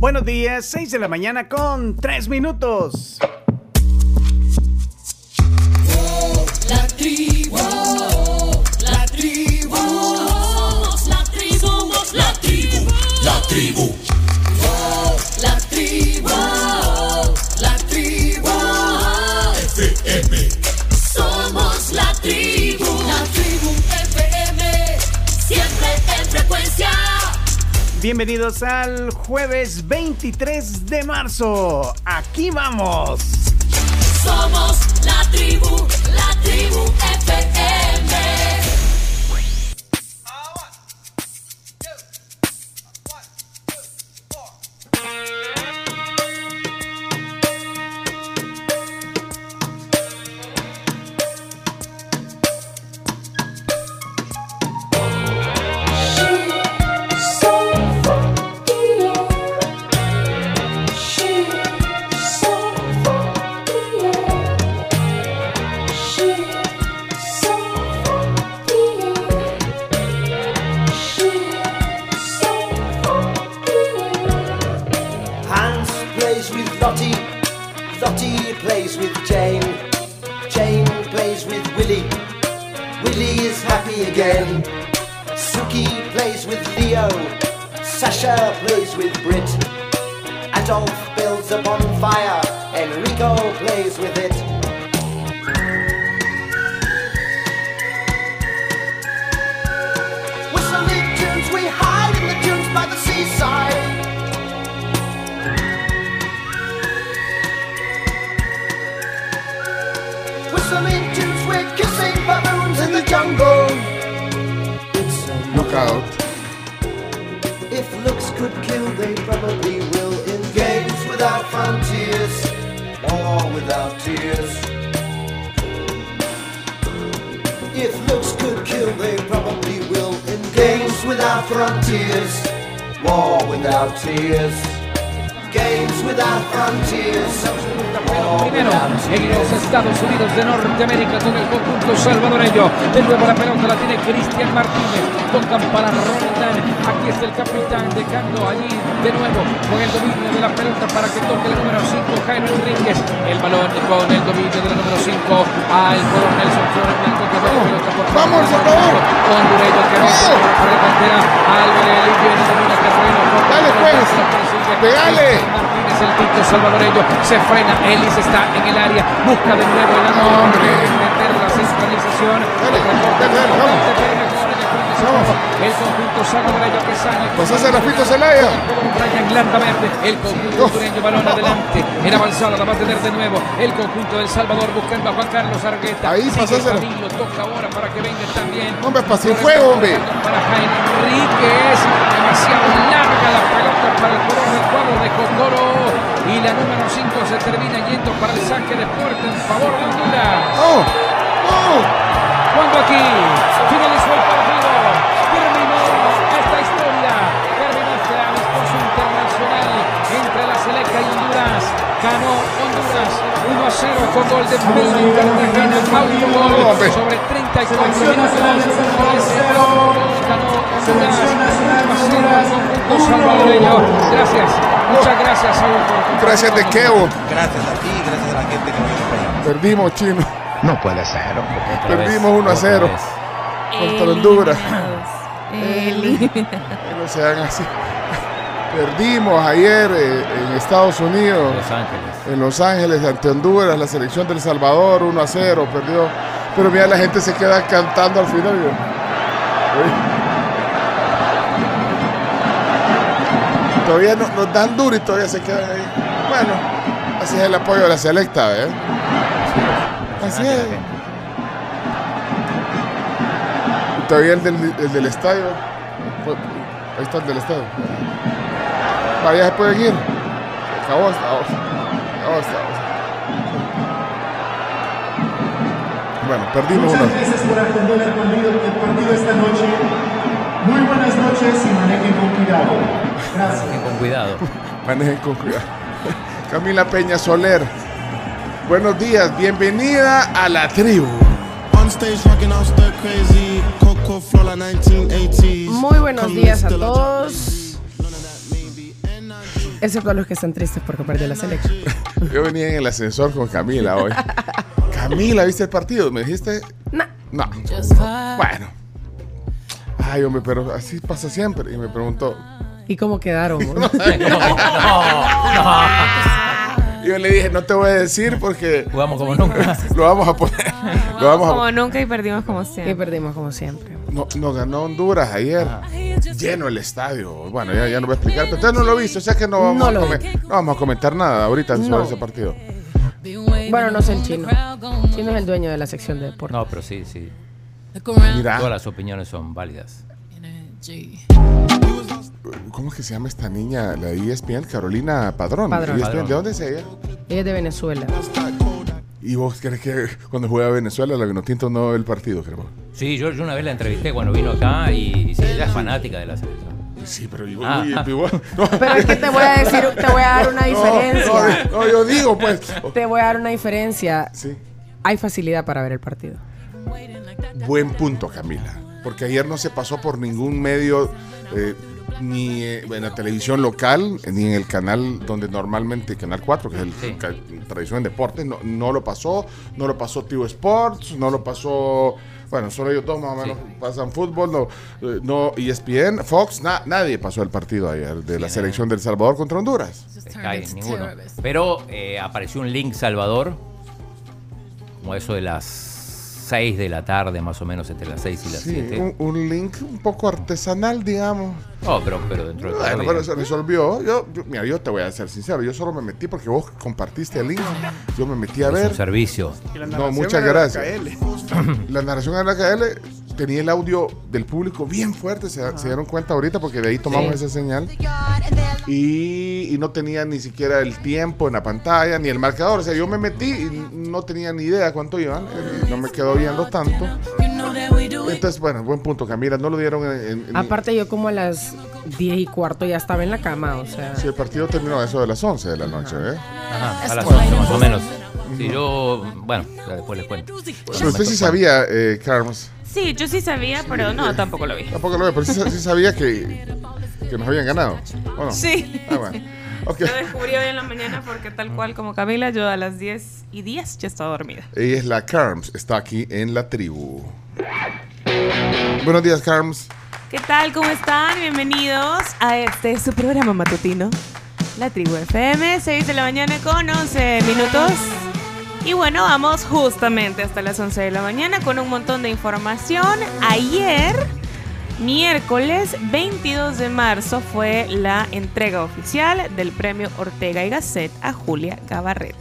Buenos días, 6 de la mañana con 3 minutos. La tribu, la tribu, somos la tribu, somos la tribu, la tribu, la tribu, la tribu, FM, somos la tribu FM, siempre en frecuencia. Bienvenidos al jueves 23 de marzo. Aquí vamos. Somos la tribu FM. Lottie plays with Jane. Jane plays with Willie. Willie is happy again. Suki plays with Leo. Sasha plays with Brit. Adolf builds a bonfire. Enrico plays with it. Whistling tunes, we hide in the dunes by the seaside. Whistling tunes, we're kissing baboons in the jungle. It's a knockout. If looks could kill, they probably will. In games without frontiers, war without tears. If looks could kill, they probably will. In games without frontiers, war without tears. Games without frontiers. Primero en los Estados Unidos de Norteamérica con el conjunto salvadoreño. De nuevo la pelota la tiene Cristian Martínez. Tocan para Roldán. Aquí está el capitán dejando allí de nuevo con el dominio de la pelota para que toque el número 5 Jairo Enríquez. El balón con el dominio de la número 5 al coronel Flores Blanco que va la pelota por ¡vamos, Salvador! Hondureño que va por la frontera. Álvarez limpio en el domina terreno. ¡Dale pues! ¡Pegale! Martínez el quinto salvadoreño se frena. Ellis está en el área. Busca de nuevo el ángulo. ¡Hombre! Meter la centralización. El conjunto salvadoreño que sale. Pues hace Rafito Zelaya. Brian Landaverde. El conjunto hondureño, balón adelante. En avanzada la va a tener de nuevo. El conjunto del Salvador buscando a Juan Carlos Argueta. Ahí pasó Camilo. Toca ahora para que venga también. Hombre, pase el fuego, hombre. Para Jaime Enríquez. Demasiado larga la pelota para el color del cuadro de Cocoro. Y la número 5 se termina yendo para el saque de puerta en favor de Honduras. ¡Oh! ¡Oh! Cuando aquí finalizó el partido, terminó esta historia, terminó este amistoso internacional entre la Selecta y Honduras. Ganó Honduras 1-0 con gol de Miguel Cartagena, autogol sobre 34 minutos. Ganó Honduras 1-0 con salvadoreño. Gracias, muchas gracias, Saúl. Gracias de Kevo. Gracias a ti, gracias a la gente que nos acompaña. Perdimos, Chino. No puede ser, hombre. Perdimos 1-0 contra Honduras. No sean así. Perdimos ayer en Estados Unidos, en Los Ángeles, ante Honduras, la selección del Salvador, 1-0, perdió. Pero mira, la gente se queda cantando al final. Todavía nos dan duro y todavía se quedan ahí. Bueno, así es el apoyo de la Selecta, ¿eh? Así es. Todavía el del estadio. Ahí está el del estadio. Vaya, se pueden ir. Acabó hasta ahora. Bueno, perdimos uno. Muchas gracias por atender el partido esta noche. Muy buenas noches y manejen con cuidado. Gracias. Manejen con cuidado. Manejen con cuidado. Camila Peña Soler. Buenos días, bienvenida a la tribu. Muy buenos días a todos. Excepto a los que están tristes porque perdió la selección. Yo venía en el ascensor con Camila hoy. Camila, ¿viste el partido? ¿Me dijiste? No. Bueno. Ay, hombre, pero así pasa siempre. Y me preguntó. ¿Y cómo quedaron? No. Yo le dije, no te voy a decir porque jugamos como nunca. Lo vamos a poner. Como nunca y perdimos como siempre. No ganó Honduras ayer. Lleno el estadio. Bueno, ya no voy a explicar. Pero usted no lo viste, o sea que no vamos a comentar nada ahorita sobre ese partido. Bueno, no sé el chino. Chino es el dueño de la sección de deportes. No, pero sí. Mira. Todas las opiniones son válidas. ¿Cómo es que se llama esta niña? La de ESPN, Carolina Padrón. Padrón. ¿De dónde es ella? Ella es de Venezuela. ¿Y vos crees que cuando juega a Venezuela la Vinotinto no ve el partido, creo? Sí, yo una vez la entrevisté cuando vino acá y sí, ella es fanática de la selección. Sí, pero yo... No. Pero es que te voy a decir, te voy a dar una diferencia. No, yo digo, pues... Te voy a dar una diferencia. Sí. Hay facilidad para ver el partido. Buen punto, Camila. Porque ayer no se pasó por ningún medio... ni en la televisión local, ni en el canal donde normalmente, Canal 4, que es el tradición en deportes, no lo pasó Tivo Sports, no lo pasó, bueno, solo ellos dos más o menos pasan fútbol, no ESPN, Fox, nadie pasó el partido ayer de la selección de El Salvador contra Honduras. Ninguno. Pero apareció un link Salvador, como eso de las 6 de la tarde, más o menos, entre las 6 y las 7. Un link un poco artesanal, digamos. No, pero dentro de... Bueno, pero se resolvió. Mira, yo te voy a ser sincero. Yo solo me metí porque vos compartiste el link. Yo me metí a ver. Es un servicio. No, muchas gracias. La narración en la KL tenía el audio del público bien fuerte. Se dieron cuenta ahorita porque de ahí tomamos esa señal. Y no tenía ni siquiera el tiempo en la pantalla, ni el marcador. O sea, yo me metí y no tenía ni idea cuánto iban. No me quedó viendo tanto. Entonces, bueno, buen punto, Camila. No lo dieron Aparte, yo como a las 10:15 ya estaba en la cama, o sea... Sí, el partido terminó a eso de las 11 de la noche, ¿eh? Ajá, a las 11 más o menos. Sí, yo... Bueno, ya después les cuento. Pero usted sí sabía, Carlos. Sí, yo sí sabía, pero no, tampoco lo vi. Tampoco lo vi, pero sí sabía que nos habían ganado, ¿o no? Sí. Bueno. Okay. Lo descubrí hoy en la mañana porque tal cual como Camila, yo a las 10:10 ya estaba dormida. Ella es la Carms, está aquí en la tribu. Buenos días, Carms. ¿Qué tal? ¿Cómo están? Bienvenidos a su programa matutino, La Tribu FM, 6 de la mañana con 11 minutos. Y bueno, vamos justamente hasta las 11 de la mañana con un montón de información. Ayer, miércoles 22 de marzo, fue la entrega oficial del premio Ortega y Gasset a Julia Gabarrete.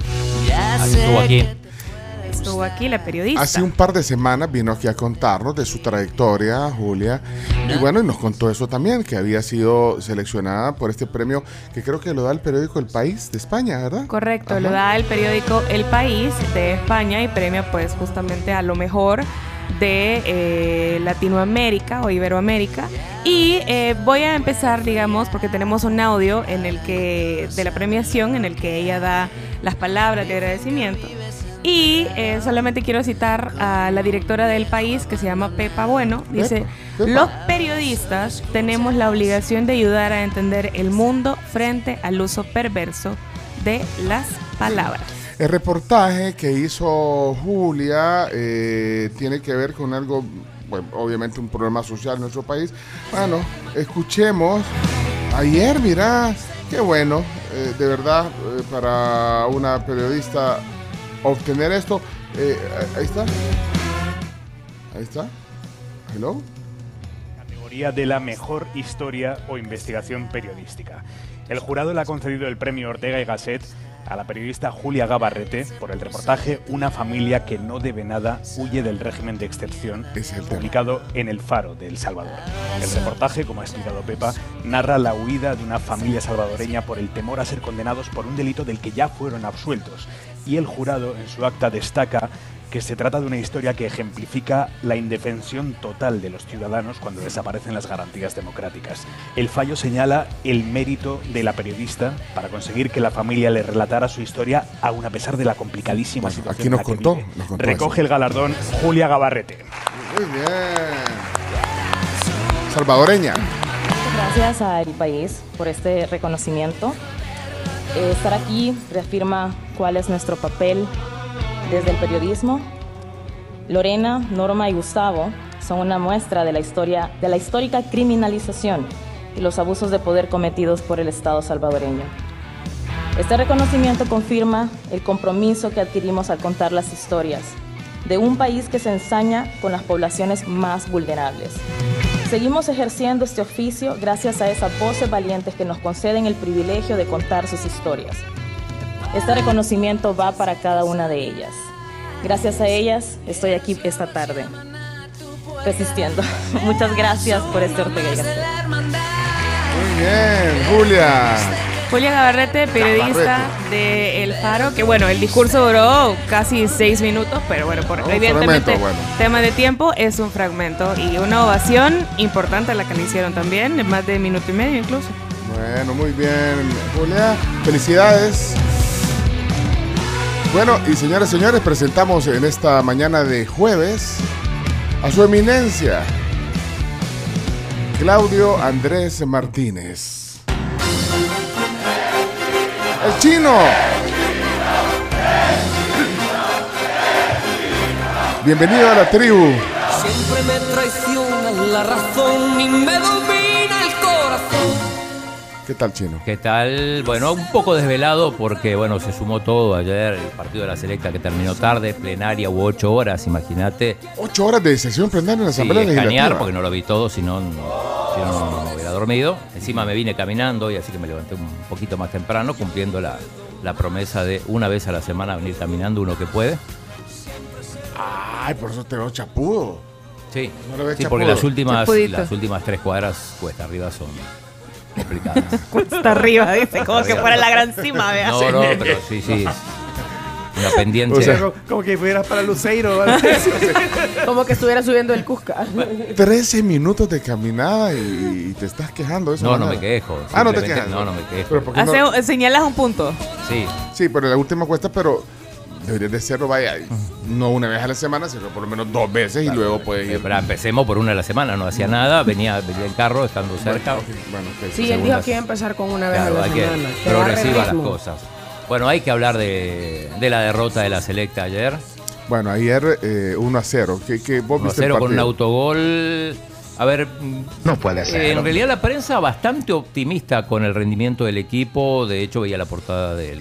Estuvo aquí la periodista. Hace un par de semanas vino aquí a contarnos de su trayectoria, Julia. Y bueno, y nos contó eso también, que había sido seleccionada por este premio que creo que lo da el periódico El País de España, ¿verdad? Correcto, lo da el periódico El País de España y premia pues justamente a lo mejor de Latinoamérica o Iberoamérica. Y voy a empezar, digamos, porque tenemos un audio en el que de la premiación en el que ella da las palabras de agradecimiento. Y solamente quiero citar a la directora del País, que se llama Pepa Bueno. Dice: los periodistas tenemos la obligación de ayudar a entender el mundo frente al uso perverso de las palabras. El reportaje que hizo Julia tiene que ver con algo, bueno, obviamente un problema social en nuestro país. Bueno, escuchemos. Ayer, mira, qué bueno, de verdad, para una periodista obtener esto. Ahí está. Hello. Categoría de la mejor historia o investigación periodística. El jurado le ha concedido el premio Ortega y Gasset a la periodista Julia Gabarrete por el reportaje Una familia que no debe nada huye del régimen de excepción, publicado en El Faro de El Salvador. El reportaje, como ha explicado Pepa, narra la huida de una familia salvadoreña por el temor a ser condenados por un delito del que ya fueron absueltos. Y el jurado en su acta destaca que se trata de una historia que ejemplifica la indefensión total de los ciudadanos cuando desaparecen las garantías democráticas. El fallo señala el mérito de la periodista para conseguir que la familia le relatara su historia aún a pesar de la complicadísima situación aquí nos en la que contó, vive. nos contó Recoge el galardón Julia Gabarrete. Muy bien. Salvadoreña. Gracias al País por este reconocimiento. Estar aquí reafirma cuál es nuestro papel desde el periodismo. Lorena, Norma y Gustavo son una muestra de la histórica criminalización y los abusos de poder cometidos por el Estado salvadoreño. Este reconocimiento confirma el compromiso que adquirimos al contar las historias de un país que se ensaña con las poblaciones más vulnerables. Seguimos ejerciendo este oficio gracias a esas voces valientes que nos conceden el privilegio de contar sus historias. Este reconocimiento va para cada una de ellas. Gracias a ellas estoy aquí esta tarde, resistiendo. Muchas gracias por este Ortega y Gasset. Muy bien, Julia. Julia Gabarrete, periodista de El Faro, que bueno, el discurso duró casi 6 minutos, pero bueno, por evidentemente tema de tiempo, es un fragmento y una ovación importante la que le hicieron también, de más de 1.5 minutos incluso. Bueno, muy bien, Julia. Felicidades. Bueno, y señoras y señores, presentamos en esta mañana de jueves a su eminencia, Claudio Andrés Martínez. ¡El Chino! Bienvenido a la tribu. Siempre me traiciona la razón y me domina el corazón. ¿Qué tal, Chino? ¿Qué tal? Bueno, un poco desvelado porque, bueno, se sumó todo ayer, el partido de la Selecta que terminó tarde, plenaria, hubo 8 horas, imagínate. 8 horas de sesión plenaria en la Asamblea Legislativa. Escanear porque no lo vi todo, si no me hubiera dormido. Encima me vine caminando y así que me levanté un poquito más temprano, cumpliendo la promesa de una vez a la semana venir caminando uno que puede. Ay, por eso te veo chapudo. Sí, no sí, porque las últimas 3 cuadras cuesta arriba son complicadas. Cuesta arriba, dice, como que fuera la gran cima, vea. No, pero sí. Una pendiente. O sea, como que fueras para Luceiro, ¿vale? Como que estuviera subiendo el Cusca. 13 minutos de caminada y te estás quejando de eso. No me quejo. No te quejas. No me quejo. Pero señalas un punto. Sí, pero la última cuesta, pero deberías de hacerlo, vaya, no una vez a la semana, sino por lo menos 2 veces, claro, y luego puedes ir. Pero empecemos por una a la semana, no hacía nada, venía en carro estando cerca. Sí, él dijo que iba a empezar con una vez a la semana. Progresiva las cosas. Bueno, hay que hablar de la derrota de la Selecta ayer. Bueno, ayer 1-0. ¿Qué vos viste 1-0 con un autogol. A ver, no puede ser. En realidad la prensa bastante optimista con el rendimiento del equipo. De hecho, veía la portada del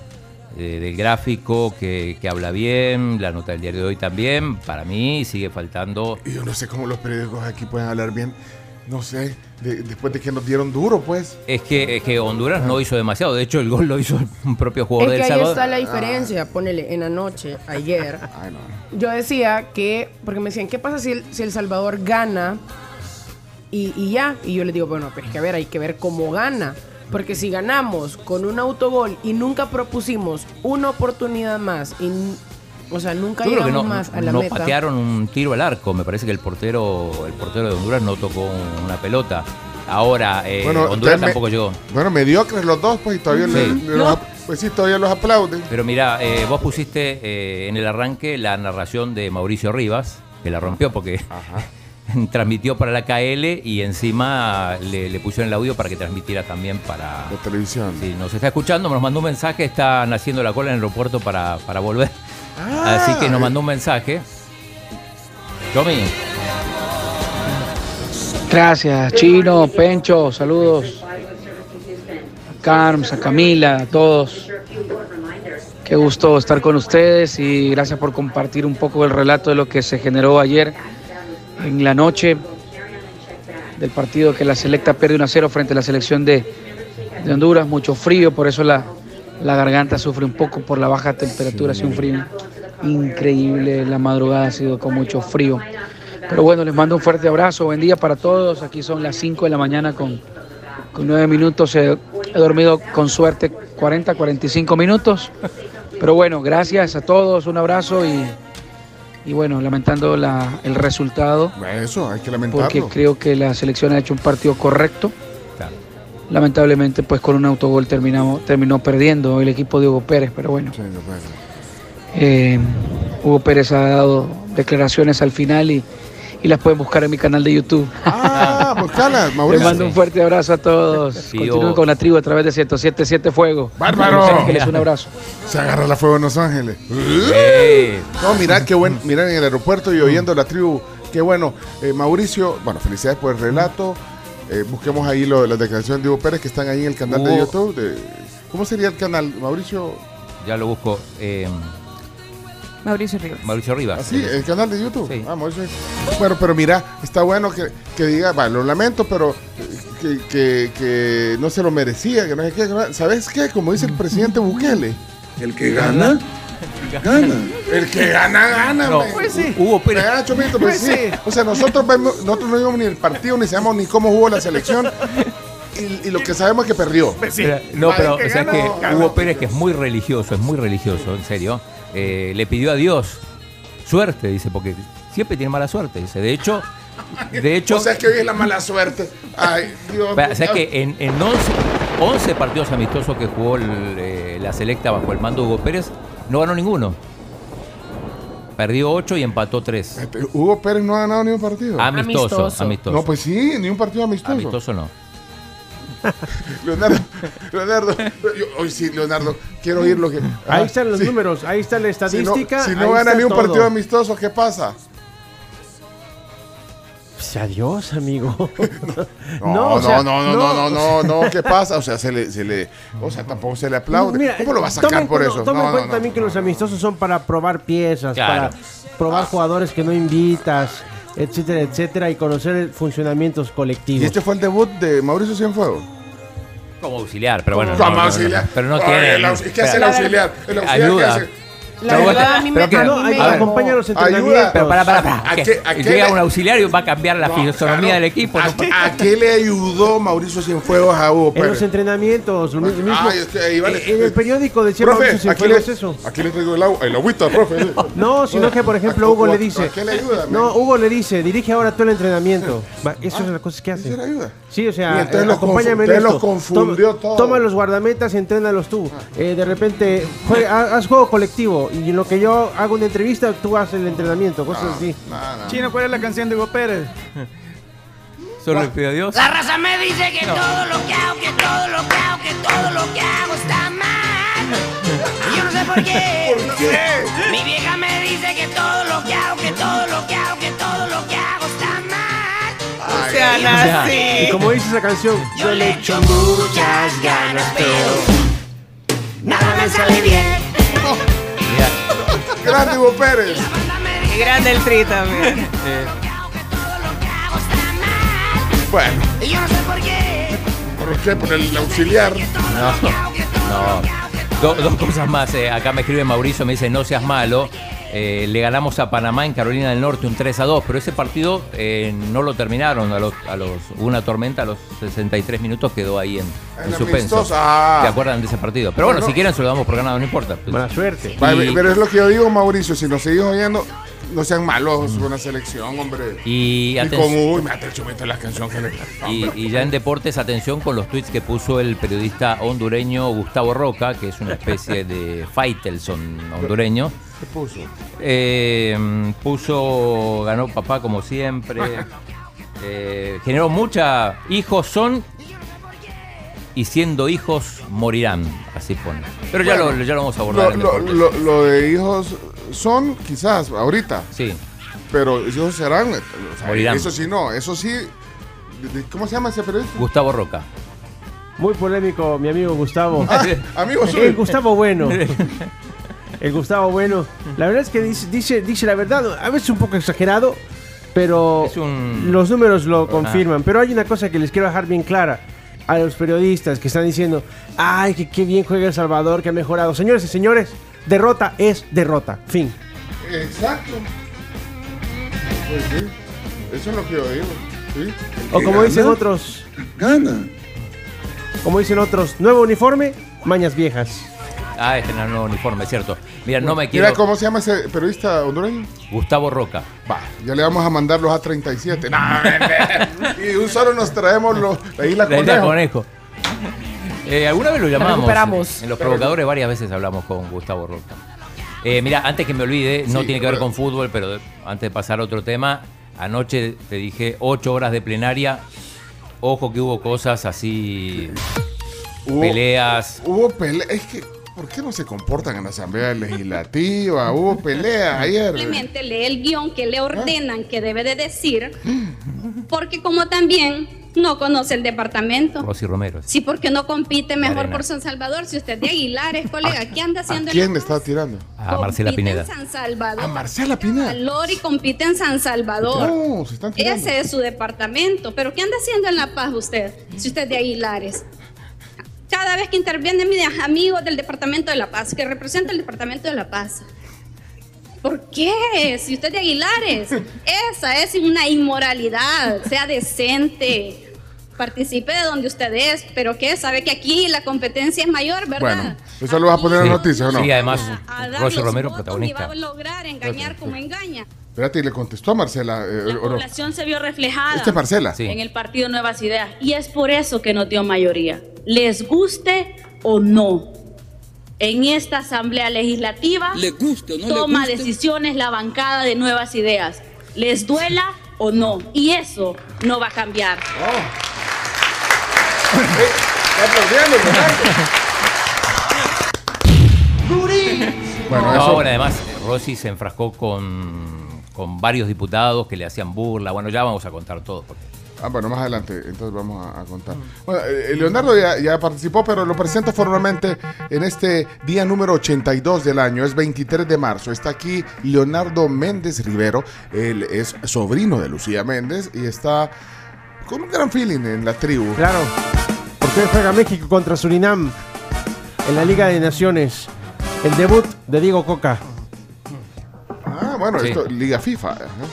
gráfico que habla bien, la nota del diario de hoy también. Para mí sigue faltando. Y yo no sé cómo los periódicos aquí pueden hablar bien. No sé, después de que nos dieron duro, pues. Es que Honduras no hizo demasiado. De hecho, el gol lo hizo un propio jugador del Salvador. Es que ahí está la diferencia. Ponele, en la noche, ayer, yo decía que, porque me decían, ¿qué pasa si El Salvador gana y ya? Y yo les digo, bueno, pero es que a ver, hay que ver cómo gana. Porque si ganamos con un autogol y nunca propusimos una oportunidad más, o sea, nunca llegamos más a la meta. No patearon un tiro al arco. Me parece que el portero de Honduras no tocó una pelota. Ahora, Honduras tampoco llegó. Bueno, mediocres los dos, pues, y todavía todavía los aplauden. Pero mira, vos pusiste en el arranque la narración de Mauricio Rivas, que la rompió porque transmitió para la KL y encima le pusieron el audio para que transmitiera también para la televisión. Sí, nos está escuchando, nos mandó un mensaje, están haciendo la cola en el aeropuerto para volver. Así que nos mandó un mensaje. Tommy. Gracias, Chino, Pencho, saludos. A Carms, a Camila, a todos. Qué gusto estar con ustedes y gracias por compartir un poco el relato de lo que se generó ayer en la noche del partido que la Selecta pierde 1-0 frente a la selección de Honduras. Mucho frío, por eso la garganta sufre un poco por la baja temperatura. Ha sido un frío increíble, la madrugada ha sido con mucho frío. Pero bueno, les mando un fuerte abrazo, buen día para todos. Aquí son las 5 de la mañana con 9 minutos. He dormido con suerte 40, 45 minutos. Pero bueno, gracias a todos, un abrazo y bueno, lamentando el resultado. Eso, hay que lamentarlo. Porque creo que la selección ha hecho un partido correcto. Claro. Lamentablemente, pues con un autogol terminó perdiendo el equipo de Hugo Pérez, pero bueno. Sí, Hugo Pérez ha dado declaraciones al final y y las pueden buscar en mi canal de YouTube. Buscalas, Mauricio. Les mando un fuerte abrazo a todos. Continúen con la tribu a través de 107.7 Fuego. ¡Bárbaro! Los Ángeles, un abrazo. Se agarra la fuego en Los Ángeles. No, mirá qué bueno. Mirá en el aeropuerto y oyendo la tribu. Qué bueno. Mauricio, bueno, felicidades por el relato. Busquemos ahí las declaraciones de Hugo Pérez que están ahí en el canal de YouTube. ¿Cómo sería el canal, Mauricio? Ya lo busco. Mauricio Rivas. Mauricio Rivas. ¿Sí? ¿El canal de YouTube? Sí. Mauricio. Bueno, pero mira, está bueno que diga, lo lamento, pero que no se lo merecía, que no sé qué. ¿Sabes qué? Como dice el presidente Bukele, el que gana, gana. El que gana. No, pues sí. Hugo Pérez. Pues sí. O sea, nosotros no vimos ni el partido, ni sabemos ni cómo jugó la selección. Y lo que sabemos es que perdió. Sí. No, pero o sea, que Hugo Pérez, que es muy religioso, en serio, le pidió a Dios suerte, dice, porque siempre tiene mala suerte, dice. De hecho o sea, que hoy es la mala suerte. Ay, Dios. O sea, que en 11 partidos amistosos que jugó la selecta bajo el mando de Hugo Pérez, no ganó ninguno. Perdió 8 y empató 3. Hugo Pérez no ha ganado ni un partido. Amistoso. No, pues sí, ni un partido amistoso. Amistoso no. Leonardo, hoy sí, Leonardo, quiero oír lo que... Ahí están los números, ahí está la estadística. Si no gana ni un partido amistoso, ¿qué pasa? Pues adiós, amigo. No, ¿qué pasa? O sea, o sea, tampoco se le aplaude. Mira, ¿cómo lo va a sacar por eso? Toma en cuenta también que los amistosos son para probar piezas, para probar jugadores que no invitas, etcétera, etcétera, y conocer funcionamientos colectivos. ¿Y este fue el debut de Mauricio Cienfuegos? Como auxiliar, pero bueno. Como auxiliar. Pero no tiene. ¿Qué hace el auxiliar? El auxiliar ayuda. ¿qué hace? La verdad, a mí me acompaña los entrenamientos. Pero para. Llega un auxiliar y va a cambiar la fisonomía del equipo. ¿A qué le ayudó Mauricio Cienfuegos a Hugo Pérez? En los entrenamientos, lo mismo. En el periódico decía Mauricio Cienfuegos eso. Aquí le traigo el agüita, profe. No, sino que, por ejemplo, Hugo le dice... ¿A qué le ayuda? No, Hugo le dice, dirige ahora todo el entrenamiento. Eso es las cosas que hace. ¿Eso le ayuda? Sí, o sea, acompáñame en esto. Los confundió todo. Toma los guardametas, entrénalos tú. De repente, haz juego colectivo. Y en lo que yo hago una entrevista, tú haces el entrenamiento, cosas así. Chino, ¿cuál es la canción de Hugo Pérez? Solo le pido a Dios. La raza me dice que todo lo que hago, que todo lo que hago, que todo lo que hago está mal. Y yo no sé por qué. ¿Por qué? Mi vieja me dice que todo lo que hago, que todo lo que hago, que todo lo que hago está mal. O sea, así. Y como dice esa canción, yo le echo muchas ganas, pero nada me sale bien. Grande Hugo Pérez. Y grande el Tri también. Bueno. Y yo no sé por qué. ¿Por qué? Por el auxiliar. No. Dos cosas más. Acá me escribe Mauricio, me dice, no seas malo. Le ganamos a Panamá en Carolina del Norte un 3-2, pero ese partido no lo terminaron. Hubo una tormenta a los 63 minutos, quedó ahí en suspenso. ¿Se acuerdan de ese partido? Pero bueno, si quieren se lo damos por ganado, no importa. Buena suerte. Pero es lo que yo digo, Mauricio, si nos seguís oyendo, no sean malos con la selección, hombre. Y ya en deportes, atención con los tweets que puso el periodista hondureño Gustavo Roca, que es una especie de Faitelson hondureño. ¿Qué puso? Ganó papá como siempre. Generó mucha. Hijos son y siendo hijos morirán. Así pone. Pero ya lo vamos a abordar en deportes. Lo de hijos son quizás ahorita. Sí. Pero hijos serán. Morirán. Eso sí, no. Eso sí. ¿Cómo se llama ese periodista? Gustavo Roca. Muy polémico, mi amigo Gustavo. Amigo suyo. El Gustavo Bueno. El Gustavo Bueno. La verdad es que dice la verdad. A veces un poco exagerado, pero los números lo confirman. Pero hay una cosa que les quiero dejar bien clara a los periodistas que están diciendo: ay, que qué bien juega El Salvador, que ha mejorado. Señores y señores, derrota es derrota. Fin. Exacto. Pues sí. Eso es lo que yo digo. ¿Sí? O como dicen otros, gana. Como dicen otros, nuevo uniforme, mañas viejas. Este no es nuevo uniforme, es cierto. Mira, no me quiero... Mira, ¿cómo se llama ese periodista hondureño? Gustavo Roca. Va, ya le vamos a mandar los A37. Y un solo nos traemos la Isla Conejo. Alguna vez lo llamamos. Recuperamos. En Los Provocadores varias veces hablamos con Gustavo Roca. Mira, antes que me olvide, no tiene que ver con fútbol, pero antes de pasar a otro tema, anoche te dije 8 horas de plenaria. Ojo que hubo cosas así, peleas. Hubo peleas, es que, ¿por qué no se comportan en la Asamblea Legislativa? Hubo peleas ayer. Simplemente lee el guión que le ordenan que debe de decir, porque como también no conoce el departamento. Rosy Romero. Sí, porque no compite mejor por San Salvador. Si usted de Aguilares, colega, ¿qué anda haciendo? ¿A quién le está tirando? A Marcela Pineda. Compite en San Salvador. ¿A Marcela Pineda? Valor y compite en San Salvador. No, se están tirando. Ese es su departamento. ¿Pero qué anda haciendo en La Paz usted? Si usted es de Aguilares. Cada vez que intervienen mis amigos del departamento de La Paz, que representa el departamento de La Paz. ¿Por qué? Si usted es de Aguilares, esa es una inmoralidad. Sea decente. Participe de donde usted es, pero ¿qué? Sabe que aquí la competencia es mayor, ¿verdad? Bueno, ¿eso lo vas a poner en las noticias o no? Sí, además, Rosy Romero, protagonista. Y va a lograr engañar como engaña. Espérate, y le contestó a Marcela. La población se vio reflejada ¿Este es Marcela? en el partido Nuevas Ideas. Y es por eso que nos dio mayoría. Les guste o no. En esta Asamblea Legislativa toma decisiones la bancada de Nuevas Ideas. Les duela o no. Y eso no va a cambiar. Bueno, ahora además Rosy se enfrascó con varios diputados que le hacían burla. Bueno, ya vamos a contar todo. Bueno, más adelante, entonces vamos a contar. Bueno, Leonardo ya participó, pero lo presento formalmente en este día número 82 del año. Es 23 de marzo. Está aquí Leonardo Méndez Rivero. Él es sobrino de Lucía Méndez y está con un gran feeling en la tribu. Claro, porque hoy juega México contra Surinam en la Liga de Naciones. El debut de Diego Coca. Ah, bueno, esto, Liga FIFA.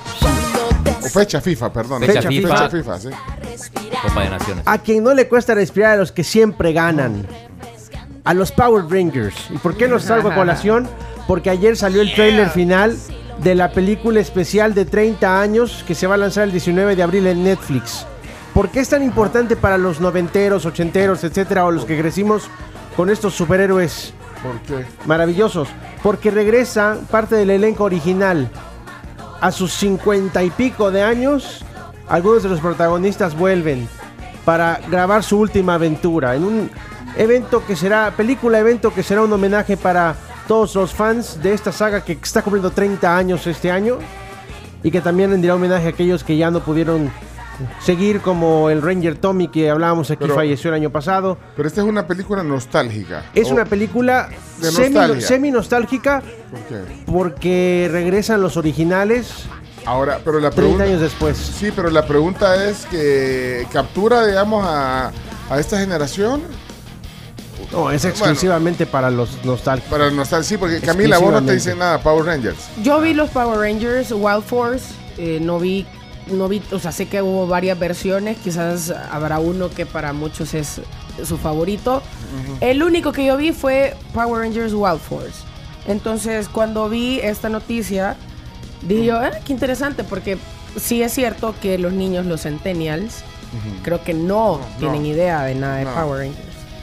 O fecha FIFA, perdón. Fecha FIFA, sí. Copa de Naciones. A quien no le cuesta respirar a los que siempre ganan. A los Power Rangers. ¿Y por qué los traigo a colación? Porque ayer salió el tráiler final de la película especial de 30 años que se va a lanzar el 19 de abril en Netflix. ¿Por qué es tan importante para los noventeros, ochenteros, etcétera, o los que crecimos con estos superhéroes? ¿Por qué? Maravillosos. Porque regresa parte del elenco original. A sus 50 y pico de años, algunos de los protagonistas vuelven para grabar su última aventura en un evento que será un homenaje para todos los fans de esta saga que está cumpliendo 30 años este año y que también rendirá homenaje a aquellos que ya no pudieron seguir, como el Ranger Tommy que hablábamos aquí, falleció el año pasado. Pero esta es una película nostálgica. Es una película semi-nostálgica. ¿Por qué? Porque regresan los originales. Ahora, pero la 30 años después. Sí, pero la pregunta es que captura, digamos, a esta generación. No, es exclusivamente para los nostálgicos. Para los nostálgicos, sí, porque Camila, vos no te dicen nada, Power Rangers. Yo vi los Power Rangers Wild Force, no vi, o sea, sé que hubo varias versiones, quizás habrá uno que para muchos es su favorito. El único que yo vi fue Power Rangers Wild Force. Entonces, cuando vi esta noticia, dije yo, qué interesante, porque sí es cierto que los niños, los centennials, creo que no tienen idea de nada de Power Rangers.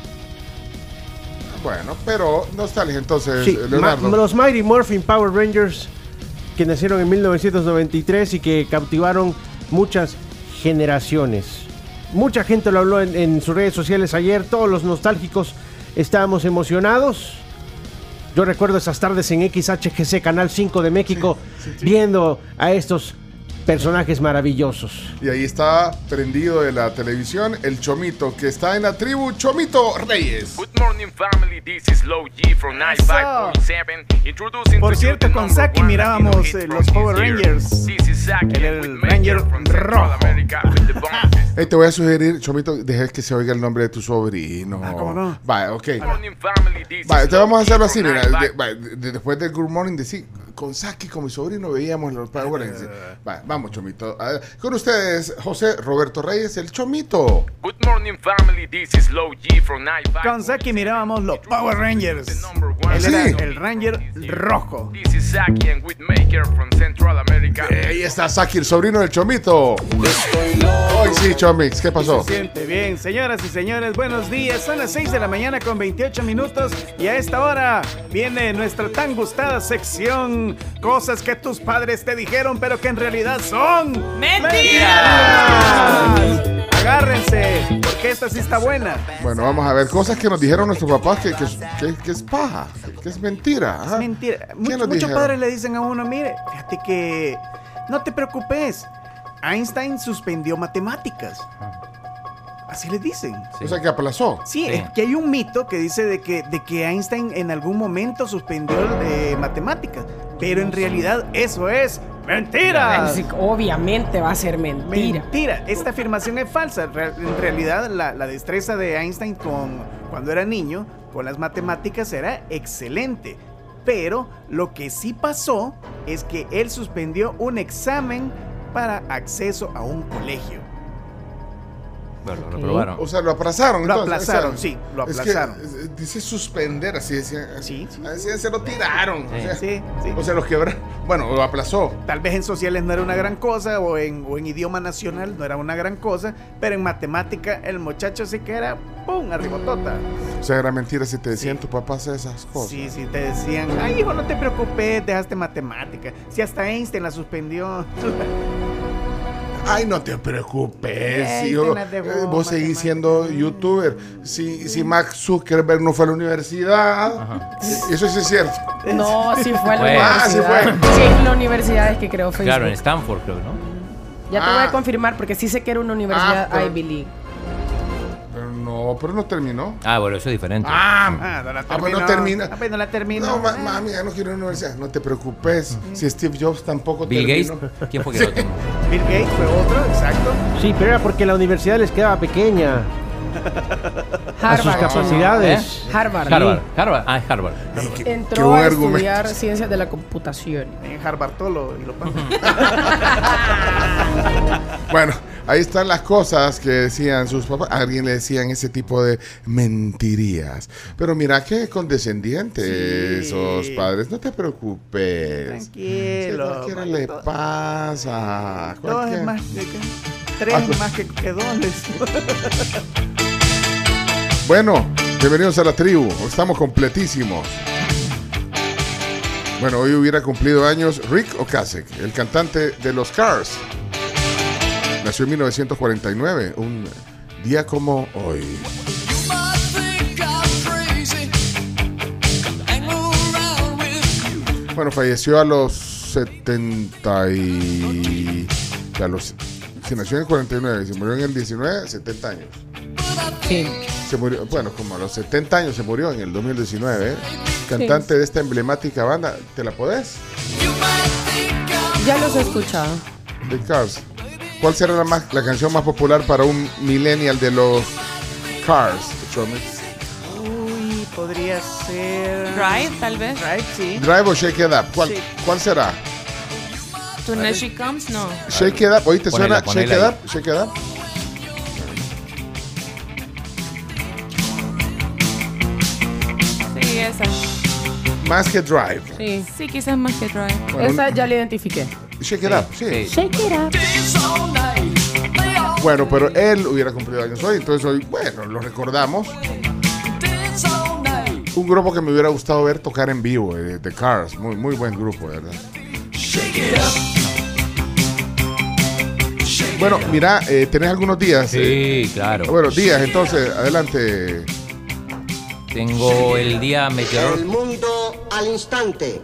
Bueno, pero nostalgia entonces, sí, Leonardo. Los Mighty Morphin Power Rangers, que nacieron en 1993 y que cautivaron muchas generaciones. Mucha gente lo habló en sus redes sociales ayer, todos los nostálgicos estábamos emocionados. Yo recuerdo esas tardes en XHGC, Canal 5 de México, viendo a estos personajes maravillosos. Y ahí está prendido de la televisión el Chomito, que está en la tribu. Chomito Reyes. Good morning, family. This is Low G from 95.7. Introducing. Por cierto, con Saki mirábamos los Power Rangers. El Ranger rojo. Te voy a sugerir, Chomito, dejes que se oiga el nombre de tu sobrino. ¿Cómo no? Vale, ok. Vale, te vamos a hacerlo así, mira. Después del Good Morning, decir, con Saki, con mi sobrino, veíamos los Power Rangers. Vale, vamos, Chomito. Con ustedes, José Roberto Reyes, el Chomito. Good morning, family. This is Low G from 95. Con Saki mirábamos los Power Rangers. Él era el Ranger rojo. This is Saki and Whitmaker from Central America. Ahí está Saki, el sobrino del Chomito. Hoy sí, Chomix, ¿qué pasó? Se siente bien, señoras y señores, buenos días. Son las 6 de la mañana con 28 minutos y a esta hora viene nuestra tan gustada sección son cosas que tus padres te dijeron, pero que en realidad son ¡mentiras! Agárrense, porque esta sí está buena. Bueno, vamos a ver, cosas que nos dijeron nuestros papás que es paja, que es mentira. Ajá. Es mentira. ¿Qué nos Muchos dijeron? padres le dicen a uno, mire, fíjate que no te preocupes, Einstein suspendió matemáticas. Así le dicen. O sea, que aplazó. Sí, es que hay un mito que dice de que Einstein en algún momento suspendió matemáticas, pero en realidad eso es mentira. Obviamente va a ser mentira. Mentira. Esta afirmación es falsa. En realidad la destreza de Einstein cuando era niño con las matemáticas era excelente. Pero lo que sí pasó es que él suspendió un examen para acceso a un colegio. Bueno, lo reprobaron. O sea, lo aplazaron. Lo entonces, aplazaron, o sea, sí, lo aplazaron. Es que, dice suspender, así decían. Sí. Así se lo tiraron. Sí. O sea, Sí. O sea, los quebraron. Bueno, lo aplazó. Tal vez en sociales no era una gran cosa, o en idioma nacional no era una gran cosa, pero en matemática el muchacho se queda, ¡pum!, arribotota. O sea, era mentira si te decían tu papá hace esas cosas. Sí, te decían, ay, hijo, no te preocupes, dejaste matemática. Si hasta Einstein la suspendió. Ay, no te preocupes. Ay, Hijo. te la dejó, Vos seguís siendo youtuber. Si Mark Zuckerberg no fue a la universidad. Eso sí es cierto. No, sí fue a la Fue. universidad. Sí fue. Sí, en la universidad es que creo Facebook. Claro, en Stanford, creo, ¿no? Ya te voy a confirmar porque sí sé que era una universidad pero- Ivy League. Pero no terminó. Ah, bueno, eso es diferente. no la pues no termina. Pues no la terminó. No, mami, ya no quiero ir a la universidad. No te preocupes. Si Steve Jobs tampoco Bill terminó. Gates, ¿quién fue que lo tomó? Bill Gates fue otro, exacto. Sí, pero era porque la universidad les quedaba pequeña a sus Harvard. capacidades. Harvard. Harvard. Ah, es Harvard. Entró Qué buen a argumento. estudiar ciencias de la computación. En Harvard Tolo y lo Bueno, ahí están las cosas que decían sus papás. A alguien le decían ese tipo de mentirías. Pero mira qué condescendientes esos padres. No te preocupes. Tranquilo. Si a cualquiera le pasa. Dos es más que tres es más que dos. Bueno, bienvenidos a la tribu. Estamos completísimos. Bueno, hoy hubiera cumplido años Rick Ocasek, el cantante de los Cars. Nació en 1949, un día como hoy. Bueno, falleció a los 70 y... Si nació en el 49 y se murió en el 19, 70 años. Sí. Se murió, bueno, como a los 70 años se murió en el 2019. Cantante de esta emblemática banda. ¿Te la podés? Ya los he escuchado. The Cars. ¿Cuál será la canción más popular para un millennial de los Cars? Uy, podría ser... Drive, tal vez. Drive, sí. Drive o Shake It Up. Sí. ¿Cuál será? Tonight She Comes, no. Shake It Up. ¿Oí te Ponela, suena? Shake It ponela Up. Shake It Up. Sí, esa. Más que Drive. Sí. Sí, quizás más que Drive. Bueno, Esa ya la identifiqué. Shake It Up, sí. Shake it up. Bueno, pero él hubiera cumplido años hoy, entonces hoy, bueno, lo recordamos. Un grupo que me hubiera gustado ver tocar en vivo, The Cars. Muy, muy buen grupo, ¿verdad? Bueno, mira, ¿tenés algunos días? Sí, claro. Bueno, días, entonces, adelante. Tengo el día El meteorológico. mundo al instante.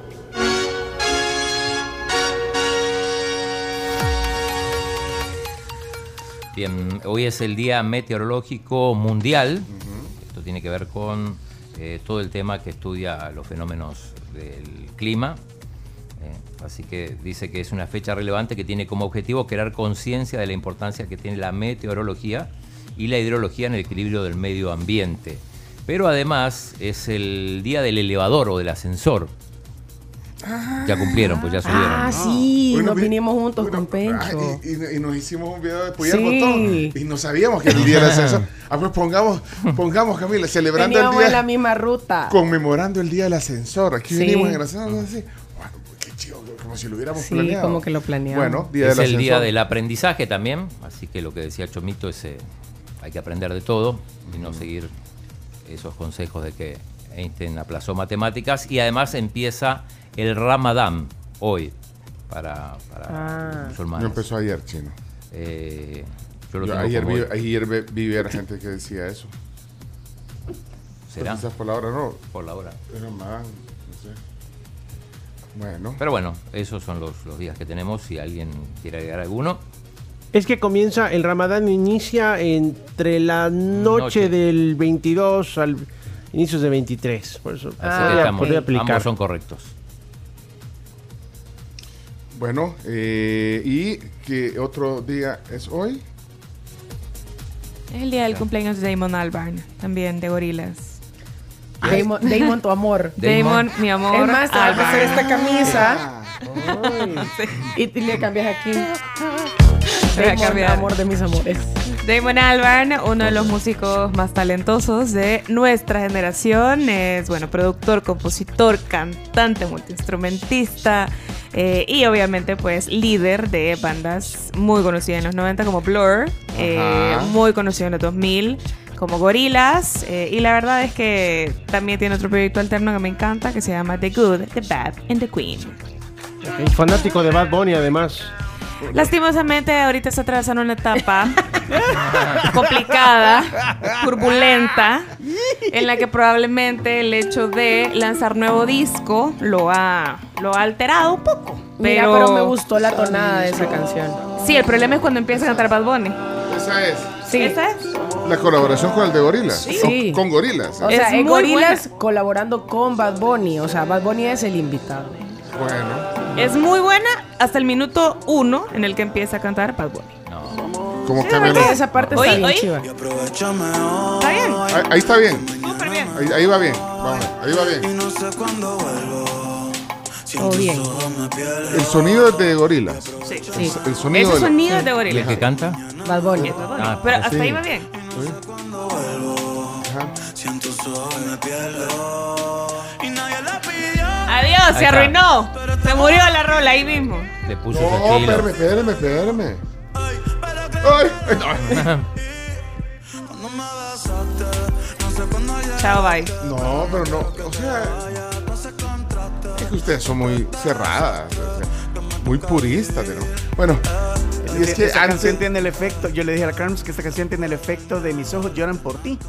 Bien, hoy es el día meteorológico mundial. Esto tiene que ver con todo el tema que estudia los fenómenos del clima. Así que dice que es una fecha relevante que tiene como objetivo crear conciencia de la importancia que tiene la meteorología y la hidrología en el equilibrio del medio ambiente. Pero además es el día del elevador o del ascensor. Ya cumplieron, pues ya subieron. Ah, sí, Bueno, nos vinimos juntos con Pencho. Y nos hicimos un video de apoyar Sí. botón y no sabíamos que era el día del ascensor. Pues pongamos, Camila, celebrando Veníamos el en día, la misma ruta. conmemorando el día del ascensor. Aquí Sí. venimos en el ascensor, así. Bueno, qué chido, como si lo hubiéramos Sí, planeado. como que lo planeamos. Bueno, día Es del el ascensor. día del aprendizaje también, así que lo que decía Chomito es hay que aprender de todo y no seguir esos consejos de que Einstein aplazó matemáticas, y además empieza el Ramadán hoy para musulmanes. No empezó ayer, Chino. Yo lo Yo tengo ayer vi a la gente que decía eso. ¿Será? Quizás por la hora no. Por la hora. Pero más, no sé. Bueno. Pero bueno, esos son los días que tenemos. Si alguien quiere agregar alguno. Es que comienza, el Ramadán inicia entre la noche del 22 al inicios de 23. Por eso podría aplicar. Ambos son correctos. Bueno, ¿y qué otro día es hoy? Es el día del cumpleaños de Damon Albarn, también de Gorillaz. Damon, tu amor. Damon, mi amor. Es más, te vas a Albarn. hacer esta camisa. Y le cambias aquí. Voy a Damon, cambiar. amor de mis amores. Damon Albarn, uno de los músicos más talentosos de nuestra generación, es productor, compositor, cantante, multiinstrumentista y obviamente pues líder de bandas muy conocidas en los 90 como Blur, muy conocido en los 2000 como Gorillaz, y la verdad es que también tiene otro proyecto alterno que me encanta que se llama The Good, The Bad and The Queen. Es fanático de Bad Bunny además. Lastimosamente ahorita está atravesando una etapa complicada, turbulenta, en la que probablemente el hecho de lanzar nuevo disco lo ha alterado un poco. Pero me gustó la tonada de esa canción. Sí, el problema es cuando empieza a cantar Bad Bunny. Esa es. Sí. ¿Esa es? La colaboración con el de Gorillaz. Sí. Con Gorillaz. O sea, es Gorillaz colaborando con Bad Bunny. O sea, Bad Bunny es el invitado. Bueno. Es muy buena hasta el minuto 1 en el que empieza a cantar Bad Bunny. Como Sí, Camelo. Esa parte está bien chiva. ¿Está bien? Ahí está bien. Súper bien. Ahí va bien. Vamos, ahí va bien. Todo bien. El sonido es de Gorillaz. Sí. El sonido Ese sonido es ¿Y de el Gorillaz. que canta? Bad Bunny. Ah, Pero hasta sí. ahí va bien. Adiós, Ahí se está. arruinó. Se murió la rola ahí mismo. Le puso No, su estilo. espérame. Ay, Chao, bye. no, pero no. O sea, es que ustedes son muy cerradas. O sea, muy puristas. ¿No? Bueno, y es que esta antes. canción tiene el efecto. Yo le dije a la Carms que esta canción tiene el efecto de mis ojos lloran por ti.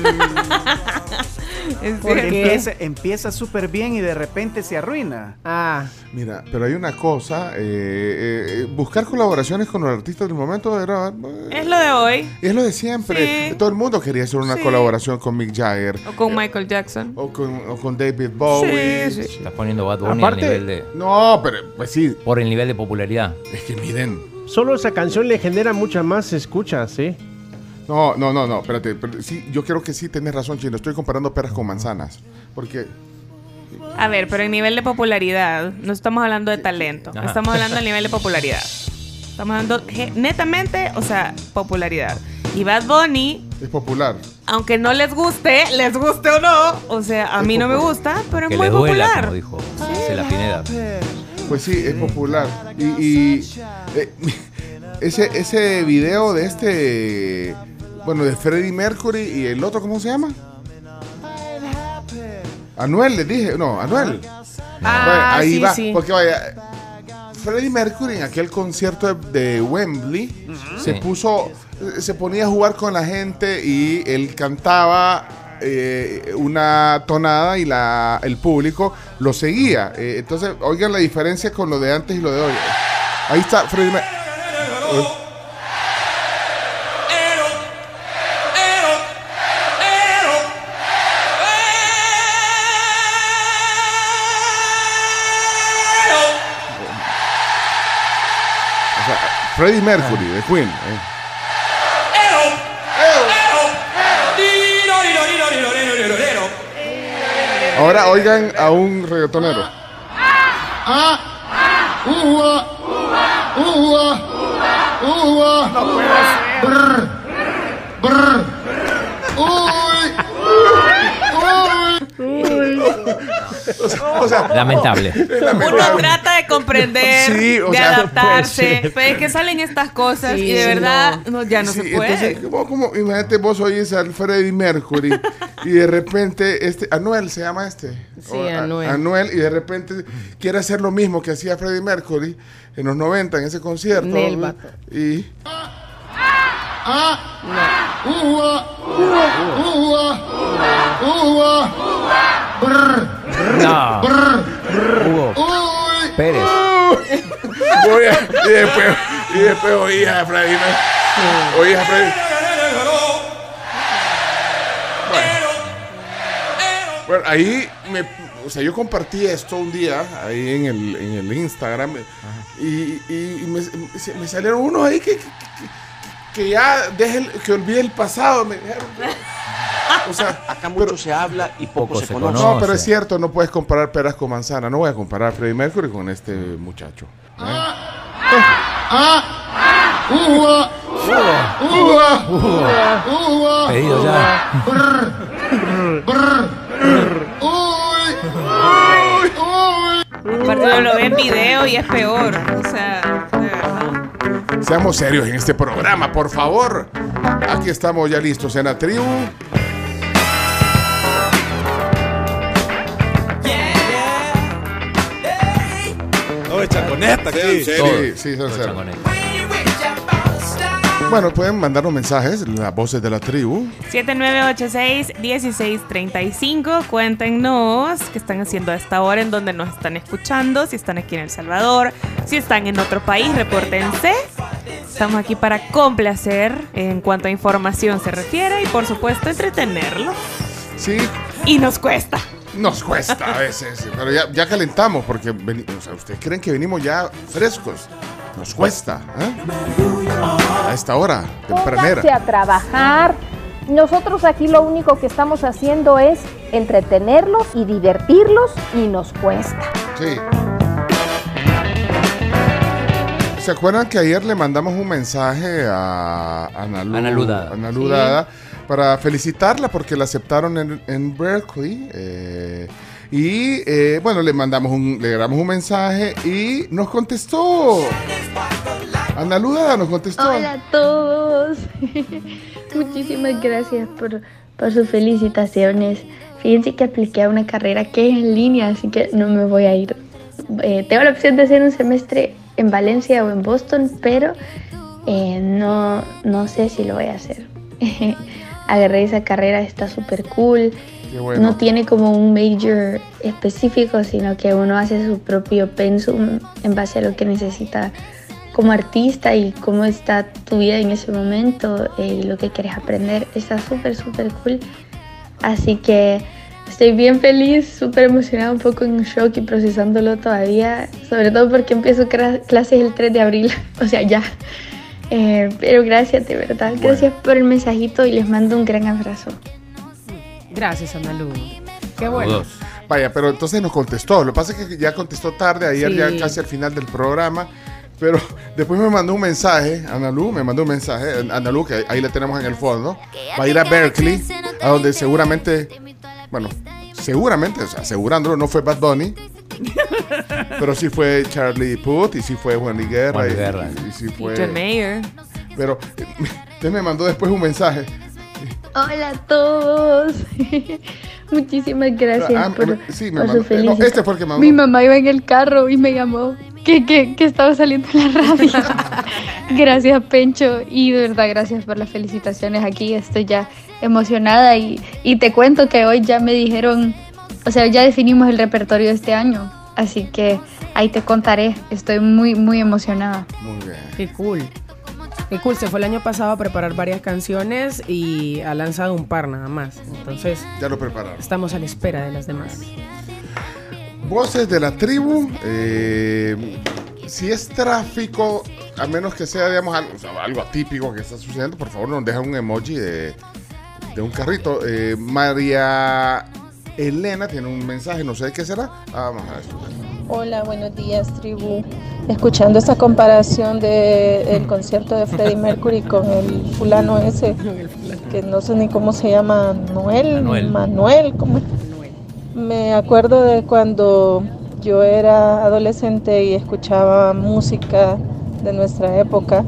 Porque empieza súper bien y de repente se arruina. Mira, pero hay una cosa, buscar colaboraciones con los artistas del momento era... Es lo de hoy. Es lo de siempre. Sí. Todo el mundo quería hacer una colaboración con Mick Jagger. O con Michael Jackson. O con David Bowie. Sí. Estás poniendo Bad Bunny Aparte- al nivel de... No, pero pues sí. Por el nivel de popularidad. Es que miren. Solo esa canción le genera muchas más escuchas, ¿sí? No, espérate. Pero sí, yo creo que sí tenés razón, Chino. Estoy comparando peras con manzanas. Porque... A ver, pero en nivel de popularidad, no estamos hablando de talento. Ajá. Estamos hablando del nivel de popularidad. Estamos hablando netamente, o sea, popularidad. Y Bad Bunny, es popular. aunque no les guste o no, o sea, a mí no me gusta, pero Que es muy le duela, popular. como dijo Cela Pineda. Pues sí, es popular. Y ese video de de Freddie Mercury y el otro, ¿cómo se llama? Anuel, les dije. No, Anuel. Bueno, ahí sí, va. sí. Porque vaya, Freddie Mercury en aquel concierto de Wembley se ponía a jugar con la gente y él cantaba una tonada y el público lo seguía. Entonces, oigan la diferencia con lo de antes y lo de hoy. Ahí está Freddie Mercury. Freddie Mercury de Queen. Ahora oigan a un reggaetonero. Lamentable. Uno trata de comprender, Sí, o de sea, adaptarse. pues, Pero es que salen estas cosas Sí, y de verdad ya no Sí, se puede. entonces, imagínate, vos oís al Freddie Mercury y de repente Anuel se llama Sí, O Anuel. Anuel, y de repente quiere hacer lo mismo que hacía Freddie Mercury en los 90 en ese concierto. Nel, vato. Y No. Hugo Pérez. y después oí a Freddie Mercury. Oí a Freddie. Bueno, ahí yo compartí esto un día ahí en el Instagram y me salieron unos ahí que ya que olvide el pasado, me dijeron. O sea, acá mucho se habla y poco se conoce. No, pero es cierto, no puedes comparar peras con manzana. No voy a comparar a Freddie Mercury con este muchacho. Pedido ya. Aparte uno lo ve en video y es peor. O sea, de verdad. Seamos serios en este programa, por favor. Aquí estamos ya listos en la tribu. No, es chaconeta aquí. Sí, son serios. Bueno, pueden mandarnos mensajes, las voces de la tribu. 7986-1635. Cuéntenos qué están haciendo a esta hora, en donde nos están escuchando, si están aquí en El Salvador, si están en otro país, repórtense. Estamos aquí para complacer en cuanto a información se refiere y, por supuesto, entretenerlo. Sí. Y nos cuesta. Nos cuesta a veces, pero ya calentamos porque ustedes creen que venimos ya frescos. Nos cuesta, ¿eh? A esta hora, tempranera. Pónganse a trabajar. Nosotros aquí lo único que estamos haciendo es entretenerlos y divertirlos y nos cuesta. Sí. ¿Se acuerdan que ayer le mandamos un mensaje a Analu Dada para felicitarla porque la aceptaron en Berkeley? Bueno, le grabamos un mensaje y nos contestó. Analu Dada nos contestó. Hola a todos. Muchísimas gracias por sus felicitaciones. Fíjense que apliqué a una carrera que es en línea, así que no me voy a ir. Tengo la opción de hacer un semestre en Valencia o en Boston, pero no sé si lo voy a hacer. Agarré esa carrera, está súper cool. Bueno. No tiene como un major específico, sino que uno hace su propio pensum en base a lo que necesita como artista y cómo está tu vida en ese momento y lo que quieres aprender. Está súper, súper cool. Así que estoy bien feliz, súper emocionada, un poco en shock y procesándolo todavía, sobre todo porque empiezo clases el 3 de abril, o sea, ya. Pero gracias, de verdad. Bueno. Gracias por el mensajito y les mando un gran abrazo. Gracias, Analu. Qué bueno. Vaya, pero entonces nos contestó. Lo que pasa es que ya contestó tarde, ayer ya casi al final del programa. Pero después me mandó un mensaje, Analu, que ahí le tenemos en el fondo. Va a ir a Berkeley, a donde seguramente, o sea, asegurándolo, no fue Bad Bunny. Pero sí fue Charlie Puth y sí fue Juan Luis Guerra. Y sí fue John Mayer. Pero usted me mandó después un mensaje. Hola a todos. Muchísimas gracias por su felicidad. No, este fue el que mandó. Mi mamá iba en el carro y me llamó que estaba saliendo en la radio. Gracias, Pencho, y de verdad gracias por las felicitaciones. Aquí estoy ya emocionada y te cuento que hoy ya me dijeron, o sea, ya definimos el repertorio de este año, así que ahí te contaré. Estoy muy, muy emocionada. Muy bien. Qué cool. Qué cool, se fue el año pasado a preparar varias canciones y ha lanzado un par nada más. Entonces, ya lo prepararon. Estamos a la espera de las demás. Voces de la tribu. Si es tráfico, a menos que sea, digamos, algo atípico que está sucediendo, por favor nos deja un emoji de un carrito. María Elena tiene un mensaje, no sé de qué será. Vamos a escuchar. Hola, buenos días, tribu. Escuchando esta comparación del concierto de Freddie Mercury con el fulano ese, que no sé ni cómo se llama, Manuel, ¿cómo? Me acuerdo de cuando yo era adolescente y escuchaba música de nuestra época,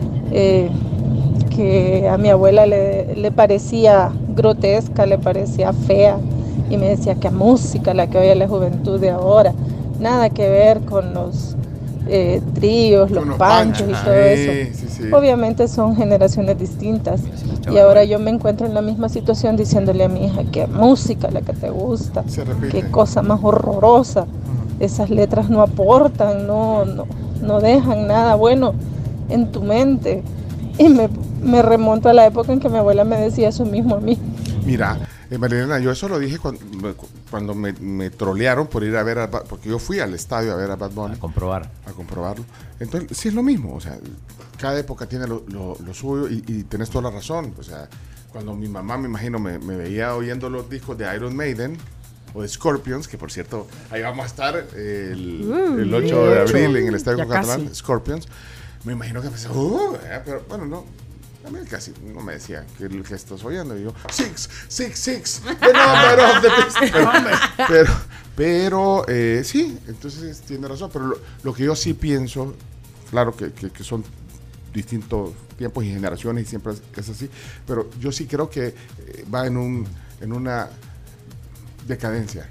que a mi abuela le parecía grotesca, le parecía fea, y me decía que música la que oye la juventud de ahora, nada que ver con los tríos, los panchos y todo eso. Sí. Obviamente son generaciones distintas, y ahora yo me encuentro en la misma situación diciéndole a mi hija que música la que te gusta, qué cosa más horrorosa, esas letras no aportan, no dejan nada bueno en tu mente. Y me remonto a la época en que mi abuela me decía eso mismo a mí. Mira, Marilena, yo eso lo dije cuando me trolearon por ir a ver porque yo fui al estadio a ver a Bad Bunny. A comprobarlo. Entonces, sí es lo mismo, o sea, cada época tiene lo suyo y tenés toda la razón. O sea, cuando mi mamá, me imagino, me veía oyendo los discos de Iron Maiden o de Scorpions, que por cierto, ahí vamos a estar el 8 de abril en el Estadio Catalán, Scorpions. Me imagino que pensé, pero bueno, no. A mí casi no me decía que estás oyendo. Y yo, six, the number of the beast. Pero sí, entonces tiene razón. Pero lo que yo sí pienso, claro que son distintos tiempos y generaciones y siempre es así, pero yo sí creo que va en una decadencia.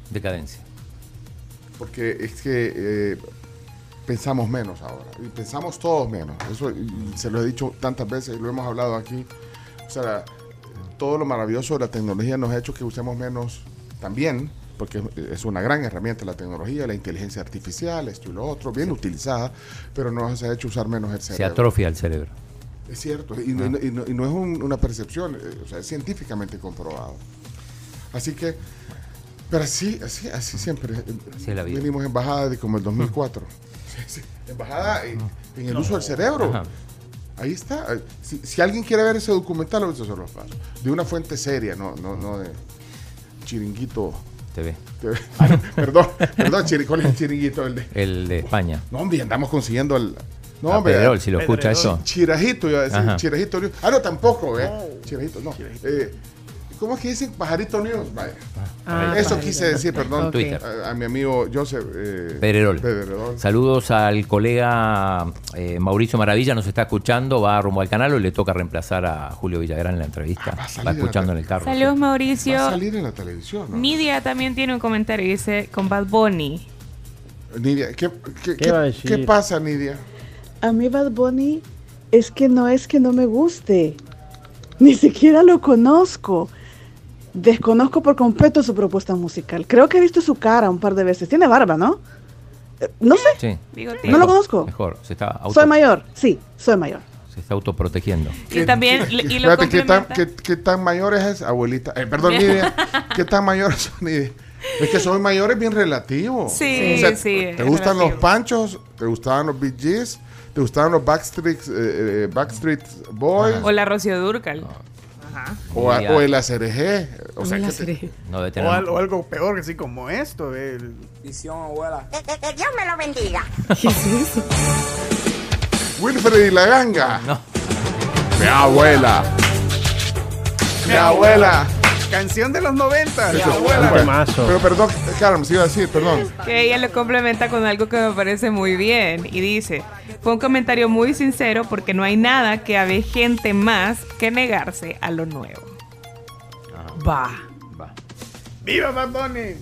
Porque es que pensamos menos ahora, y pensamos todos menos. Eso se lo he dicho tantas veces y lo hemos hablado aquí. O sea, todo lo maravilloso de la tecnología nos ha hecho que usemos menos también, porque es una gran herramienta la tecnología, la inteligencia artificial, esto y lo otro, bien utilizada, pero nos ha hecho usar menos el cerebro. Se atrofia el cerebro. Es cierto, y no es una percepción, o sea, es científicamente comprobado. Así que, pero así siempre. Sí, la vida. Venimos en bajada de como el 2004. Sí, en bajada en el uso del cerebro. Ajá. Ahí está. Si alguien quiere ver ese documental, eso se los paso. De una fuente seria, no de Chiringuito TV. Perdón, ¿cuál es el Chiringuito? El de España. No, hombre, andamos consiguiendo el... No, hombre. Pedrerol, si lo escucha eso. Chirajito, iba a decir. Chirajito. No, tampoco, Chirajito, no. ¿Cómo es que dicen? Pajarito News. Vaya. Eso quise decir, perdón. Twitter. A mi amigo Joseph Pedrerol. Saludos al colega Mauricio Maravilla, nos está escuchando, va rumbo al canal o le toca reemplazar a Julio Villagrán en la entrevista. Va escuchando en el carro. Saludos, Mauricio. Va a salir en la televisión, ¿no? Nidia también tiene un comentario, dice, con Bad Bunny. Nidia, ¿qué pasa, Nidia? A mí Bad Bunny es que no me guste. Ni siquiera lo conozco. Desconozco por completo su propuesta musical. Creo que he visto su cara un par de veces. Tiene barba, ¿no? No sé. Sí. No lo conozco. Mejor. Soy mayor. Sí, soy mayor. Se está autoprotegiendo. Y también lo complementa. ¿Qué tan mayor es abuelita? Perdón, Nidia. ¿Qué tan mayor es Nidia? Es que soy mayor, es bien relativo. Sí, o sea, sí. ¿Te gustan los Panchos? ¿Te gustaban los Bee Gees? ¿Te gustaban los Backstreet Boys? O la Rocío Dúrcal. O el ACRG. O sea, o algo peor, así como esto. Visión, abuela. Que Dios me lo bendiga. ¿Qué es eso? Wilfred y la Ganga. No. Mi abuela. Mi abuela. Canción de los 90. Mi abuela. Pero perdón, Carmen, se iba a decir, perdón. Que ella lo complementa con algo que me parece muy bien. Y dice, fue un comentario muy sincero porque no hay nada que avejente más que negarse a lo nuevo. Va. ¡Viva Bad Bunny!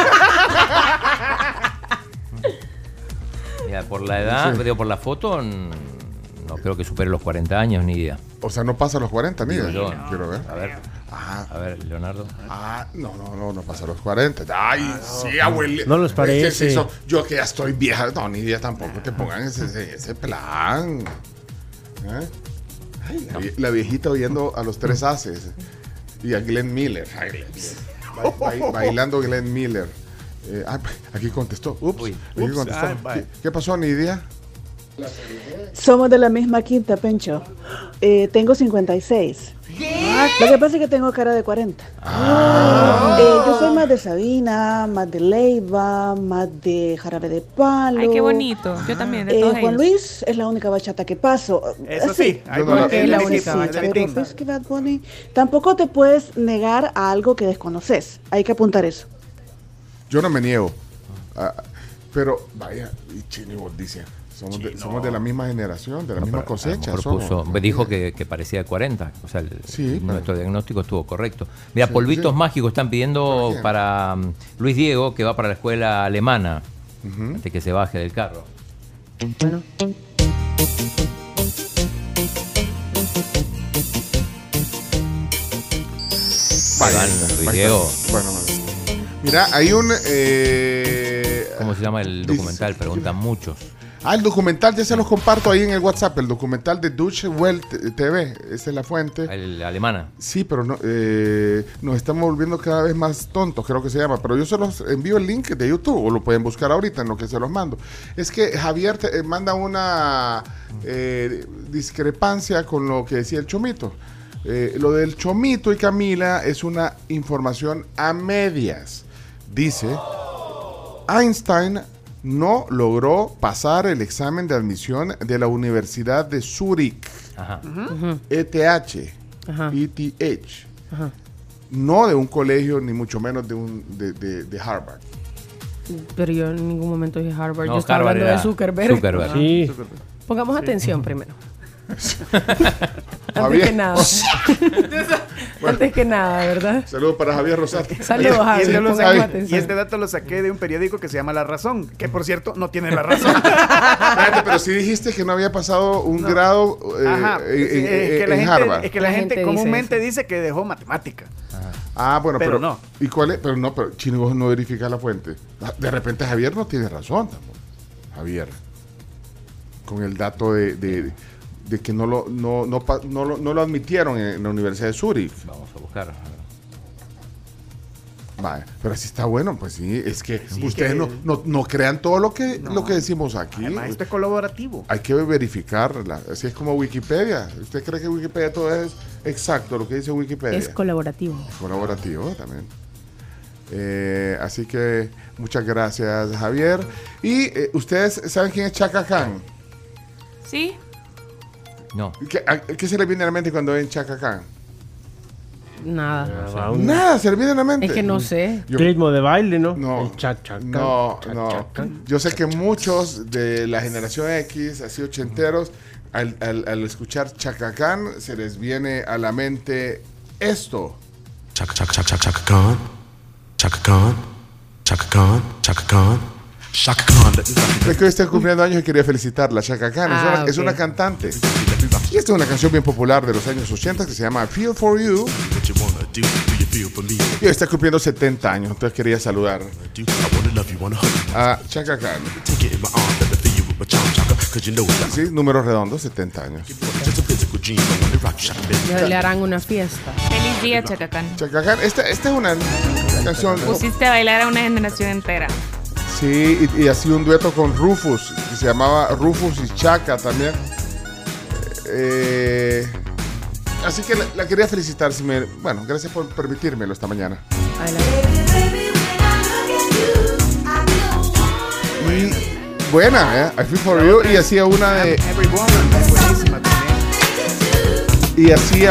Mira, por la edad, digo, por la foto, no creo que supere los 40 años, ni idea. O sea, no pasa los 40, ni idea. Quiero ver. A ver, Leonardo. No pasa los 40. Ay, sí, abuelita. No les parece. Yo que ya estoy vieja, no, ni idea tampoco. Te pongan ese plan. Ay, la viejita oyendo a los 3 Aces y a Glenn Miller. Bailando Glenn Miller. Aquí contestó. ¿Qué pasó, Nidia? Somos de la misma quinta, Pencho. Tengo 56. Lo que pasa es que tengo cara de 40. Yo soy más de Sabina, más de Leiva, más de Jarabe de Palo. Ay, qué bonito. Yo también, de todos Juan Luis es la única bachata que paso. Eso sí, es la única bachata. Pero es que Bad Bunny, tampoco te puedes negar a algo que desconoces. Hay que apuntar eso. Yo no me niego. Pero, vaya, y Chino vos dice, somos de la misma generación, de la misma cosecha. Dijo que parecía de 40. O sea, nuestro diagnóstico estuvo correcto. Mira, polvitos mágicos están pidiendo para Luis Diego, que va para la escuela alemana, antes que se baje del carro. Bueno. Luis Diego. Bueno, mira, hay un... ¿Cómo se llama el documental? Preguntan muchos. El documental ya se los comparto ahí en el WhatsApp. El documental de Deutsche Welle TV. Esa es la fuente. La alemana. Sí, pero no, nos estamos volviendo cada vez más tontos, creo que se llama. Pero yo se los envío el link de YouTube, o lo pueden buscar ahorita en lo que se los mando. Es que Javier manda una discrepancia con lo que decía el Chomito. Lo del Chomito y Camila es una información a medias. Dice, Einstein no logró pasar el examen de admisión de la Universidad de Zúrich, ETH, no de un colegio, ni mucho menos de Harvard. Pero yo en ningún momento dije Harvard, yo estaba hablando de Zuckerberg. Sí. Pongamos atención primero. Javier. Antes que nada, ¿verdad? Saludos para Javier Rosado. Saludos, Javier. Y este dato lo saqué de un periódico que se llama La Razón, que por cierto no tiene la razón. Pero sí dijiste que no había pasado un grado en Harvard. Es que la gente comúnmente dice que dejó matemática. Bueno, pero no. ¿Y cuál es? Pero Chino, vos no verificas la fuente. De repente Javier no tiene razón, Javier. Con el dato de que no lo admitieron en la Universidad de Zúrich. Vamos a buscar. Vale, pero si está bueno, pues sí, es que ustedes no crean todo lo que decimos aquí. Además, esto es colaborativo. Hay que verificarla, así es como Wikipedia. ¿Usted cree que Wikipedia todo es exacto lo que dice Wikipedia? Es colaborativo. Es colaborativo también. Así que muchas gracias, Javier. Y ustedes saben quién es Chaka Khan. Sí. No. ¿Qué se le viene a la mente cuando ven Chaka Khan? Nada. Nada, se le viene a la mente. Es que no sé. Ritmo de baile, ¿no? No. Yo sé que muchos de la generación X, así ochenteros, al escuchar Chaka Khan, se les viene a la mente esto. Chaka Khan. Chaka Khan. Chaka Khan. Chaka Khan. Chaka Khan. Es que hoy está cumpliendo años y quería felicitarla. Chaka Khan es una cantante. Y esta es una canción bien popular de los años 80 que se llama Feel For You. Y hoy está cumpliendo 70 años. Entonces quería saludar a Chaka Khan. Sí, números redondos, 70 años. Le harán una fiesta. Feliz día, Chaka Khan. Chaka Khan, esta es una canción. Pusiste a bailar a una generación entera. Sí, y hacía un dueto con Rufus, que se llamaba Rufus y Chaka también. Así que la quería felicitar. Bueno, gracias por permitírmelo esta mañana. Y buena, I Feel For You. Y hacía una de... Y hacía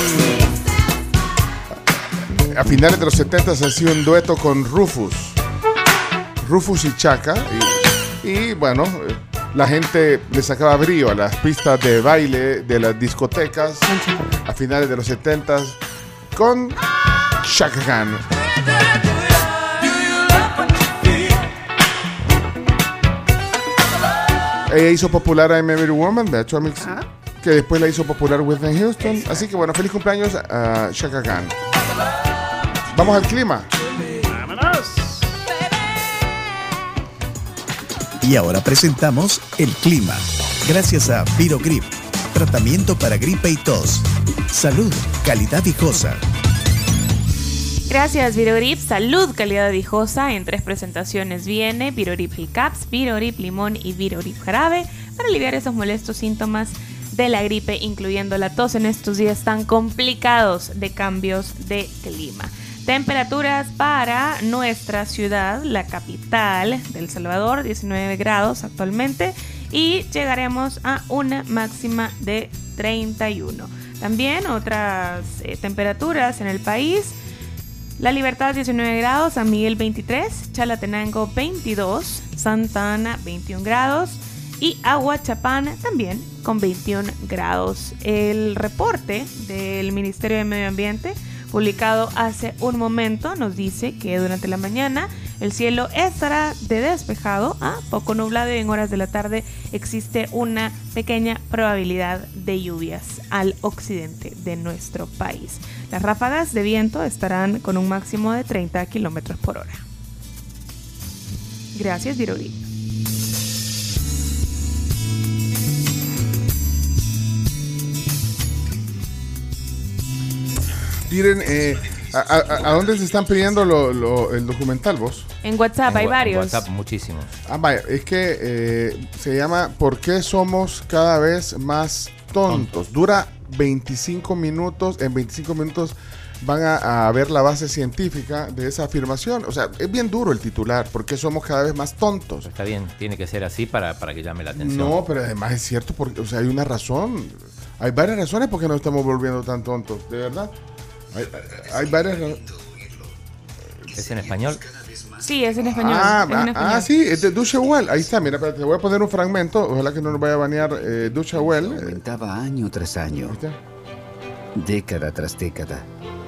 a finales de los 70 se hacía un dueto con Rufus y Chaka. Y bueno, la gente le sacaba brío a las pistas de baile de las discotecas a finales de los 70 con Chaka Khan. Ella hizo popular a I'm Every Woman, de hecho, que después la hizo popular Whitney Houston. Así que bueno, feliz cumpleaños a Chaka Khan. Vamos al clima. Y ahora presentamos el clima. Gracias a Virogrip, tratamiento para gripe y tos. Salud, calidad viejosa. Gracias, Virogrip. Salud, calidad viejosa. En 3 presentaciones viene Virogrip Caps, Virogrip Limón y Virogrip Jarabe para aliviar esos molestos síntomas de la gripe, incluyendo la tos en estos días tan complicados de cambios de clima. Temperaturas para nuestra ciudad, la capital de El Salvador, 19 grados actualmente, y llegaremos a una máxima de 31. También otras temperaturas en el país. La Libertad 19 grados, San Miguel 23, Chalatenango 22, Santa Ana 21 grados y Aguachapán también con 21 grados. El reporte del Ministerio de Medio Ambiente publicado hace un momento nos dice que durante la mañana el cielo estará despejado a poco nublado y en horas de la tarde existe una pequeña probabilidad de lluvias al occidente de nuestro país. Las ráfagas de viento estarán con un máximo de 30 kilómetros por hora. Gracias, Virori. Miren, ¿a dónde se están pidiendo el documental, vos? En WhatsApp hay varios. En WhatsApp muchísimos. Vaya, es que se llama ¿Por qué somos cada vez más tontos? Dura 25 minutos. En 25 minutos van a ver la base científica de esa afirmación. O sea, es bien duro el titular. ¿Por qué somos cada vez más tontos? Está bien, tiene que ser así para que llame la atención. No, pero además es cierto, porque, o sea, hay una razón. Hay varias razones por qué nos estamos volviendo tan tontos, de verdad. Hay varias. ¿Es en español? Sí, es en español. Sí, es de Duchewell. Ahí está, mira, te voy a poner un fragmento. Ojalá que no nos vaya a banear Duchewell. Aumentaba año tras año, década tras década.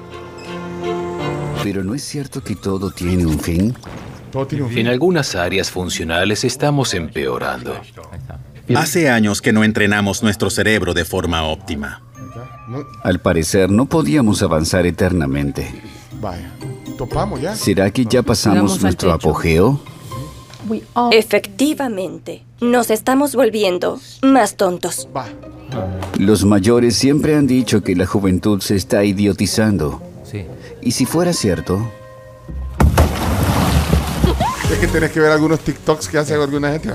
Pero ¿no es cierto que todo tiene un fin? Todo tiene un fin. En algunas áreas funcionales estamos empeorando. Hace años que no entrenamos nuestro cerebro de forma óptima. Al parecer no podíamos avanzar eternamente. Vaya, topamos ya. ¿Será que ya pasamos nuestro apogeo? Efectivamente, nos estamos volviendo más tontos. Los mayores siempre han dicho que la juventud se está idiotizando. Sí. ¿Y si fuera cierto? Es que tenés que ver algunos TikToks que hace alguna gente.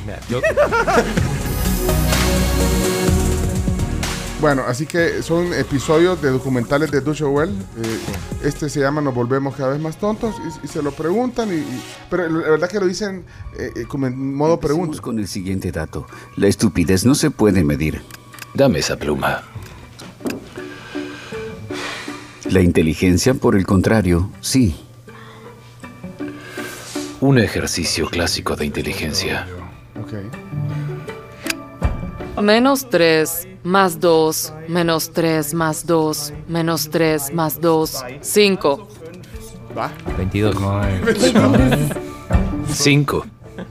Bueno, así que son episodios de documentales de Duchewell. Este se llama Nos volvemos cada vez más tontos y se lo preguntan. Pero la verdad que lo dicen como en modo pregunta. Con el siguiente dato. La estupidez no se puede medir. Dame esa pluma. La inteligencia, por el contrario, sí. Un ejercicio clásico de inteligencia. Menos 3 más 2, menos 3 más 2, menos 3 más 2, 5. 22. 5.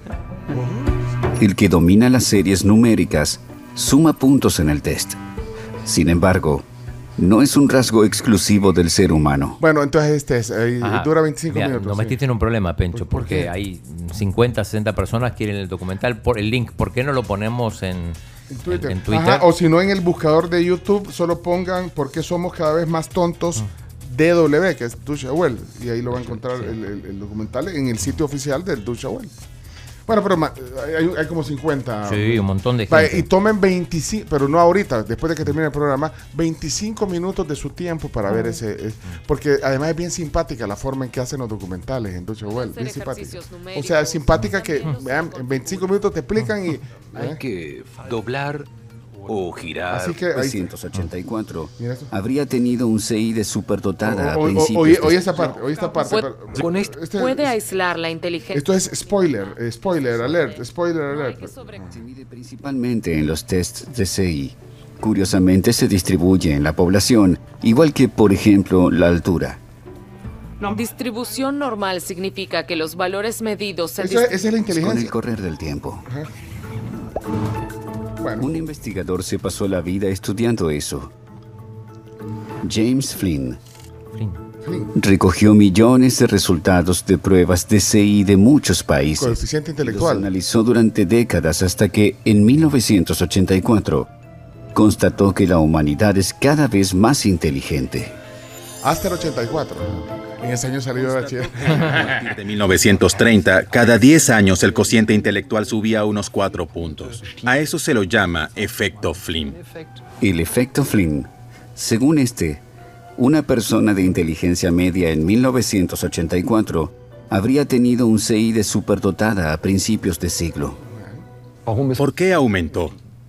El que domina las series numéricas suma puntos en el test. Sin embargo, no es un rasgo exclusivo del ser humano. Bueno, entonces dura 25 minutos. Nos metiste en un problema, Pencho, porque hay 50, 60 personas que quieren el documental por el link. ¿Por qué no lo ponemos en Twitter? Ajá, o si no, en el buscador de YouTube solo pongan ¿por qué somos cada vez más tontos? DW, que es Duchewell, y ahí lo va a encontrar el documental en el sitio oficial del Duchewell. Bueno, pero hay como 50. Sí, un montón de gente. Y tomen 25, pero no ahorita, después de que termine el programa, 25 minutos de su tiempo para ver ese. Porque además es bien simpática la forma en que hacen los documentales en Duchewell. Bien simpática. O sea, es simpática que vean, en 25 minutos te explican y. Hay que doblar o girar. Así que 1984 habría tenido un CI de superdotada a principios. Oye esta parte. Con esto puede aislar la inteligencia. Esto es spoiler alert. Se mide principalmente en los tests de CI. Curiosamente se distribuye en la población, igual que, por ejemplo, la altura. Distribución normal significa que los valores medidos se esa es la inteligencia. Con el correr del tiempo. Bueno. Un investigador se pasó la vida estudiando eso. James Flynn. Recogió millones de resultados de pruebas de CI de muchos países. Coeficiente intelectual. Los analizó durante décadas hasta que en 1984 constató que la humanidad es cada vez más inteligente. Hasta el 84. En ese año salió de bachiller. A partir de 1930, cada 10 años el cociente intelectual subía unos 4 puntos. A eso se lo llama efecto Flynn. El efecto Flynn. Según una persona de inteligencia media en 1984 habría tenido un CI de superdotada a principios de siglo. ¿Por qué aumentó?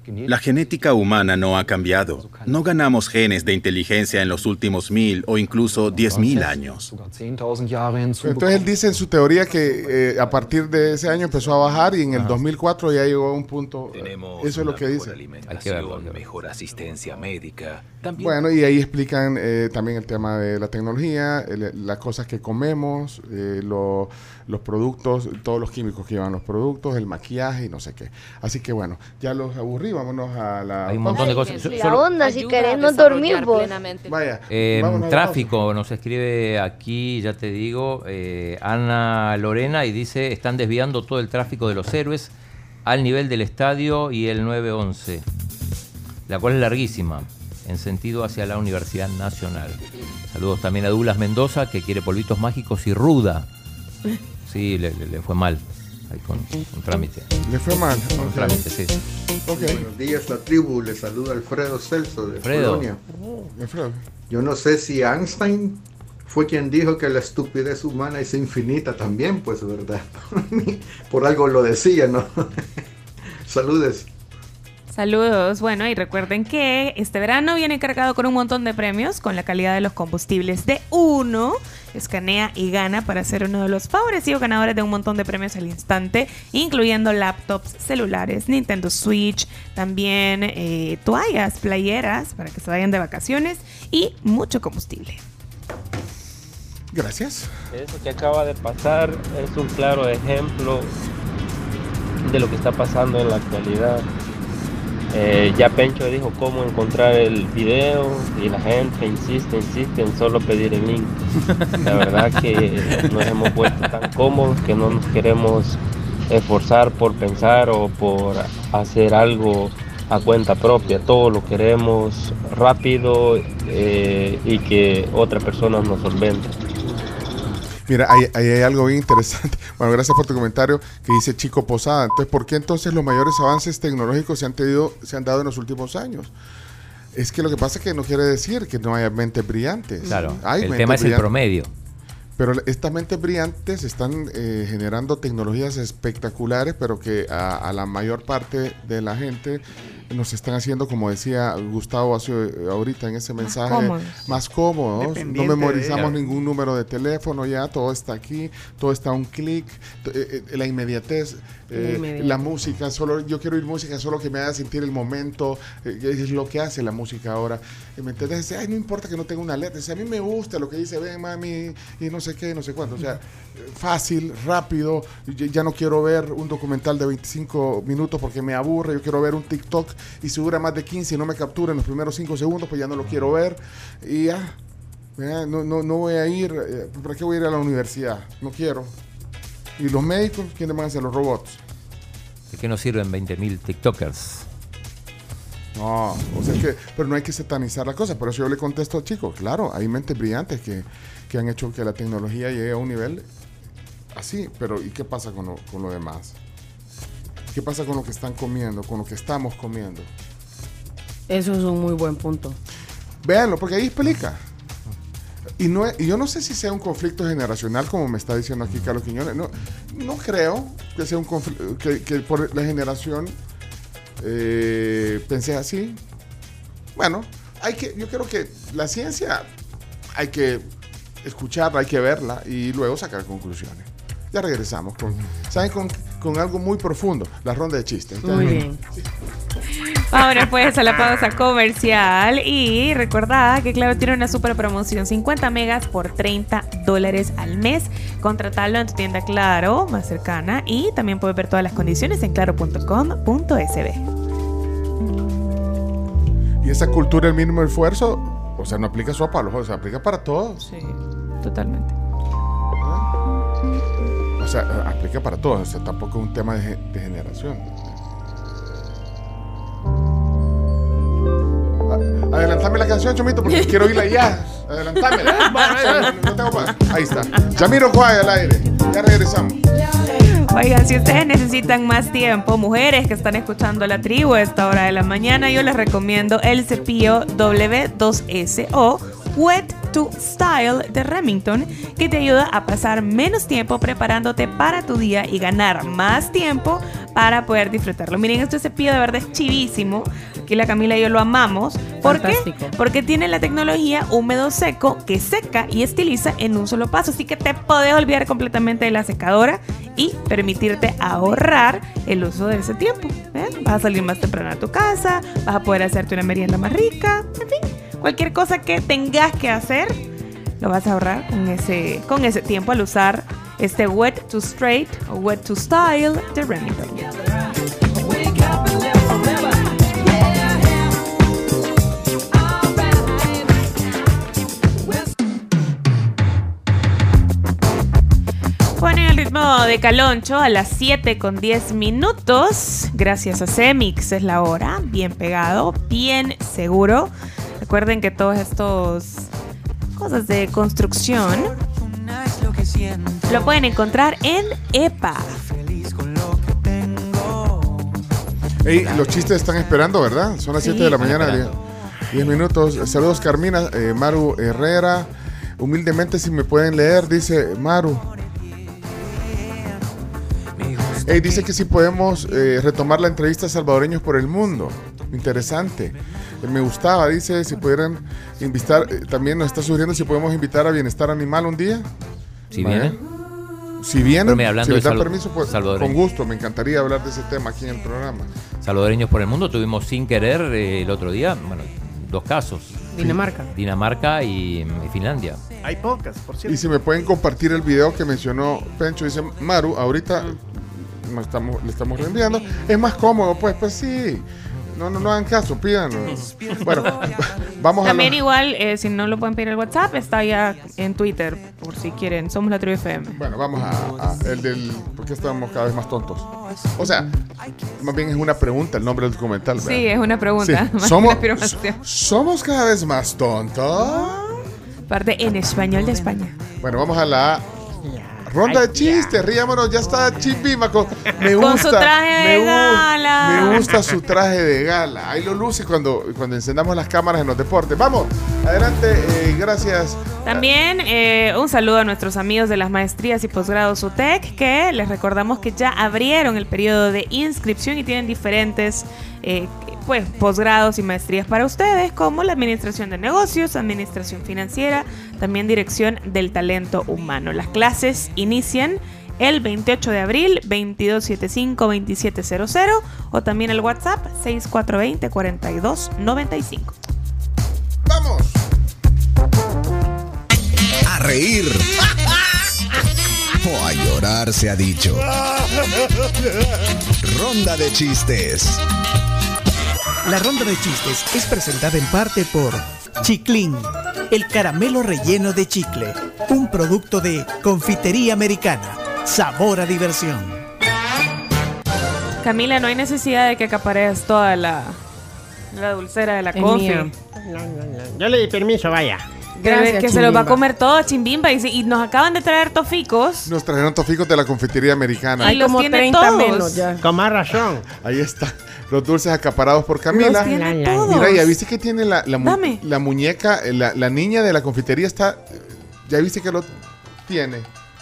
La genética humana no ha cambiado. No ganamos genes de inteligencia en los últimos 1000 o incluso 10.000 años. Entonces él dice en su teoría que a partir de ese año empezó a bajar y en el 2004 ya llegó a un punto. Eso es lo que dice. Mejor asistencia médica. También. Bueno, y ahí explican también el tema de la tecnología, las cosas que comemos, los productos, todos los químicos que llevan los productos, el maquillaje y no sé qué. Así que bueno, ya los aburrí, vámonos a la... Hay un montón de cosas. La onda, si querés no dormir vos. Vaya. Tráfico, nos escribe aquí, ya te digo, Ana Lorena, y dice, están desviando todo el tráfico de los héroes al nivel del estadio y el 911, la cual es larguísima, en sentido hacia la Universidad Nacional. Saludos también a Douglas Mendoza, que quiere polvitos mágicos y ruda. Sí, le fue mal ahí con un trámite. ¿Le fue mal? Con un trámite, sí. Okay. Buenos días, la tribu. Le saluda Alfredo Celso de Polonia. Alfredo. Yo no sé si Einstein fue quien dijo que la estupidez humana es infinita también, pues, ¿verdad? Por algo lo decía, ¿no? Saludes. Saludos. Bueno, y recuerden que este verano viene cargado con un montón de premios con la calidad de los combustibles de Uno. Escanea y gana para ser uno de los favorecidos ganadores de un montón de premios al instante, incluyendo laptops, celulares, Nintendo Switch, también toallas, playeras para que se vayan de vacaciones y mucho combustible. Gracias. Eso que acaba de pasar es un claro ejemplo de lo que está pasando en la actualidad. Ya Pencho dijo cómo encontrar el video y la gente insiste en solo pedir el link. La verdad que nos hemos vuelto tan cómodos que no nos queremos esforzar por pensar o por hacer algo a cuenta propia. Todo lo queremos rápido y que otra persona nos solvente. Mira, ahí hay algo bien interesante. Bueno, gracias por tu comentario que dice Chico Posada. Entonces, ¿por qué entonces los mayores avances tecnológicos se han dado en los últimos años? Es que lo que pasa es que no quiere decir que no haya mentes brillantes. Claro, el tema es el promedio. Pero estas mentes brillantes están generando tecnologías espectaculares, pero que a la mayor parte de la gente nos están haciendo, como decía Gustavo ahorita en ese mensaje, más cómodos. No memorizamos ningún número de teléfono ya, todo está aquí, todo está a un clic, la inmediatez, la música, solo yo quiero oír música, solo que me haga sentir el momento, es lo que hace la música ahora. ¿Me entiendes? Ay, no importa que no tenga una letra, a mí me gusta lo que dice, ven mami, y no sé qué, no sé cuánto, o sea, fácil, rápido, ya no quiero ver un documental de 25 minutos porque me aburre, yo quiero ver un TikTok y si dura más de 15 y no me captura en los primeros 5 segundos, pues ya no lo quiero ver y ya, no voy a ir, ¿para qué voy a ir a la universidad? No quiero. ¿Y los médicos? ¿Quiénes van a ser los robots? ¿De qué nos sirven 20.000 TikTokers? No, o sea que, pero no hay que satanizar la cosa, por eso yo le contesto al chico, claro, hay mentes brillantes que han hecho que la tecnología llegue a un nivel así, pero ¿y qué pasa con lo demás? ¿Qué pasa con lo que están comiendo, con lo que estamos comiendo? Eso es un muy buen punto. Véanlo, porque ahí explica. Y yo no sé si sea un conflicto generacional, como me está diciendo aquí Carlos Quiñones. No creo que sea un conflicto, que por la generación pensé así. Bueno, yo creo que la ciencia hay que escucharla, hay que verla y luego sacar conclusiones. Ya regresamos con algo muy profundo, la ronda de chistes. Muy bien. Sí. Ahora pues a la pausa comercial y recordad que Claro tiene una super promoción, 50 megas por $30 al mes. Contratarlo en tu tienda Claro más cercana y también puedes ver todas las condiciones en claro.com.sb. Y esa cultura del mínimo esfuerzo, o sea, no aplica solo para los jóvenes, aplica para todos. Sí, totalmente. O sea, aplica para todos, o sea, tampoco es un tema de generación. Adelantame la canción, Chomito, porque quiero oírla ya. Adelantámela. No tengo ahí está. Jamiroquai al aire. Ya regresamos. Oigan, si ustedes necesitan más tiempo, mujeres que están escuchando La Tribu a esta hora de la mañana, yo les recomiendo el cepillo W2SO Wet to Style de Remington, que te ayuda a pasar menos tiempo preparándote para tu día y ganar más tiempo para poder disfrutarlo. Miren, este cepillo de verdad es chivísimo. Aquí la Camila y yo lo amamos. ¿Por qué? Porque tiene la tecnología húmedo seco que seca y estiliza en un solo paso. Así que te podés olvidar completamente de la secadora y permitirte ahorrar el uso de ese tiempo. Vas a salir más temprano a tu casa, vas a poder hacerte una merienda más rica, en fin, cualquier cosa que tengas que hacer lo vas a ahorrar con ese tiempo al usar este Wet to Straight o Wet to Style de Remington. Ponen el ritmo de Caloncho a las 7:10. Gracias a Cemix es la hora. Bien pegado, bien seguro. Recuerden que todos estos cosas de construcción lo pueden encontrar en EPA. Hey, los chistes están esperando, ¿verdad? Son las 7 de la mañana, 10 minutos. Saludos, Carmina, Maru Herrera. Humildemente, si me pueden leer, dice Maru. Hey, dice que si podemos retomar la entrevista a Salvadoreños por el Mundo. Interesante. Me gustaba, dice, si pudieran invitar, también nos está sugiriendo si podemos invitar a Bienestar Animal un día. Si viene. Si vienen, hablando si les de dan permiso, pues con gusto, me encantaría hablar de ese tema aquí en el programa. Salvadoreños por el Mundo, tuvimos sin querer el otro día, bueno, 2 casos. Dinamarca y Finlandia. Hay podcast, por cierto. Y si me pueden compartir el video que mencionó Pencho, dice Maru, ahorita le estamos reenviando. Es más cómodo, pues sí. No hagan caso, pídanlo. Bueno, vamos también igual, si no lo pueden pedir el WhatsApp, está ya en Twitter, por si quieren. Somos la Tribu FM. Bueno, vamos a el del... ¿Por qué estamos cada vez más tontos? O sea, más bien es una pregunta el nombre del documental, ¿verdad? Sí, es una pregunta. Sí. ¿Somos cada vez más tontos? Parte en español de España. Bueno, vamos a la... ronda de chistes, ríamonos, ya está Chimbimba me gusta, con su traje de gala. Me gusta su traje de gala. Ahí lo luce cuando encendamos las cámaras en los deportes. Vamos, adelante, gracias. También un saludo a nuestros amigos de las maestrías y posgrados UTEC, que les recordamos que ya abrieron el periodo de inscripción y tienen diferentes posgrados y maestrías para ustedes, como la administración de negocios, administración financiera, también dirección del talento humano. Las clases inician el 28 de abril, 2275-2700, o también el WhatsApp 6420-4295. ¡Vamos! A reír o a llorar se ha dicho. Ronda de chistes. La ronda de chistes es presentada en parte por Chiclín, el caramelo relleno de chicle, un producto de Confitería Americana. Sabor a diversión. Camila, no hay necesidad de que acapares toda la dulcera de la confi. No. Yo le di permiso, vaya. Gracias, que se los va a comer todo, Chimbimba. Y nos acaban de traer toficos. Nos trajeron toficos de la Confitería Americana. Hay como 30 todos. Menos ya. Con más razón. Ahí está. Los dulces acaparados por Camila. Mira, ya viste que tiene la muñeca, la niña de la confitería está. Ya viste que lo tiene.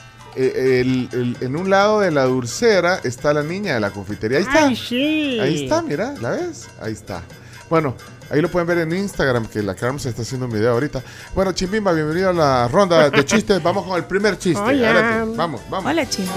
En un lado de la dulcera está la niña de la confitería. Ahí está. Ay, sí. Ahí está, mira, ¿la ves? Ahí está. Bueno, ahí lo pueden ver en Instagram, que la Carmen se está haciendo un video ahorita. Bueno, Chimbimba, bienvenido a la ronda de chistes. Vamos con el primer chiste. Hola. Vamos. Hola, Chimbi.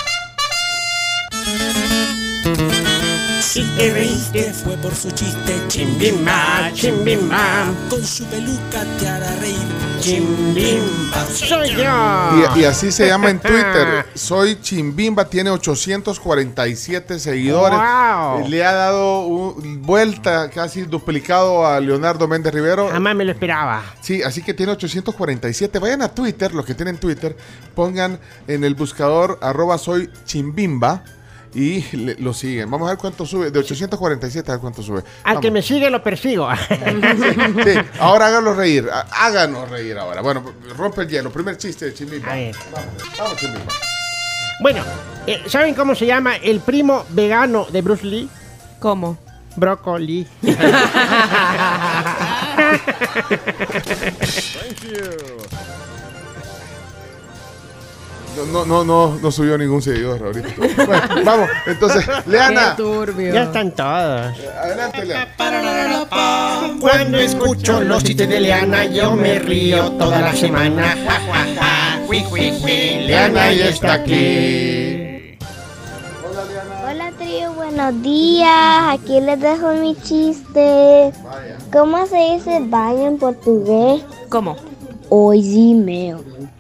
Si te reíste fue por su chiste, Chimbimba, Chimbimba. Con su peluca te hará reír, Chimbimba. Soy yo. Y así se llama en Twitter. Soy Chimbimba, tiene 847 seguidores. Wow. Le ha dado vuelta, casi duplicado a Leonardo Méndez Rivero. Jamás me lo esperaba. Sí, así que tiene 847. Vayan a Twitter, los que tienen Twitter, pongan en el buscador @soy Chimbimba. Y lo siguen. Vamos a ver cuánto sube. De 847 a ver cuánto sube. Al que me sigue lo persigo. Sí. Ahora háganos reír. Háganos reír ahora. Bueno, rompe el hielo. Primer chiste de Chimbimba. Vamos, Chimbimba. Bueno, ¿saben cómo se llama el primo vegano de Bruce Lee? ¿Cómo? Brócoli. Thank you. No subió ningún seguidor ahorita. Bueno, vamos, entonces, Leana. Qué turbio. Ya están todos. Adelante, Leana. Cuando escucho los chistes de Leana, yo me río toda la semana. Leana ya está aquí. Hola, trío, buenos días. Aquí les dejo mi chiste. ¿Cómo se dice vaya en portugués? ¿Cómo? Hoy sí, meo.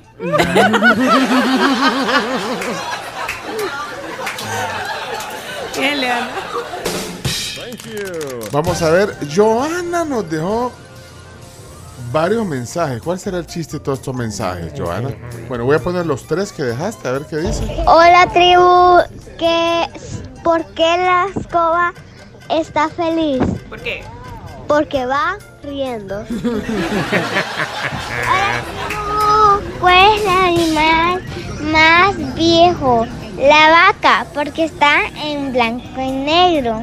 Bien, Leana. Vamos a ver, Joana nos dejó varios mensajes. ¿Cuál será el chiste de todos estos mensajes, Joana? Bueno, voy a poner los 3 que dejaste, a ver qué dice. Hola, tribu. ¿Por qué la escoba está feliz? ¿Por qué? Porque va riendo. Hola, tribu. ¿Cuál es el animal más viejo? La vaca, porque está en blanco y negro.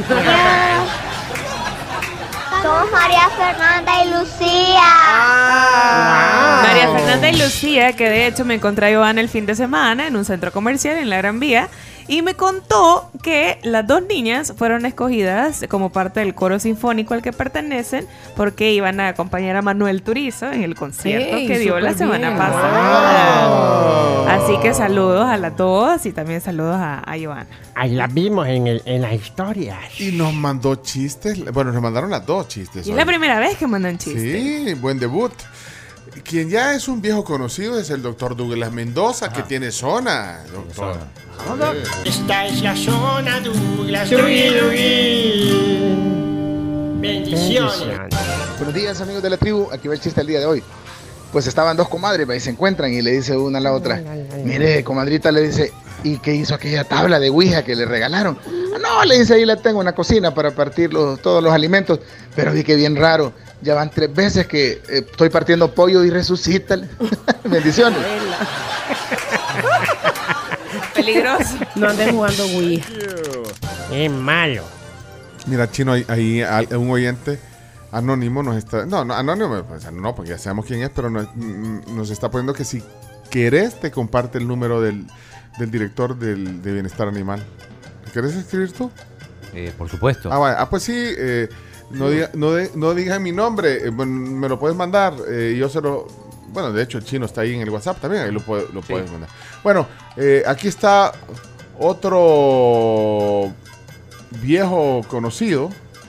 Somos María Fernanda y Lucía. María Fernanda y Lucía, que de hecho me encontré a Joana el fin de semana en un centro comercial en la Gran Vía. Y me contó que las 2 niñas fueron escogidas como parte del coro sinfónico al que pertenecen porque iban a acompañar a Manuel Turizo en el concierto que dio la semana pasada. Wow. Así que saludos a las 2 y también saludos a Joana. Ahí las vimos en las historias. Y nos mandó chistes. Bueno, nos mandaron las 2 chistes. Y es la primera vez que mandan chistes. Sí, buen debut. Quien ya es un viejo conocido es el doctor Douglas Mendoza, que tiene zona, doctor. Esta es la zona Douglas. Bendiciones. Buenos días, amigos de la tribu. Aquí va el chiste del día de hoy. Pues estaban 2 comadres y se encuentran y le dice una a la otra: mire, comadrita, le dice, ¿y qué hizo aquella tabla de ouija que le regalaron? No, le dice, ahí la tengo en la cocina para partir todos los alimentos. Pero vi que bien raro. Ya van 3 veces que estoy partiendo pollo y resucita. Bendiciones. Peligroso. No anden jugando Wii. Es malo. Mira, Chino, ahí un oyente anónimo nos está... No, anónimo, pues, no, porque ya sabemos quién es, pero nos está poniendo que si querés te comparte el número del director de Bienestar Animal. ¿Querés escribir tú? Por supuesto. Pues sí... No diga mi nombre, me lo puedes mandar, yo se lo... Bueno, de hecho el Chino está ahí en el WhatsApp también, ahí lo puedes mandar. Bueno, aquí está otro viejo conocido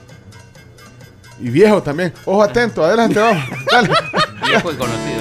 y viejo también. Ojo atento, adelante, vamos. Dale. Viejo y conocido.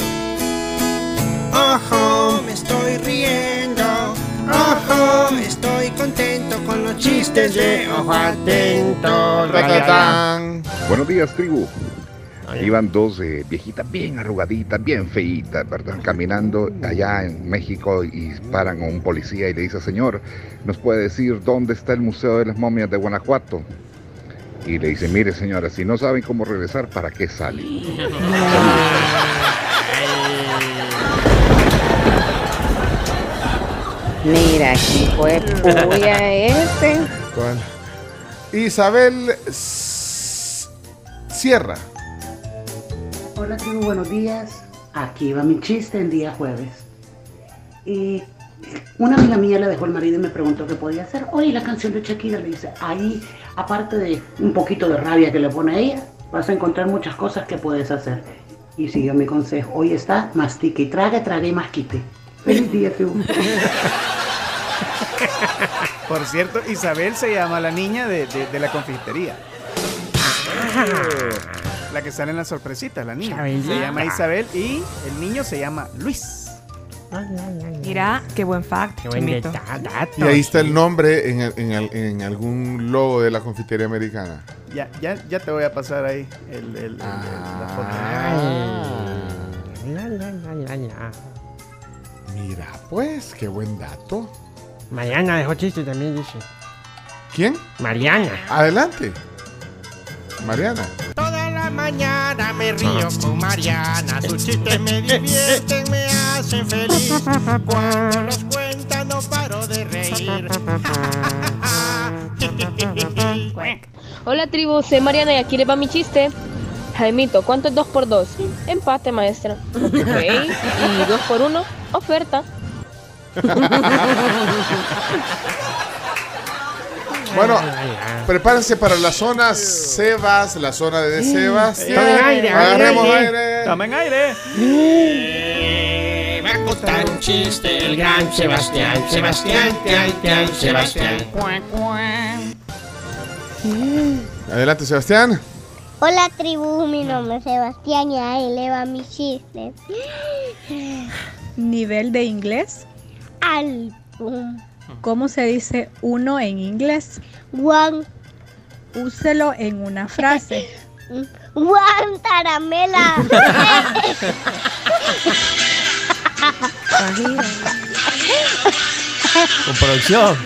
Ojo, me estoy riendo. Ojo, estoy contento con los chistes de Ojo Atento. Buenos días, tribu. Iban 2 viejitas bien arrugaditas, bien feitas, ¿verdad? Caminando allá en México y paran a un policía y le dice: señor, ¿nos puede decir dónde está el Museo de las Momias de Guanajuato? Y le dice: mire, señora, si no saben cómo regresar, ¿para qué sale? Mira, aquí fue puya este. Bueno. Isabel Sierra. Hola, tribu, buenos días. Aquí va mi chiste en día jueves. Una amiga mía le dejó el marido y me preguntó qué podía hacer. Oye, la canción de Shakira, le dice, ahí, aparte de un poquito de rabia que le pone a ella, vas a encontrar muchas cosas que puedes hacer. Y siguió mi consejo. Hoy está, mastique y trague y masquite. Feliz día, tribu. Por cierto, Isabel se llama la niña de la confitería. La que sale en las sorpresitas, la niña. Se llama Isabel y el niño se llama Luis. Mira, qué buen fact. Qué buen dato. Y ahí está el nombre en algún logo de la confitería americana. Ya te voy a pasar ahí la foto. Mira, pues, qué buen dato. Mariana dejó chiste también, dice. ¿Quién? Mariana. Adelante. Mariana. Toda la mañana me río con Mariana. Sus chistes me divierten, me hacen feliz. Cuando los cuenta no paro de reír. Hola, tribu, soy Mariana y aquí les va mi chiste. Jaimito, ¿cuánto es 2 por 2? Empate, maestra. Ok. ¿Y 2 por 1? Oferta. Bueno, prepárense para la zona Sebas, la zona de Sebastián. Tomen aire, agarremos aire. Tomen aire. Va a contar un chiste el gran Sebastián. Sebastián. Adelante, Sebastián. Hola tribu, mi nombre es Sebastián y ahí le va mi chiste. Nivel de inglés. Alto. ¿Cómo se dice uno en inglés? One. Úselo en una frase. Guantanamera. Con producción.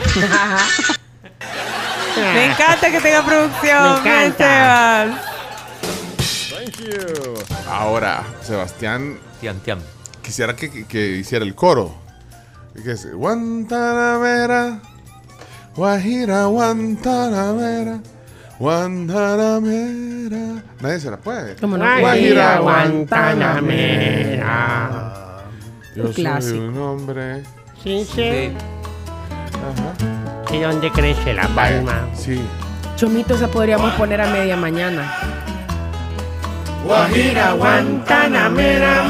Me encanta que tenga producción. Me encanta. Thank you. Ahora, Sebastián. Tiam. Quisiera que hiciera el coro. Que es Guantanamera, Guajira, Guantanamera, Guantanamera. Nadie se la puede. Guajira, Guantanamera. Yo soy Clásico. un hombre. Sí. Ajá. ¿Y dónde crece la palma? Sí. Chomito, esa podríamos poner a media mañana. Guajira, Guantanamera.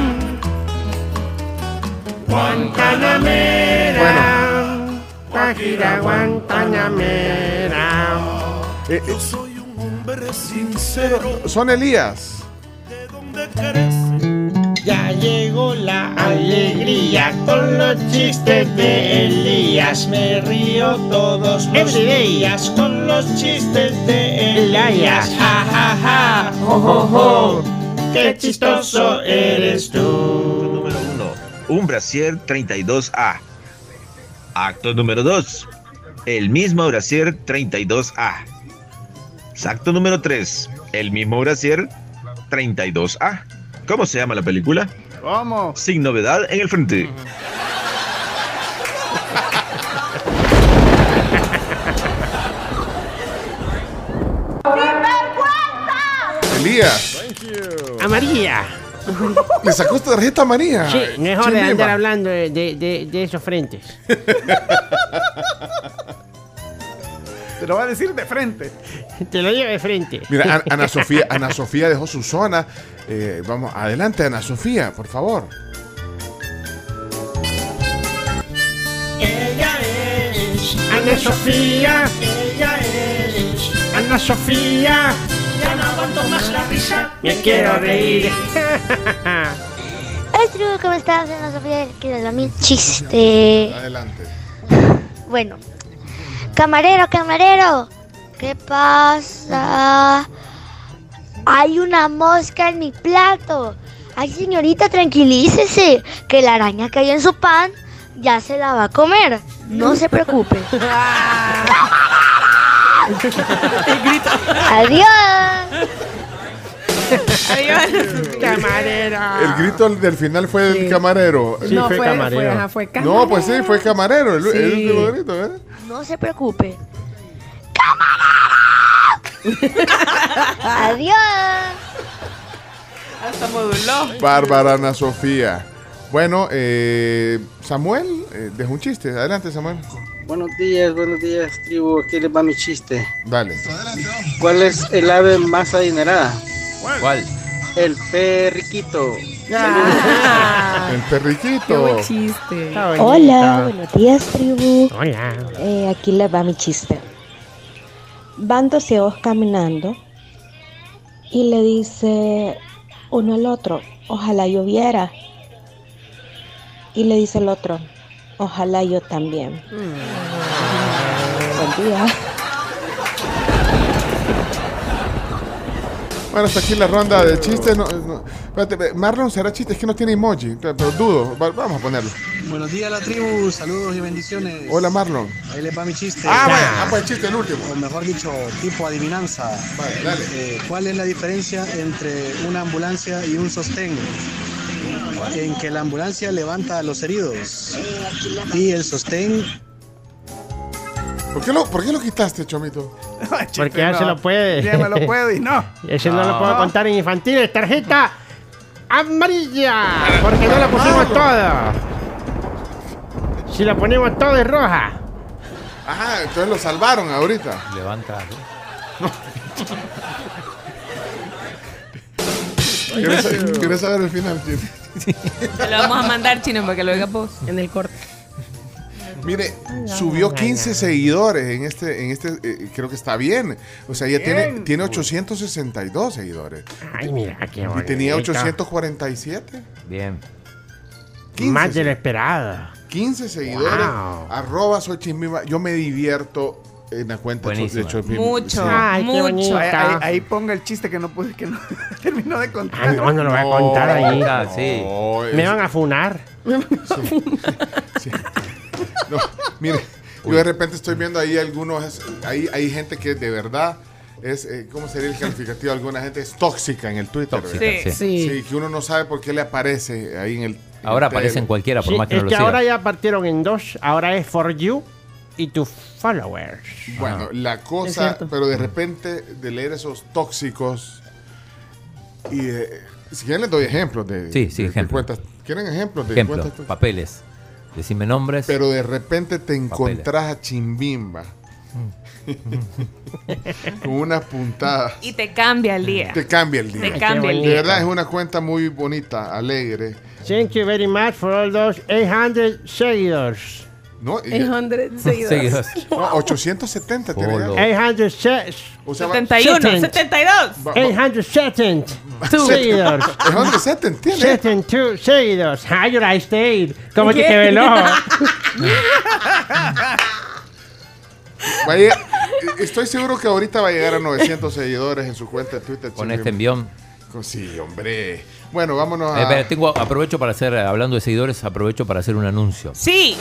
Guantanamera. Guajira, Guantanamera. Yo soy un hombre sincero. Son Elías. Ya llegó la alegría con los chistes de Elías. Me río todos los días con los chistes de Elías. Ja, ja, ja, jo, jo, jo. Qué chistoso eres tú. Número 1. Un brasier 32A. Acto número 2. El mismo brasier 32A. Acto número 3. El mismo brasier 32A. ¿Cómo se llama la película? ¿Cómo? Sin novedad en el frente. Elías. Amarilla. Le sacó esta tarjeta amarilla. Sí, mejor de Chimbimba. andar hablando de esos frentes. Te lo va a decir de frente. Te lo digo de frente. Mira, Ana Sofía dejó su zona. Vamos, adelante, Ana Sofía, por favor. Ella es Ana Sofía. Ella es Ana Sofía. Ya no aguanto más la risa. Me quiero reír. Hola tribu, ¿cómo estás? Ana Sofía, que es mi chiste. Adelante. Bueno. Camarero, ¿qué pasa? Hay una mosca en mi plato. Ay, señorita, tranquilícese, que la araña que hay en su pan ya se la va a comer. No se preocupe. Adiós. Adiós, camarero. El grito del final fue del camarero. Sí, no, fue camarero. Fue camarero. No, pues sí, fue camarero. El último grito, ¿eh? No se preocupe. Adiós. Hasta moduló. Bárbara Ana Sofía. Bueno, Samuel dejó un chiste. Adelante, Samuel. Buenos días, tribu. Aquí les va mi chiste. Dale. ¿Cuál es el ave más adinerada? ¿Cuál? El perriquito. El perriquito. Qué buen chiste. Hola, buenos días, tribu. Hola. Aquí les va mi chiste. Van dos ciegos caminando y le dice uno al otro, ojalá lloviera. Y le dice el otro, ojalá yo también. Buen día. Bueno, hasta aquí la ronda de chistes. Espérate, Marlon, ¿será chiste? Es que no tiene emoji, pero dudo. Vamos a ponerlo. Buenos días, la tribu. Saludos y bendiciones. Hola, Marlon. Ahí les va mi chiste. Pues el chiste, el último. O mejor dicho, tipo adivinanza. Vale, dale. ¿Cuál es la diferencia entre una ambulancia y un sostén? En que la ambulancia levanta a los heridos y el sostén... ¿Por qué lo quitaste, Chomito? Porque ya se lo puede. Ya me lo puedo y no. Ese no lo puedo contar en infantiles. Tarjeta amarilla. Porque no la pusimos toda. Si la ponemos todo de roja. Ajá, entonces lo salvaron ahorita. Levanta. ¿Quieres saber el final, Chino? Te lo vamos a mandar, Chino, para que lo veas vos en el corte. Mire, subió 15 seguidores en este creo que está bien. O sea, ya tiene 862 seguidores. Ay, mira, qué bonito. Y tenía 847. Bien. 15, más de lo esperado. 15 seguidores. Wow. @soy Chimbimba. Yo me divierto en la cuenta de Chimbimba. Mucho. Sí. Ay, qué bonito. Ahí ponga el chiste que no terminó de contar. Ah, no lo voy a contar ahí. Sí. Me van a funar. Sí. No, mire, yo de repente estoy viendo ahí algunos, hay gente que de verdad es, ¿cómo sería el calificativo? Alguna gente es tóxica en el Twitter. Tóxica, sí, que uno no sabe por qué le aparece ahí en el... Ahora aparece en cualquiera, por más que no lo siga. Ahora ya partieron en dos, ahora es for you y tus followers. Bueno, la cosa, pero de repente de leer esos tóxicos y si quieren les doy ejemplos de cuentas. ¿Quieren ejemplos de cuentas? Papeles. Decime nombres. Pero de repente te encontrás a Chimbimba con una puntada. Y te cambia el día. Te cambia el día. Te cambia el día. De verdad es una cuenta muy bonita, alegre. Thank you very much for all those 800 seguidores. No, 800 seguidores. No, 870 tiene. 800 72. 870 seguidores. 870 tiene. 72 seguidores. Higher I stayed. Como que veloz. Estoy seguro que ahorita va a llegar a 900 seguidores en su cuenta de Twitter. Con este envión. Sí, hombre. Bueno, vámonos a... aprovecho para hacer, hablando de seguidores, aprovecho para hacer un anuncio. Sí.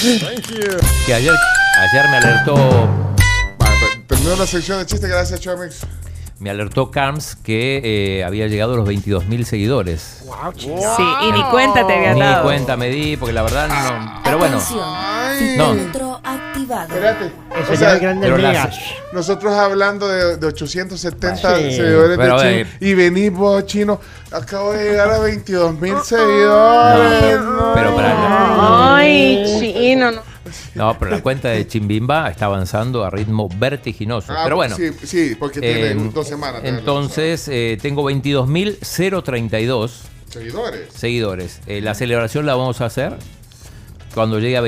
Que ayer me alertó... Terminó la sección de chistes, gracias, Chomix. Me alertó Carms que había llegado a los 22.000 seguidores. Wow, sí, y ni cuenta te había dado. Ni cuenta me di, porque la verdad no... Pero bueno. Filtro activado. Espérate. O sea, nosotros hablando de 870 seguidores de Chino. Y venís vos, Chino. Acabo de llegar a 22,000 seguidores. Pero para Ay, Chino, no. No, pero la cuenta de Chimbimba está avanzando a ritmo vertiginoso. Pero bueno. Sí, porque tiene 2 semanas. Entonces, tengo 22.032 seguidores. La celebración la vamos a hacer cuando llegue a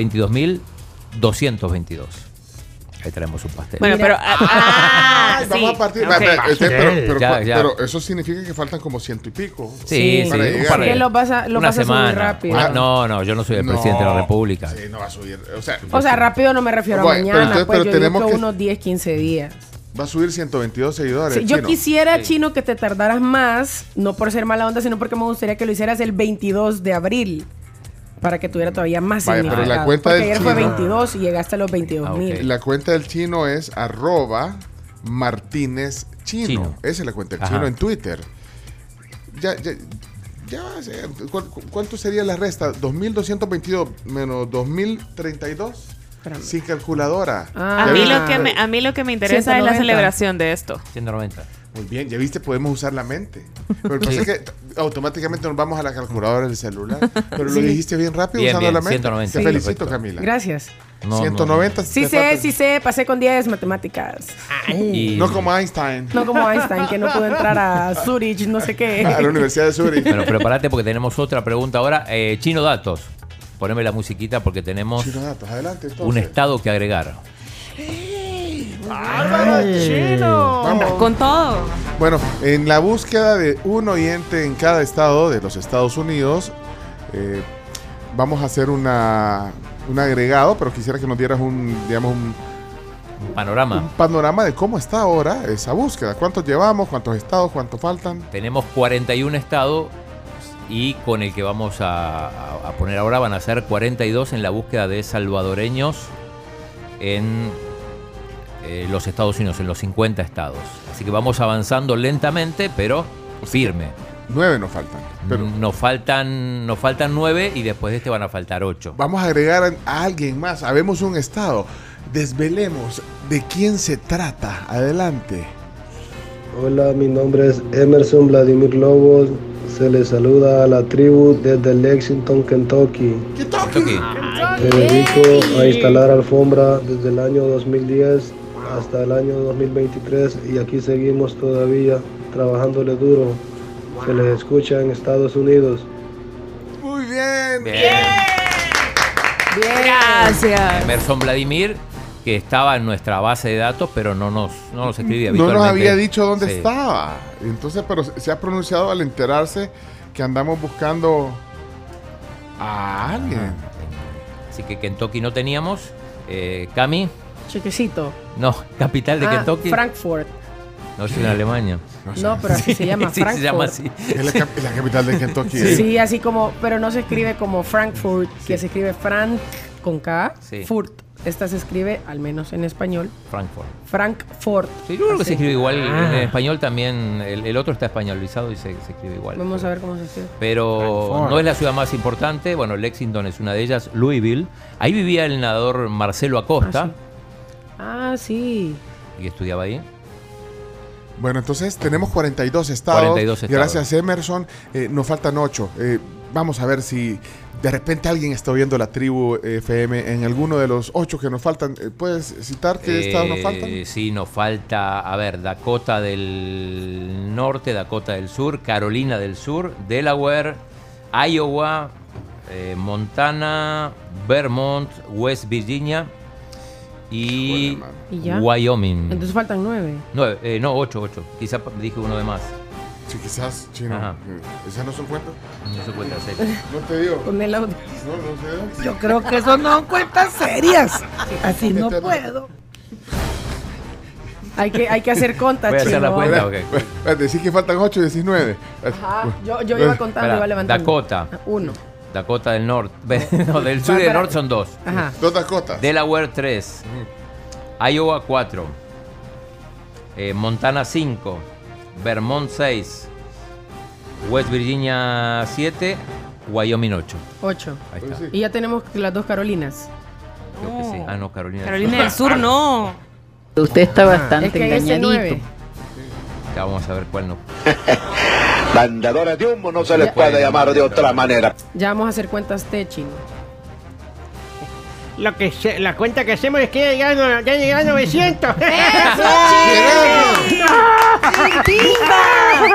22.222. Ahí traemos un pastel. Bueno, pero... vamos a partir. Okay. Pero eso significa que faltan como 100 y pico. Sí. Porque lo pasa a subir rápido. No, yo no soy el presidente de la República. Sí, no va a subir. O sea, rápido no me refiero a mañana. Pues yo digo que unos 10, 15 días. Va a subir 122 seguidores. Sí, yo quisiera, Chino, que te tardaras más, no por ser mala onda, sino porque me gustaría que lo hicieras el 22 de abril. Para que tuviera todavía más significado. Pero la cuenta porque del ayer Chino, fue 22 y llegaste a los 22,000. Okay. La cuenta del Chino es @Martínez Chino. Esa es la cuenta del Chino en Twitter. Ya va a ser. ¿Cuánto sería la resta? 2.222 menos 2.032. Sin calculadora. A mí lo que me interesa 190. Es la celebración de esto. 190. Muy bien, ya viste, podemos usar la mente. Pero el pasa es que automáticamente nos vamos a la calculadora del celular. Pero lo dijiste bien rápido usando la mente. 190. Te felicito, Camila. Gracias. 190. Sí sé, pasé con 10 matemáticas. No como Einstein. No como Einstein, que no pudo entrar a Zurich, no sé qué. A la Universidad de Zurich. Bueno, prepárate porque tenemos otra pregunta ahora. Chino Datos. Poneme la musiquita porque tenemos adelante, un estado que agregar. Chino! Vamos. Con todo. Bueno, en la búsqueda de un oyente en cada estado de los Estados Unidos, vamos a hacer un agregado, pero quisiera que nos dieras un panorama. Un panorama de cómo está ahora esa búsqueda. ¿Cuántos llevamos? ¿Cuántos estados? ¿Cuántos faltan? Tenemos 41 estados. Y con el que vamos a poner ahora van a ser 42 en la búsqueda de salvadoreños en los Estados Unidos, en los 50 estados. Así que vamos avanzando lentamente, pero firme. 9 nos faltan. Pero nos faltan 9 y después de este van a faltar 8. Vamos a agregar a alguien más. Habemos un estado. Desvelemos de quién se trata. Adelante. Hola, mi nombre es Emerson Vladimir Lobos. Se les saluda a la tribu desde Lexington, Kentucky. Me dedico a instalar alfombra desde el año 2010 hasta el año 2023 y aquí seguimos todavía trabajándole duro. Se les escucha en Estados Unidos. Muy bien. Gracias. Emerson Vladimir, que estaba en nuestra base de datos, pero no nos escribía habitualmente. No nos había dicho dónde Sí. estaba. Entonces, pero se ha pronunciado al enterarse que andamos buscando a alguien. Así que Kentucky no teníamos. Cami, Chequecito. no, capital de Kentucky. Frankfurt. No, es en Alemania. No, pero así se llama, Sí, Frankfurt. se llama así. Es la capital de Kentucky. Sí, así como, pero no se escribe como Frankfurt, que se escribe Frank con K, Sí. Furt. Esta se escribe, al menos en español, Frankfurt. Frankfurt. Sí, yo creo que Así. se escribe igual. En español también. El otro está españolizado y se escribe igual. Vamos a ver cómo se escribe. Pero Frankfurt. no es la ciudad más importante. Bueno, Lexington es una de ellas. Louisville. Ahí vivía el nadador Marcelo Acosta. Ah, sí. Y que estudiaba ahí. Bueno, entonces tenemos 42 estados. 42 estados. Gracias, Emerson. Nos faltan 8. Vamos a ver si de repente alguien está oyendo la tribu FM en alguno de los 8 que nos faltan. ¿Puedes citar qué estados nos faltan? Sí, nos falta, a ver, Dakota del Norte, Dakota del Sur, Carolina del Sur, Delaware, Iowa, Montana, Vermont, West Virginia y ¿Y ya? Wyoming. Entonces faltan 9. 8. Quizá dije uno de más. Sí, quizás, Chino. Ajá. ¿Esas no son cuentas? No se cuenta serio. No te digo. Con el audio. No sé. Yo creo que eso no son cuentas serias. Así no puedo. Hay que hacer contas, Voy a hacer la Chino. cuenta, ok. Decís que faltan 8 y 19. Ajá. Yo iba contando, iba levantando. Dakota. 1. Dakota del Norte. No, del sur y del norte son 2. Ajá. 2 Dakotas. Delaware 3. Iowa 4. Montana 5. Vermont 6. West Virginia 7. Wyoming 8. 8. Ahí está. Y ya tenemos las 2 Carolinas. Creo que sí. Ah, no, Carolina. Carolina del Sur, no. Usted está bastante Es que hay ese engañadito. 9. Ya vamos a ver cuál no. Vendedores de humo no se les Ya puede puede, llamar de otra manera. Ya vamos a hacer cuentas de Chino. La cuenta que hacemos es que ya llegaron a 900. ¡Eso, ¡Timba!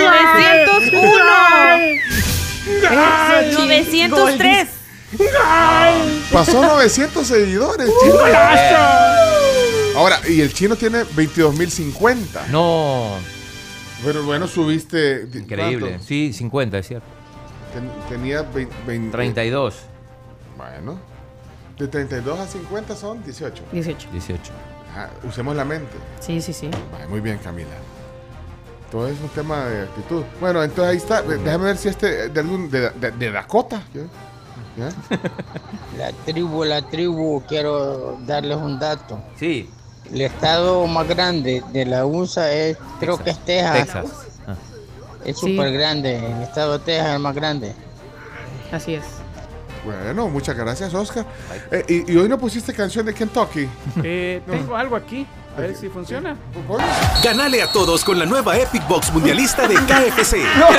901. 903. Pasó 900 seguidores, Chino. Ahora, y el Chino tiene 22.050. No. Pero bueno, subiste. Increíble. ¿cuánto? Sí, 50, es cierto. Tenía 20. 32. Bueno. De 32 a 50 son 18. 18. Ajá, usemos la mente. Sí. Vale, muy bien, Camila. Todo es un tema de actitud. Bueno, entonces ahí está. Déjame ver si de Dakota. ¿Ya? La tribu, quiero darles un dato. Sí. El estado más grande de la USA es, creo que es Texas. Texas. Ah. Es Sí. súper grande, el estado de Texas es el más grande. Así es. Bueno, muchas gracias, Oscar. ¿Y hoy no pusiste canción de Kentucky? Tengo algo aquí. A ver si funciona. Ganale a todos con la nueva Epic Box Mundialista de KFC.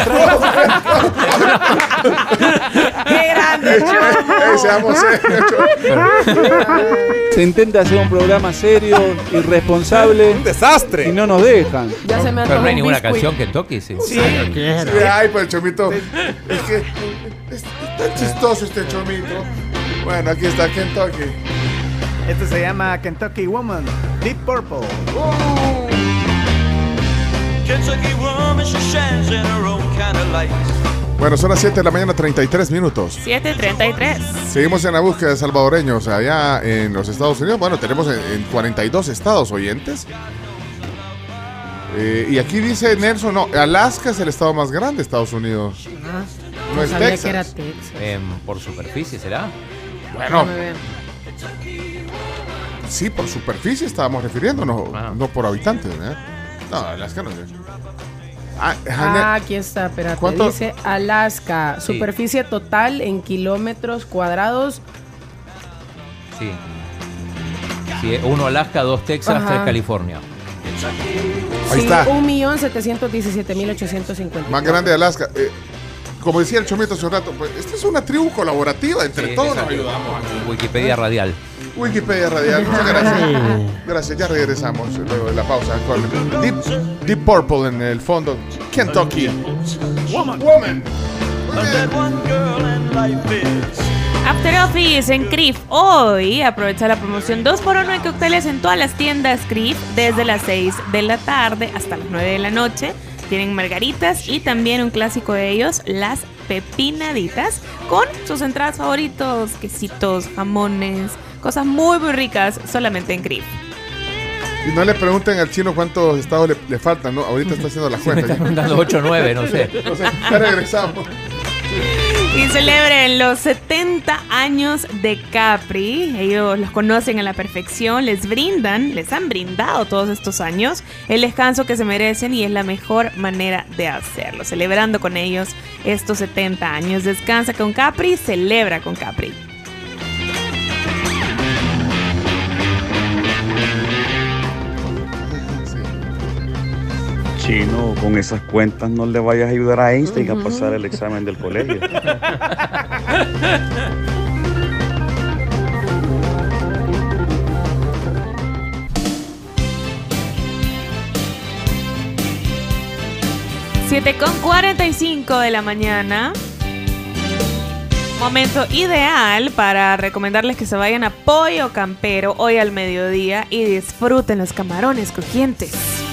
¡Qué grande, Seamos Se intenta hacer un programa serio, irresponsable. Un desastre. Y no nos dejan. Ya se me Pero no hay un ninguna biscuit. canción que toque. Sí. Sí, ay, pues el chomito. Es que es tan chistoso este chomito. Bueno, aquí está Kentucky. Este se llama Kentucky Woman, Deep Purple. Bueno, son las 7 de la mañana, 33 minutos. 7:33. Seguimos en la búsqueda de salvadoreños allá en los Estados Unidos. Bueno, tenemos en 42 estados oyentes. Y aquí dice Nelson, no, Alaska es el estado más grande de Estados Unidos. No es Sabía Texas. que era Texas. Por superficie, ¿será? Bueno, Déjame ver. sí, por superficie estábamos refiriéndonos, no por habitantes, ¿eh? No, Alaska no es. Aquí está, espérate. ¿Cuánto? Dice Alaska. Sí. Superficie total en kilómetros cuadrados. Sí. Sí, 1 Alaska, 2 Texas, Ajá. 3 California. Ahí Sí, está. 1.717.850. Más grande de Alaska. como decía el Chomito hace un rato, pues esta es una tribu colaborativa, entre todos nos ayudamos. Wikipedia Radial. Wikipedia Radial, muchas gracias. Gracias, ya regresamos luego de la pausa con Deep Purple en el fondo. Kentucky. Woman. After Office en CRIF. Hoy aprovecha la promoción 2x1 en cócteles en todas las tiendas CRIF desde las 6 de la tarde hasta las 9 de la noche. Tienen margaritas y también un clásico de ellos, las pepinaditas, con sus entradas favoritos, quesitos, jamones, cosas muy muy ricas solamente en CRIF. Y no le pregunten al chino cuántos estados le faltan, ¿no? Ahorita está haciendo las cuentas. Me están preguntando 8 o 9, no sé. Ya regresamos. Y celebren los 70 años de Capri. Ellos los conocen a la perfección, les han brindado todos estos años el descanso que se merecen y es la mejor manera de hacerlo. Celebrando con ellos estos 70 años. Descansa con Capri, celebra con Capri. Chino, con esas cuentas no le vayas a ayudar a Einstein a pasar el examen del colegio. Siete con 45 de la mañana. Momento ideal para recomendarles que se vayan a Pollo Campero hoy al mediodía y disfruten los camarones crujientes.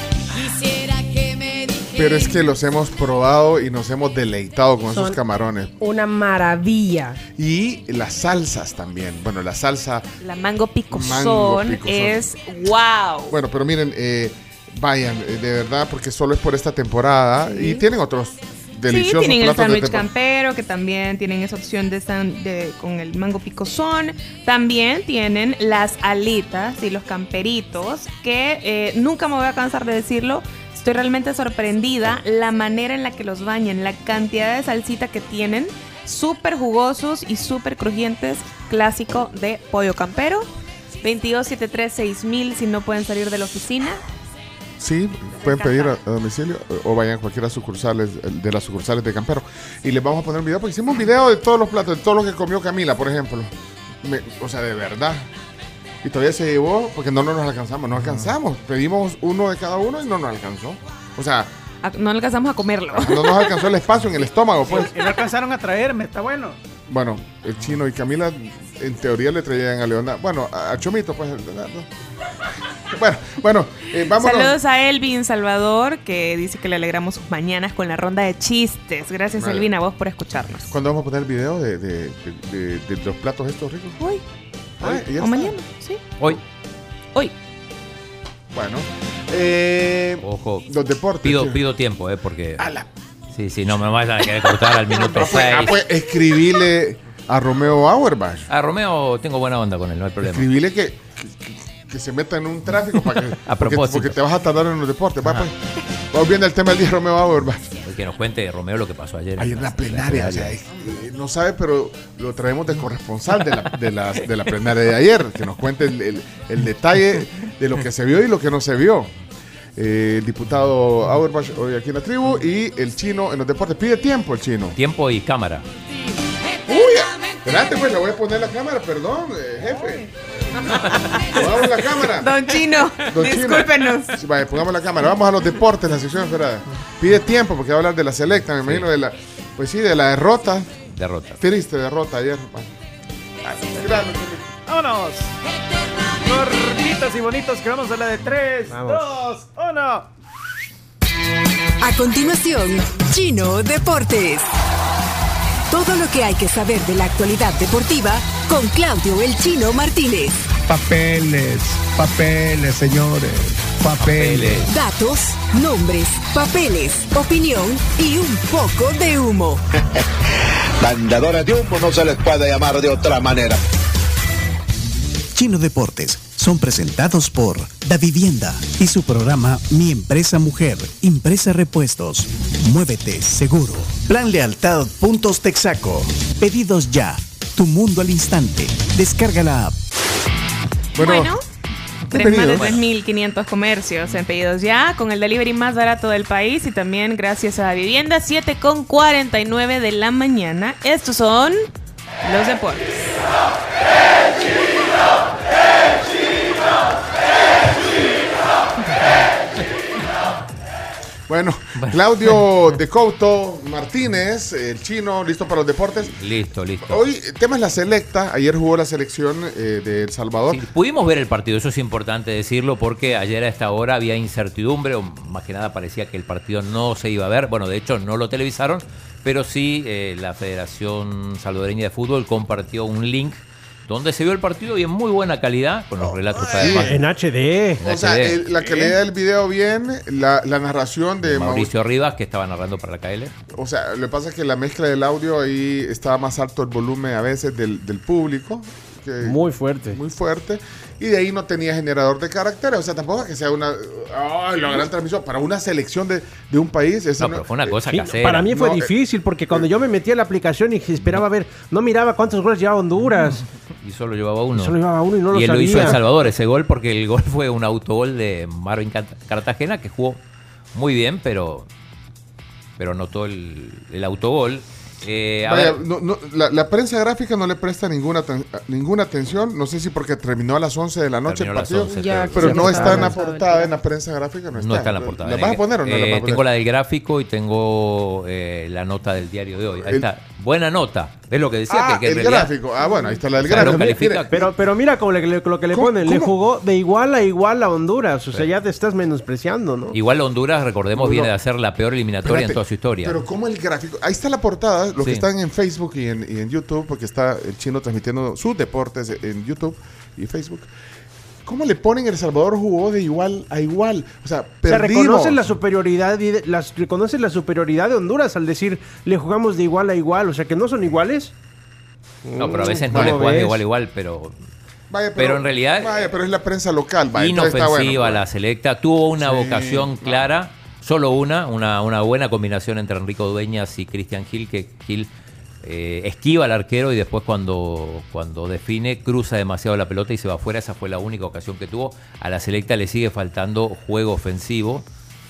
Pero es que los hemos probado y nos hemos deleitado con esos camarones. Una maravilla. Y las salsas también. Bueno, la salsa... La mango picosón es wow. Bueno, pero miren, vayan, de verdad, porque solo es por esta temporada. Sí. Y tienen otros deliciosos. Sí, tienen el platos sándwich campero, que también tienen esa opción con el mango picosón. También tienen las alitas y los camperitos, que nunca me voy a cansar de decirlo. Estoy realmente sorprendida la manera en la que los bañan, la cantidad de salsita que tienen, súper jugosos y súper crujientes, clásico de Pollo Campero. 2273-6000 si no pueden salir de la oficina. Sí, pueden pedir a domicilio o vayan a cualquiera de las sucursales de Campero. Y les vamos a poner un video, porque hicimos un video de todos los platos, de todo lo que comió Camila, por ejemplo. O sea, de verdad. Y todavía se llevó, porque no nos alcanzamos, no alcanzamos. Pedimos uno de cada uno y no nos alcanzó. O sea... No alcanzamos a comerlo. No nos alcanzó el espacio en el estómago, pues. Y no alcanzaron a traerme, está bueno. Bueno, el chino y Camila, en teoría, le traían a Leona. Bueno, a Chomito, pues. Bueno, vámonos. Saludos a Elvin Salvador, que dice que le alegramos sus mañanas con la ronda de chistes. Gracias, vale. Elvin, a vos por escucharnos. ¿Cuándo vamos a poner el video de los platos estos ricos? Hoy. O mañana, sí. Hoy. Bueno. Ojo. Los deportes. Pido tiempo, porque... Sí, no me vayan a querer cortar al minuto 6. Pues escribile a Romeo Auerbach. A Romeo tengo buena onda con él, no hay problema. Escribile que se meta en un tráfico para que... A propósito. Porque te vas a tardar en los deportes. Va, pues. Vamos viendo el tema del día de Romeo Auerbach. Que nos cuente Romeo lo que pasó ayer. Ayer en la plenaria. O sea, no sabe, pero lo traemos de corresponsal de la plenaria de ayer. Que nos cuente el detalle de lo que se vio y lo que no se vio. El diputado Auerbach hoy aquí en la tribu y el chino en los deportes. Pide tiempo el chino. Tiempo y cámara. Uy, espérate, pues le voy a poner la cámara, perdón, jefe. Pongamos la cámara. Don Chino, discúlpenos. Sí, vaya, pongamos la cámara. Vamos a los deportes, la sección esperada. Pide tiempo porque va a hablar de la selecta, me imagino, de la derrota. Triste derrota ayer. Vámonos. Gorditos y bonitos, que vamos a la de 3, 2, 1. A continuación, Chino Deportes. Todo lo que hay que saber de la actualidad deportiva con Claudio El Chino Martínez. Papeles, señores. Papeles. Datos, nombres, papeles, opinión y un poco de humo. Vendedores de humo no se les puede llamar de otra manera. Chino Deportes son presentados por Da Vivienda y su programa Mi Empresa Mujer, Impresa Repuestos. Muévete seguro. Plan Lealtad Puntos Texaco. Pedidos ya. Tu mundo al instante. Descarga la app. Bueno, Más de 3.500 comercios en pedidos ya, con el delivery más barato del país y también gracias a Vivienda, 7:49 de la mañana. Estos son los deportes. Bueno, Claudio de Couto Martínez, el chino, listo para los deportes. Listo. Hoy, el tema es la selecta. Ayer jugó la selección de El Salvador. Sí, pudimos ver el partido, eso es importante decirlo, porque ayer a esta hora había incertidumbre, o más que nada parecía que el partido no se iba a ver. Bueno, de hecho no lo televisaron, pero sí la Federación Salvadoreña de Fútbol compartió un link donde se vio el partido y en muy buena calidad, con los relatos además. En HD. O sea, la calidad del video bien, la narración de Mauricio Rivas, que estaba narrando para la KL. O sea, lo que pasa es que la mezcla del audio ahí estaba más alto el volumen a veces del público. Muy fuerte. Muy fuerte. Y de ahí no tenía generador de caracteres. O sea, tampoco es que sea una la gran transmisión. Para una selección de un país. Eso pero fue una cosa casera. Para mí fue difícil porque cuando yo me metí a la aplicación y esperaba ver, no miraba cuántos goles llevaba Honduras. Y solo llevaba uno. Y no lo él sabía. lo hizo El Salvador, ese gol, porque el gol fue un autogol de Marvin Cartagena, que jugó muy bien, pero anotó el autogol. La prensa gráfica no le presta ninguna atención. No sé si porque terminó a las 11 de la noche el partido, pero no está en la portada en la prensa gráfica. No está en la portada. ¿La vas a poner o no la vas a poner? Tengo la del gráfico y tengo la nota del diario de hoy. Ahí está. Buena nota. Es lo que decía. Que el gráfico. Bueno, ahí está la del gráfico. Pero mira como lo que le ponen. Le jugó de igual a Honduras. O sea, ya te estás menospreciando, ¿no? Igual Honduras, recordemos, viene de hacer la peor eliminatoria en toda su historia. Pero ¿cómo el gráfico? Ahí está la portada. Los que están en Facebook y en YouTube, porque está el chino transmitiendo sus deportes en YouTube y Facebook. ¿Cómo le ponen El Salvador jugó de igual a igual? O sea, perdimos. Reconocen la superioridad reconocen la superioridad de Honduras al decir le jugamos de igual a igual, o sea que no son iguales. No, pero a veces no le juegas de igual a igual, pero en realidad pero es la prensa local. Inofensiva la selecta, tuvo una vocación clara, solo una buena combinación entre Enrico Dueñas y Cristian Gil, que Gil esquiva al arquero y después cuando define cruza demasiado la pelota y se va afuera. Esa fue la única ocasión que tuvo. A la selecta le sigue faltando juego ofensivo,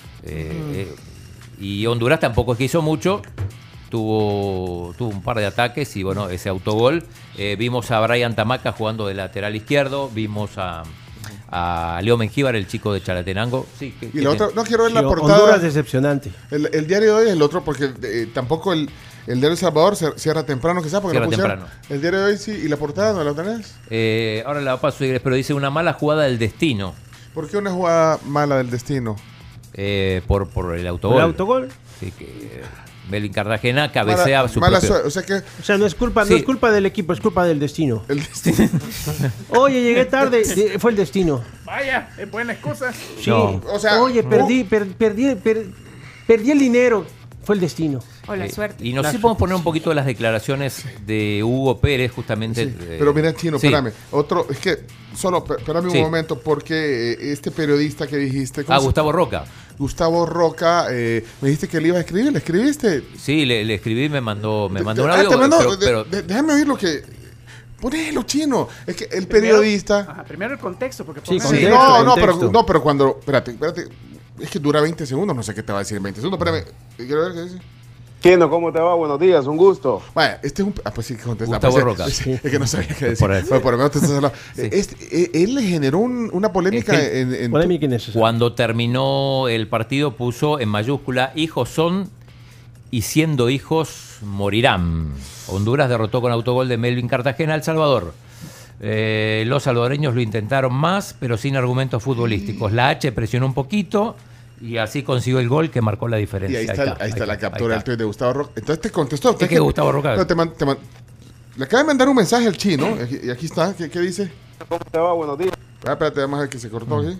y Honduras tampoco es que hizo mucho. Tuvo un par de ataques y bueno, ese autogol. Vimos a Brian Tamaca jugando de lateral izquierdo, vimos a Leo Mengíbar, el chico de Chalatenango. Sí, y la otra, no quiero ver la portada. Honduras decepcionante. El diario de hoy es el otro, porque tampoco el diario El Salvador cierra temprano, quizás, porque cierra temprano. El diario de hoy sí, y la portada no la tenés. Ahora la paso, pero dice una mala jugada del destino. ¿Por qué una jugada mala del destino? Por el autogol. ¿El autogol? Sí, que Melvin Cartagena cabecea su propio. O sea, no es culpa del equipo, es culpa del destino. El destino. Oye, llegué tarde, fue el destino. Vaya, es buena excusa. Sí. No. O sea, oye, perdí el dinero, fue el destino. O la suerte. Y no sé si podemos poner un poquito de las declaraciones de Hugo Pérez, justamente. Sí. Pero mira, chino, espérame. Es que, espérame un momento, porque este periodista que dijiste. Gustavo Roca. Gustavo Roca, me dijiste que le ibas a escribir, ¿le escribiste? Sí, le escribí, me mandó un audio. Pero déjame oír lo que. Ponelo, chino. Es que el periodista. Primero el contexto, porque pero cuando. Espérate. Es que dura 20 segundos, no sé qué te va a decir en 20 segundos. Espérame, quiero ver qué dice. Chino, ¿cómo te va? Buenos días, un gusto. Vbueno, este es un... pues sí, contesta. Gustavo Roca. Es que no sabía qué decir. Por lo menos te estás hablando. Sí. Él le generó una polémica en Cuando terminó el partido puso en mayúscula: hijos son y siendo hijos morirán. Honduras derrotó con autogol de Melvin Cartagena a El Salvador. Los salvadoreños lo intentaron más, pero sin argumentos futbolísticos. La H presionó un poquito y así consiguió el gol que marcó la diferencia. Y ahí está la captura del tuit de Gustavo Roca. Entonces te contestó. ¿Qué Gustavo Roca? Le acaba de mandar un mensaje al chino, y aquí está. ¿Qué dice? ¿Cómo te va? Buenos días. Espérate, vamos a ver que se cortó aquí.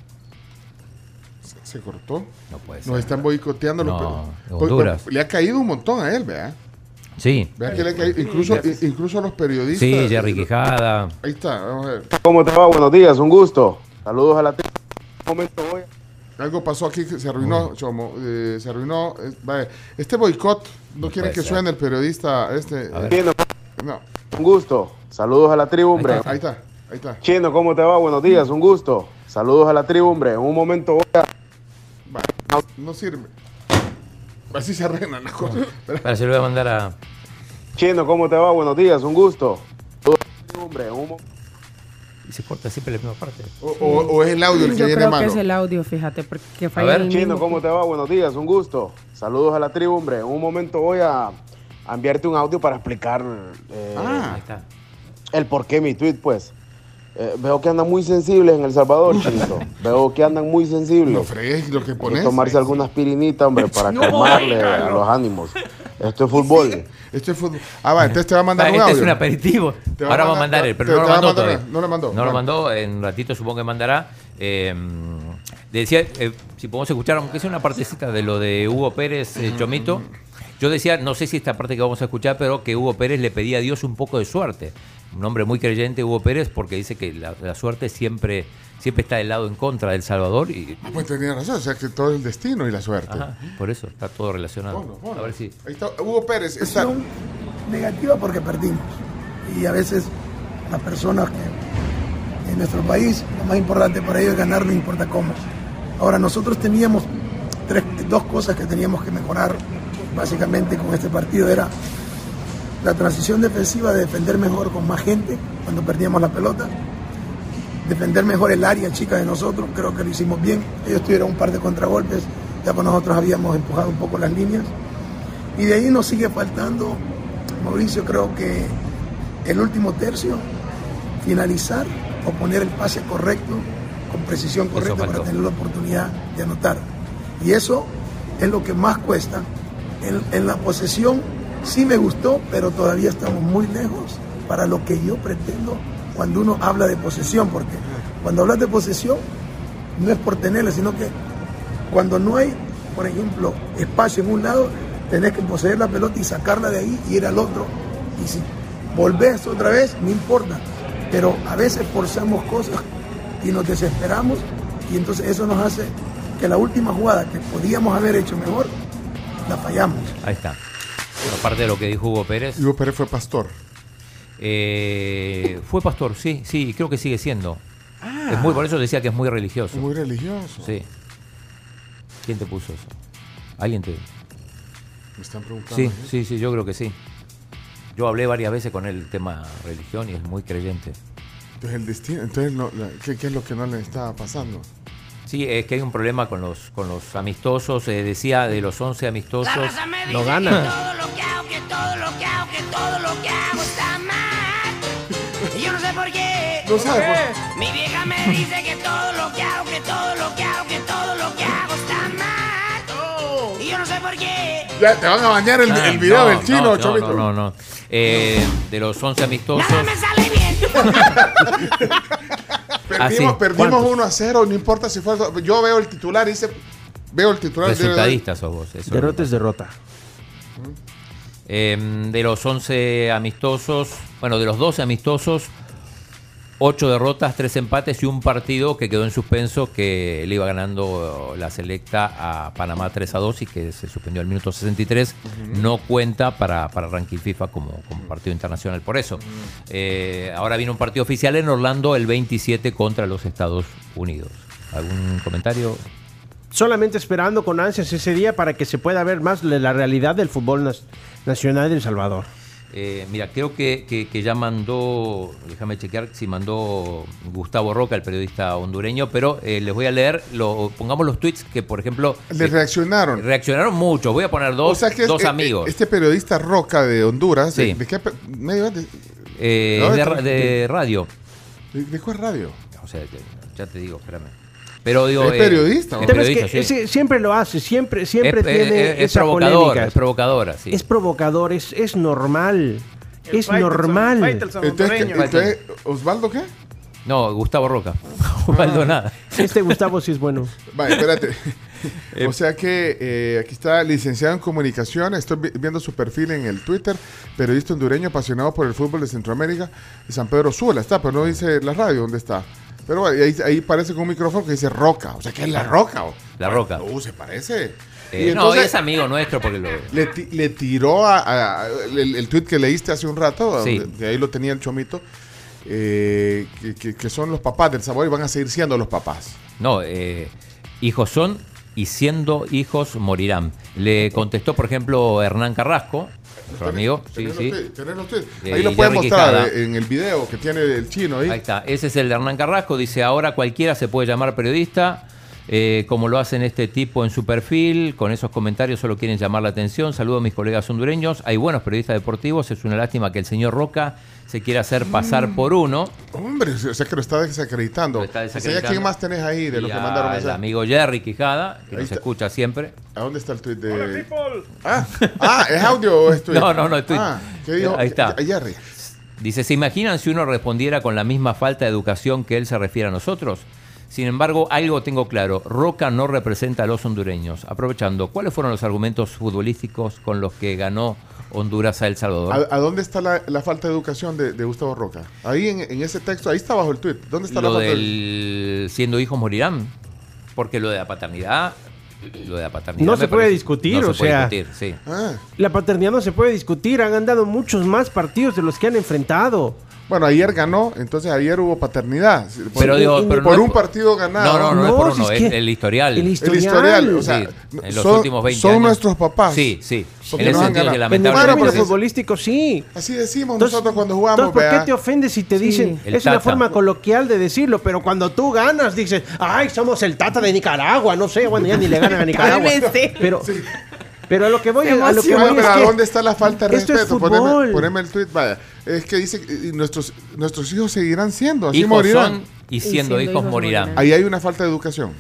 ¿Se cortó? No puede ser. Nos están boicoteando. Honduras. Le ha caído un montón a él, ¿verdad? Sí. Vea que le ha caído, incluso a los periodistas. Sí, Jerry Quijada. Ahí está, vamos a ver. ¿Cómo te va? Buenos días, un gusto. Saludos a la tribu. Un momento hoy. Algo pasó aquí que se arruinó, Chomo. Se arruinó. Este boicot, no quieren que suene el periodista. No. Un gusto. Saludos a la tribu, hombre. Ahí está. Ahí está. Chino, ¿cómo te va? Buenos días, un gusto. Saludos a la tribu, hombre. En un momento voy a... No sirve. Así se arreglan las cosas. Para se lo voy a mandar a... Chino, ¿cómo te va? Buenos días, un gusto. Saludos a la tribu, hombre. Y se corta siempre la misma parte. O es el audio el que viene malo. Yo creo que es el audio, fíjate, porque falla. A ver, Chino, ¿cómo te va? Buenos días, un gusto. Saludos a la tribu, hombre. En un momento voy a enviarte un audio para explicar Ahí está. el por qué mi tweet, pues. Veo que andan muy sensibles en El Salvador, Chinito. Veo que andan muy sensibles. No fregues lo que pones. Hay que tomarse alguna aspirinita, hombre, para calmarle a los ánimos. Esto es fútbol. Esto es fútbol. Va, entonces te va a mandar un Este audio. es un aperitivo. Ahora va a mandar él, pero no lo mandó todavía. No lo mandó. No lo mandó, en un ratito supongo que mandará. Decía, si podemos escuchar, aunque sea una partecita de lo de Hugo Pérez, Chomito. Yo decía, no sé si esta parte que vamos a escuchar, pero que Hugo Pérez le pedía a Dios un poco de suerte. Un hombre muy creyente, Hugo Pérez, porque dice que la suerte siempre está del lado en contra del Salvador. Y... pues tenía razón, o sea que todo el destino y la suerte. Ajá, por eso, está todo relacionado. Bueno. A ver si... Ahí está Hugo Pérez. Está... Negativa porque perdimos. Y a veces las personas que en nuestro país, lo más importante para ellos es ganar, no importa cómo. Ahora, nosotros teníamos dos cosas que teníamos que mejorar básicamente con este partido. Era la transición defensiva, de defender mejor con más gente cuando perdíamos la pelota, defender mejor el área chica de nosotros. Creo que lo hicimos bien. Ellos tuvieron un par de contragolpes, ya con nosotros habíamos empujado un poco las líneas, y de ahí nos sigue faltando, Mauricio, creo que el último tercio, finalizar o poner el pase correcto con precisión correcta para tener la oportunidad de anotar, y eso es lo que más cuesta. En la posesión sí me gustó, pero todavía estamos muy lejos para lo que yo pretendo cuando uno habla de posesión, porque cuando hablas de posesión no es por tenerla, sino que cuando no hay, por ejemplo, espacio en un lado, tenés que poseer la pelota y sacarla de ahí y ir al otro, y si volvés otra vez, no importa, pero a veces forzamos cosas y nos desesperamos, y entonces eso nos hace que la última jugada que podíamos haber hecho mejor, la fallamos. Ahí está. Aparte de lo que dijo Hugo Pérez. Hugo Pérez fue pastor. Fue pastor, sí, creo que sigue siendo. Es muy, por eso decía que es muy religioso. Muy religioso. Sí. ¿Quién te puso eso? ¿Alguien te...? Me están preguntando. Sí, yo creo que sí. Yo hablé varias veces con él el tema religión y es muy creyente. Entonces el destino, entonces ¿qué es lo que no le estaba pasando? Sí, es que hay un problema con los amistosos. Decía de los 11 amistosos, no gana. Todo lo que hago está mal. Y yo no sé por qué. No sabe por qué. Mi vieja me dice que todo lo que hago está mal. Y yo no sé por qué. Ya te van a bañar el video del chino, Chomito. No. De los 11 amistosos. Nada me sale bien. Perdimos 1-0, no importa si fue. Yo veo el titular y dice. Resultadista sos vos. Eso derrota es derrota. De los 11 amistosos, de los 12 amistosos, 8 derrotas, 3 empates y un partido que quedó en suspenso, que le iba ganando la selecta a Panamá 3-2 y que se suspendió al minuto 63. No cuenta para ranking FIFA como partido internacional por eso. Ahora viene un partido oficial en Orlando el 27 contra los Estados Unidos. ¿Algún comentario? Solamente esperando con ansias ese día para que se pueda ver más la realidad del fútbol nacional de El Salvador. Mira, creo que ya mandó, déjame chequear si mandó Gustavo Roca, el periodista hondureño, pero les voy a leer, pongamos los tweets que, por ejemplo... ¿Le reaccionaron? Reaccionaron mucho, voy a poner dos amigos. Este periodista Roca de Honduras, sí. ¿de qué medio? De radio. ¿De cuál radio? O sea, ya te digo, espérame. Pero digo, es periodista. Sí. Siempre lo hace, siempre tiene esa polémica. Es provocadora, sí. Es provocador, es normal. Es normal. Entonces, ¿Osvaldo qué? No, Gustavo Roca. Osvaldo nada. Este Gustavo sí es bueno. Vale, espérate. O sea que aquí está, licenciado en comunicación. Estoy viendo su perfil en el Twitter. Periodista hondureño apasionado por el fútbol de Centroamérica. De San Pedro Sula está, pero no dice la radio dónde está. Pero ahí parece con un micrófono que dice Roca. O sea, ¿qué es la Roca? La Roca. Se parece. No, es amigo nuestro porque le tiró el tweet que leíste hace un rato, sí. de ahí lo tenía el Chomito. que son los papás del Salvador y van a seguir siendo los papás. No, hijos son y siendo hijos morirán. Le contestó, por ejemplo, Hernán Carrasco, nuestro amigo. Ahí lo pueden mostrar en el video que tiene el chino ahí. Ahí está, ese es el de Hernán Carrasco. Dice, ahora cualquiera se puede llamar periodista, como lo hacen este tipo en su perfil. Con esos comentarios solo quieren llamar la atención. Saludo a mis colegas hondureños. Hay buenos periodistas deportivos. Es una lástima que el señor Roca se quiere hacer pasar por uno. Hombre, o sea que lo está desacreditando. ¿Quién más tenés ahí de los que mandaron mensaje? El amigo Jerry Quijada, que nos escucha siempre. ¿A dónde está el tuit de...? Hola, people. ¿Es audio o es tuit? No, es tuit. ¿Qué dijo? Ahí está. Jerry. Dice, ¿se imaginan si uno respondiera con la misma falta de educación que él se refiere a nosotros? Sin embargo, algo tengo claro, Roca no representa a los hondureños. Aprovechando, ¿cuáles fueron los argumentos futbolísticos con los que ganó Honduras a El Salvador? ¿A dónde está la falta de educación de Gustavo Roca? Ahí en ese texto, ahí está bajo el tuit. ¿Dónde está lo la falta del siendo hijos morirán? Porque lo de la paternidad no se puede discutir, sí. La paternidad no se puede discutir. Han andado muchos más partidos de los que han enfrentado. Bueno, ayer ganó, entonces ayer hubo paternidad. Pero por un partido ganado. No es por uno, es el historial. El historial, o sea, en los últimos 20 son años. Nuestros papás. Sí. Porque En ese sentido, lamentablemente. En el futbolístico, sí. Así decimos nosotros cuando jugamos. Entonces, ¿por qué te ofendes si te dicen? Es una forma coloquial de decirlo, pero cuando tú ganas, dices, ay, somos el Tata de Nicaragua, no sé, bueno, ya ni le ganan a Nicaragua. Pero a lo que voy es que ¿a dónde está la falta de esto respeto? Es fútbol. Poneme el tweet, vaya. Es que dice que nuestros hijos seguirán siendo, así hijos morirán. Son y siendo hijos morirán. Ahí hay una falta de educación.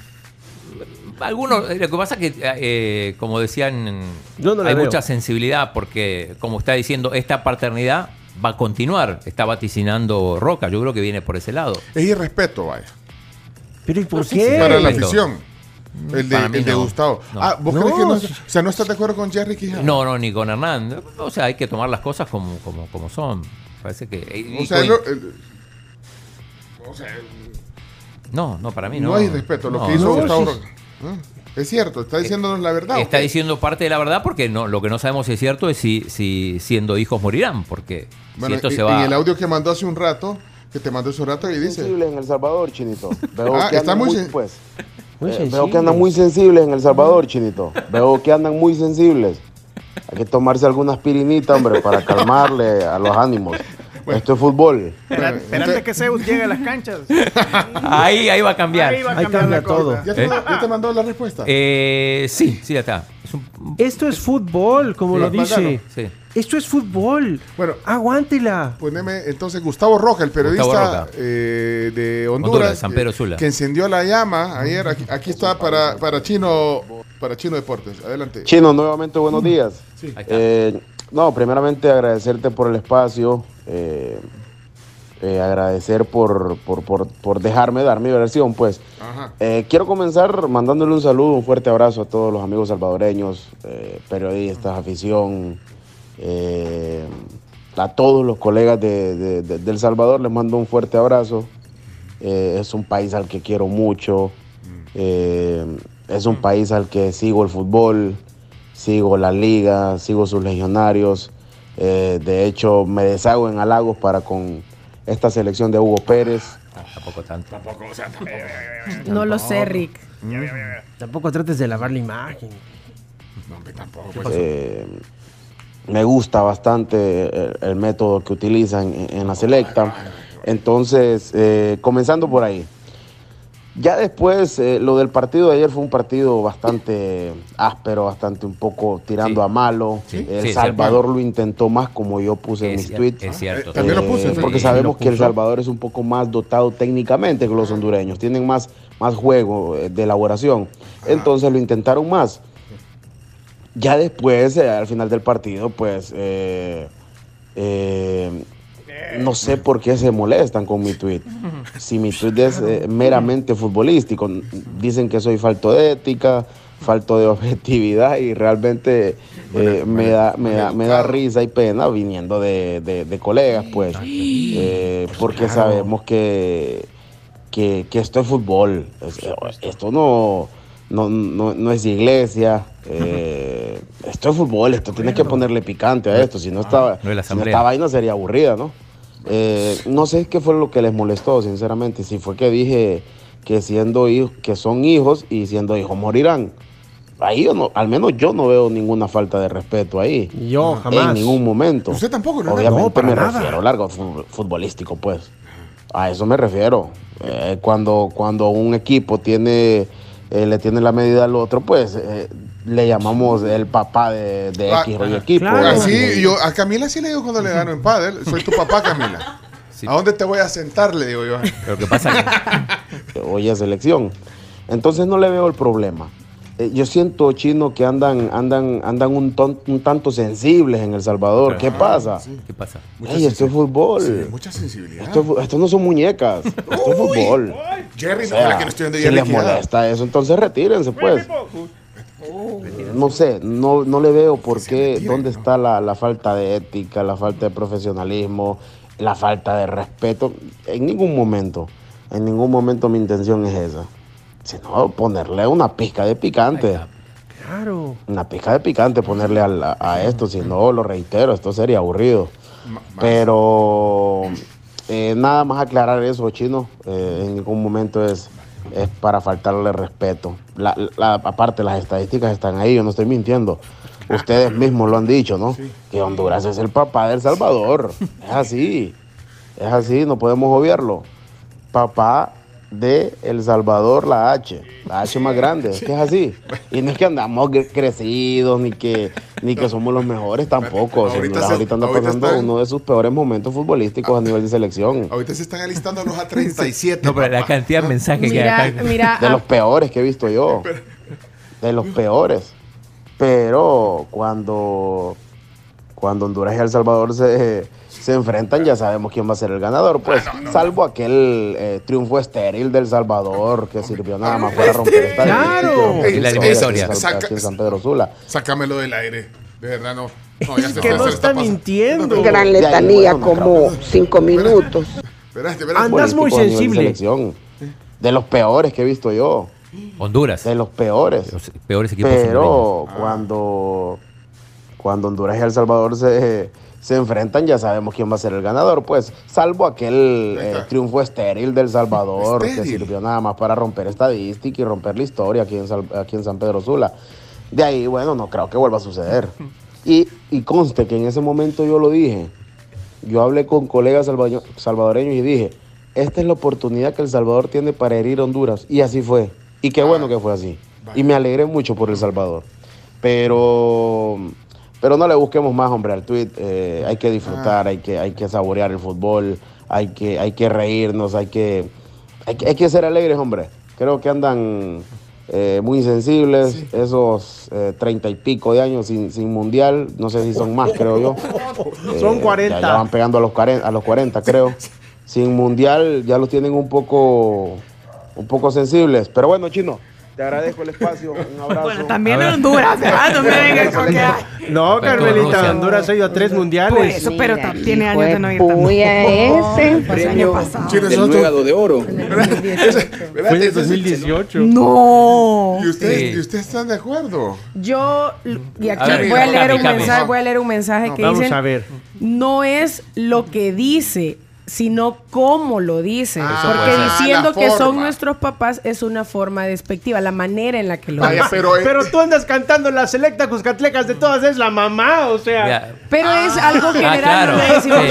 Algunos, lo que pasa es que, como decían, hay mucha sensibilidad porque, como está diciendo, esta paternidad va a continuar, está vaticinando Roca. Yo creo que viene por ese lado. Es irrespeto, vaya. ¿Pero y por qué? Para la afición. El de Gustavo. No. ¿Vos crees que no? O sea, ¿no estás de acuerdo con Jerry Quijada? No, ni con Hernán. O sea, hay que tomar las cosas como son. Parece que... No, para mí no. No hay respeto a lo que hizo Gustavo Roca. Es cierto, está diciéndonos la verdad. Está diciendo parte de la verdad porque lo que no sabemos si es cierto es si siendo hijos morirán. Porque bueno, si esto se va... En el audio que mandó hace un rato, y dice... Sensible en El Salvador, Chinito. Está muy... Veo que andan muy sensibles en El Salvador, Chinito. Veo que andan muy sensibles. Hay que tomarse alguna aspirinita, hombre, para calmarle a los ánimos. Bueno. Esto es fútbol. Espérate que Zeus llegue a las canchas. Ahí va a cambiar. Ahí cambia todo. ¿Ya te mandó la respuesta? Sí, ya está. Esto es fútbol, como lo dice. Sí. Esto es fútbol. Bueno, aguántela. Poneme entonces Gustavo Roca, el periodista de Honduras, San Pedro Sula, que encendió la llama ayer. Aquí está para Chino Deportes. Adelante. Chino, nuevamente buenos días. Sí. Primeramente agradecerte por el espacio. Agradecer por dejarme dar mi versión, pues. Quiero comenzar mandándole un saludo, un fuerte abrazo a todos los amigos salvadoreños, periodistas, afición, a todos los colegas de El Salvador. Les mando un fuerte abrazo. Es un país al que quiero mucho, es un país al que sigo el fútbol, sigo la liga, sigo sus legionarios. De hecho, me deshago en halagos para con esta selección de Hugo Pérez. Tampoco tanto. No lo sé, Rick. Tampoco trates de lavar la imagen. No, tampoco. Me gusta bastante el método que utilizan en la selecta. Entonces, comenzando por ahí. Ya después, lo del partido de ayer fue un partido bastante áspero, bastante un poco tirando a malo. El Salvador lo intentó más, como yo puse en mis tweets. Es cierto. También lo puse. Porque sabemos que El Salvador es un poco más dotado técnicamente que los hondureños. Tienen más juego de elaboración. Entonces lo intentaron más. Ya después, al final del partido, pues... no sé por qué se molestan con mi tweet. Si mi tweet es meramente futbolístico, dicen que soy falto de ética, falto de objetividad y realmente me da risa y pena viniendo de colegas, pues, porque sabemos que esto es fútbol, esto no es iglesia, esto es fútbol, esto tienes que ponerle picante a esto, si no esta vaina sería aburrida, ¿no? No sé qué fue lo que les molestó, sinceramente. Si fue que dije que que son hijos y siendo hijos morirán. Ahí al menos yo no veo ninguna falta de respeto ahí. Yo jamás. En ningún momento. Usted tampoco, ¿no? Obviamente No, me nada. refiero largo futbolístico, pues. A eso me refiero. Cuando un equipo le tiene la medida al otro, pues le llamamos el papá de X o Y equipo. Claro. Así, yo a Camila sí le digo cuando le gano en pádel, soy tu papá, Camila. Sí. ¿A dónde te voy a sentar? Le digo yo. Pero que pasa que Oye, selección. Entonces no le veo el problema. Yo siento, Chino, que andan un tanto sensibles en El Salvador. ¿Qué pasa? Sí. ¿Qué pasa? Ey, esto es fútbol. Sí, mucha sensibilidad. Esto no son muñecas. Esto es fútbol. Jerry, O sea, que no estoy viendo si Jerry les Quijada. molesta eso, entonces retírense, pues. No sé, no le veo por qué, dónde está la falta de ética, la falta de profesionalismo, la falta de respeto. En ningún momento mi intención es esa. Sino ponerle una pizca de picante. Claro. Una pizca de picante ponerle a esto, si no, lo reitero, esto sería aburrido. Pero nada más aclarar eso, Chino, en ningún momento es para faltarle respeto. Aparte, las estadísticas están ahí, yo no estoy mintiendo. Ustedes mismos lo han dicho, ¿no? Sí. Que Honduras es el papá de El Salvador. Es así, no podemos obviarlo. Papá de El Salvador, la H más grande, es que es así. Y no es que andamos crecidos, ni que somos los mejores tampoco. Ahorita anda pasando uno de sus peores momentos futbolísticos a nivel de selección. Ahorita se están alistando los A37. No, pero la cantidad de mensajes que hay acá. De los peores que he visto yo. De los peores. Pero cuando Honduras y El Salvador se enfrentan, ya sabemos quién va a ser el ganador, pues, salvo aquel triunfo estéril del Salvador que sirvió nada más para romper esta la eliminatoria aquí en San Pedro Sula. Sácamelo del aire, de verdad no ya que no está mintiendo. Gran letanía, como 5 minutos. Andas muy sensible. De los peores que he visto yo. Honduras. De los peores. Los peores equipos. Pero cuando Honduras y El Salvador se enfrentan, ya sabemos quién va a ser el ganador, pues, salvo aquel triunfo estéril del Salvador que sirvió nada más para romper estadística y romper la historia aquí en San Pedro Sula. De ahí, bueno, no creo que vuelva a suceder. Y conste que en ese momento yo lo dije. Yo hablé con colegas salvadoreños y dije, esta es la oportunidad que El Salvador tiene para herir a Honduras. Y así fue. Y qué bueno que fue así. Y me alegré mucho por El Salvador. Pero no le busquemos más, hombre, al tweet. Hay que disfrutar, hay que saborear el fútbol, hay que reírnos, hay que ser alegres, hombre. Creo que andan muy sensibles, sí. Esos 30 y pico de años sin mundial, no sé si son más, creo yo. Son 40. Ya van pegando a los 40, creo. Sin mundial ya los tienen un poco sensibles. Pero bueno, Chino, te agradezco el espacio. Un abrazo. Bueno, también en Honduras. No me vengas con que no, Carmelita, Honduras ha ido a 3 mundiales. Por eso, pero tiene años de no ir ese año pasado. Del Nuegado de Oro. Fue en el 2018. No. ¿Y ustedes están de acuerdo? Yo, y aquí voy a leer un mensaje que vamos dicen, a ver. No es lo que dice, sino cómo lo dicen. Porque diciendo que son nuestros papás es una forma despectiva, la manera en la que lo dicen. Pero tú andas cantando la selecta Cuscatlecas de todas, es la mamá, o sea. Ya. Pero es algo general, claro. no le decimos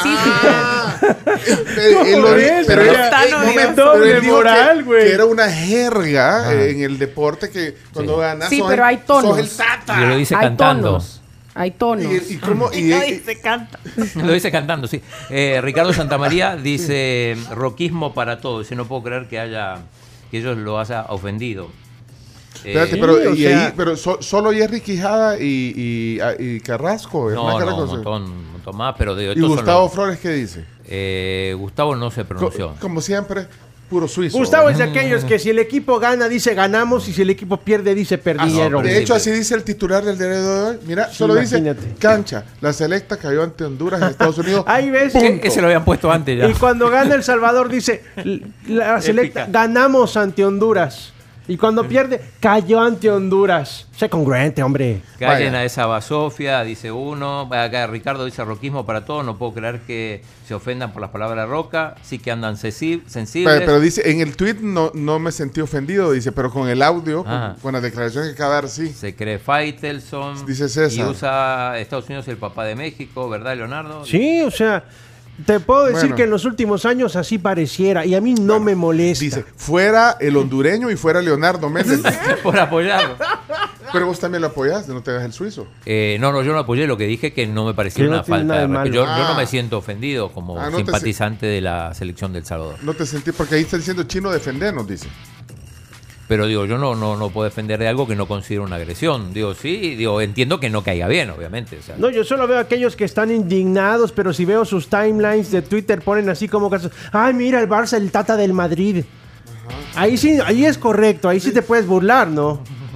específico. Doble moral, güey. Que era una jerga en el deporte que cuando ganas. Sí, pero hay tonos. Sos el tata. Y lo dice cantando. Hay tonos. ¿Y cómo? Se canta. Lo dice cantando, sí. Ricardo Santamaría dice roquismo para todos. Yo no puedo creer que ellos lo haya ofendido. Espérate, pero solo Jerry Quijada y Carrasco. No, un montón más. Pero ¿Y Gustavo Flores qué dice? Gustavo no se pronunció. Como siempre, puro suizo. Gustavo es de aquellos que si el equipo gana dice ganamos y si el equipo pierde dice perdieron. De hecho, así dice el titular del diario de hoy. Mira, sí, solo imagínate. Dice cancha. La selecta cayó ante Honduras en Estados Unidos. Ahí ves. Que se lo habían puesto antes ya. Y cuando gana El Salvador dice la selecta ganamos ante Honduras. Y cuando pierde, cayó ante Honduras. Sé congruente, hombre. Callen a esa basofia, dice uno. Acá Ricardo dice roquismo para todos. No puedo creer que se ofendan por las palabras de Roca. Sí que andan sensibles. Pero dice, en el tweet no me sentí ofendido, dice, pero con el audio, con las declaraciones que acaba de dar, sí. Se cree Faitelson. Dice César. Y usa Estados Unidos el papá de México, ¿verdad, Leonardo? Sí, o sea, te puedo decir que en los últimos años así pareciera. Y a mí no me molesta. Dice, fuera el hondureño y fuera Leonardo Méndez. Por apoyarlo. Pero vos también lo apoyaste, no te hagas el suizo. No, yo no apoyé. Lo que dije que no me parecía una falta de respeto. Yo no me siento ofendido como simpatizante de la selección de El Salvador. No te sentí, porque ahí está diciendo Chino defendernos, dice. Pero digo, yo no puedo defender de algo que no considero una agresión. Digo, sí, entiendo que no caiga bien, obviamente. O sea, no, yo solo veo a aquellos que están indignados, pero si veo sus timelines de Twitter ponen así como casos. Ay, mira el Barça, el Tata del Madrid. Ahí sí, ahí es correcto, ahí sí te puedes burlar, ¿no?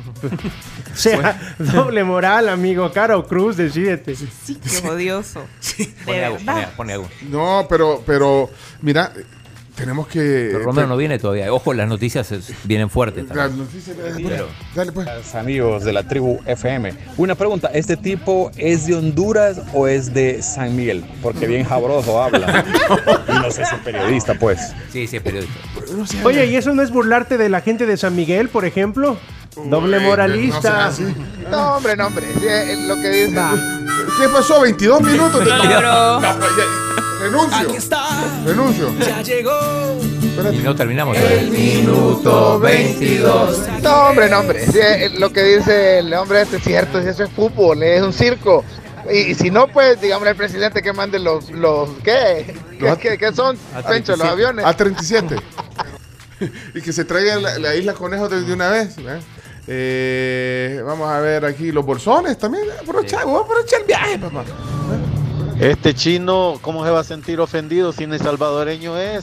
O sea, doble moral, amigo. Caro Cruz, decídete. Sí, qué odioso. Sí. Pone algo. No, pero mira, tenemos que... Pero Romero no viene todavía. Ojo, las noticias vienen fuertes. Las noticias... Dale, pues. Amigos de la tribu FM. Una pregunta, ¿este tipo es de Honduras o es de San Miguel? Porque bien jabroso habla. Y no sé si es periodista, pues. Sí, es periodista. Oye, ¿y eso no es burlarte de la gente de San Miguel, por ejemplo? Doble moralista. No, hombre. Lo que dice. ¿Qué pasó? 22 minutos. Renuncio. Aquí está. Renuncio. Ya llegó. Y no terminamos. El minuto 22. No, hombre. Sí, lo que dice el hombre es cierto. Si eso es fútbol, es un circo. Y si no, pues, digamos, el presidente que mande los ¿qué? ¿Qué son, Pencho, los aviones? A-37. Y que se traiga la isla Conejo de una vez. Vamos a ver aquí los bolsones también. Aprovecha el viaje, papá. Este chino, ¿cómo se va a sentir ofendido si el salvadoreño es?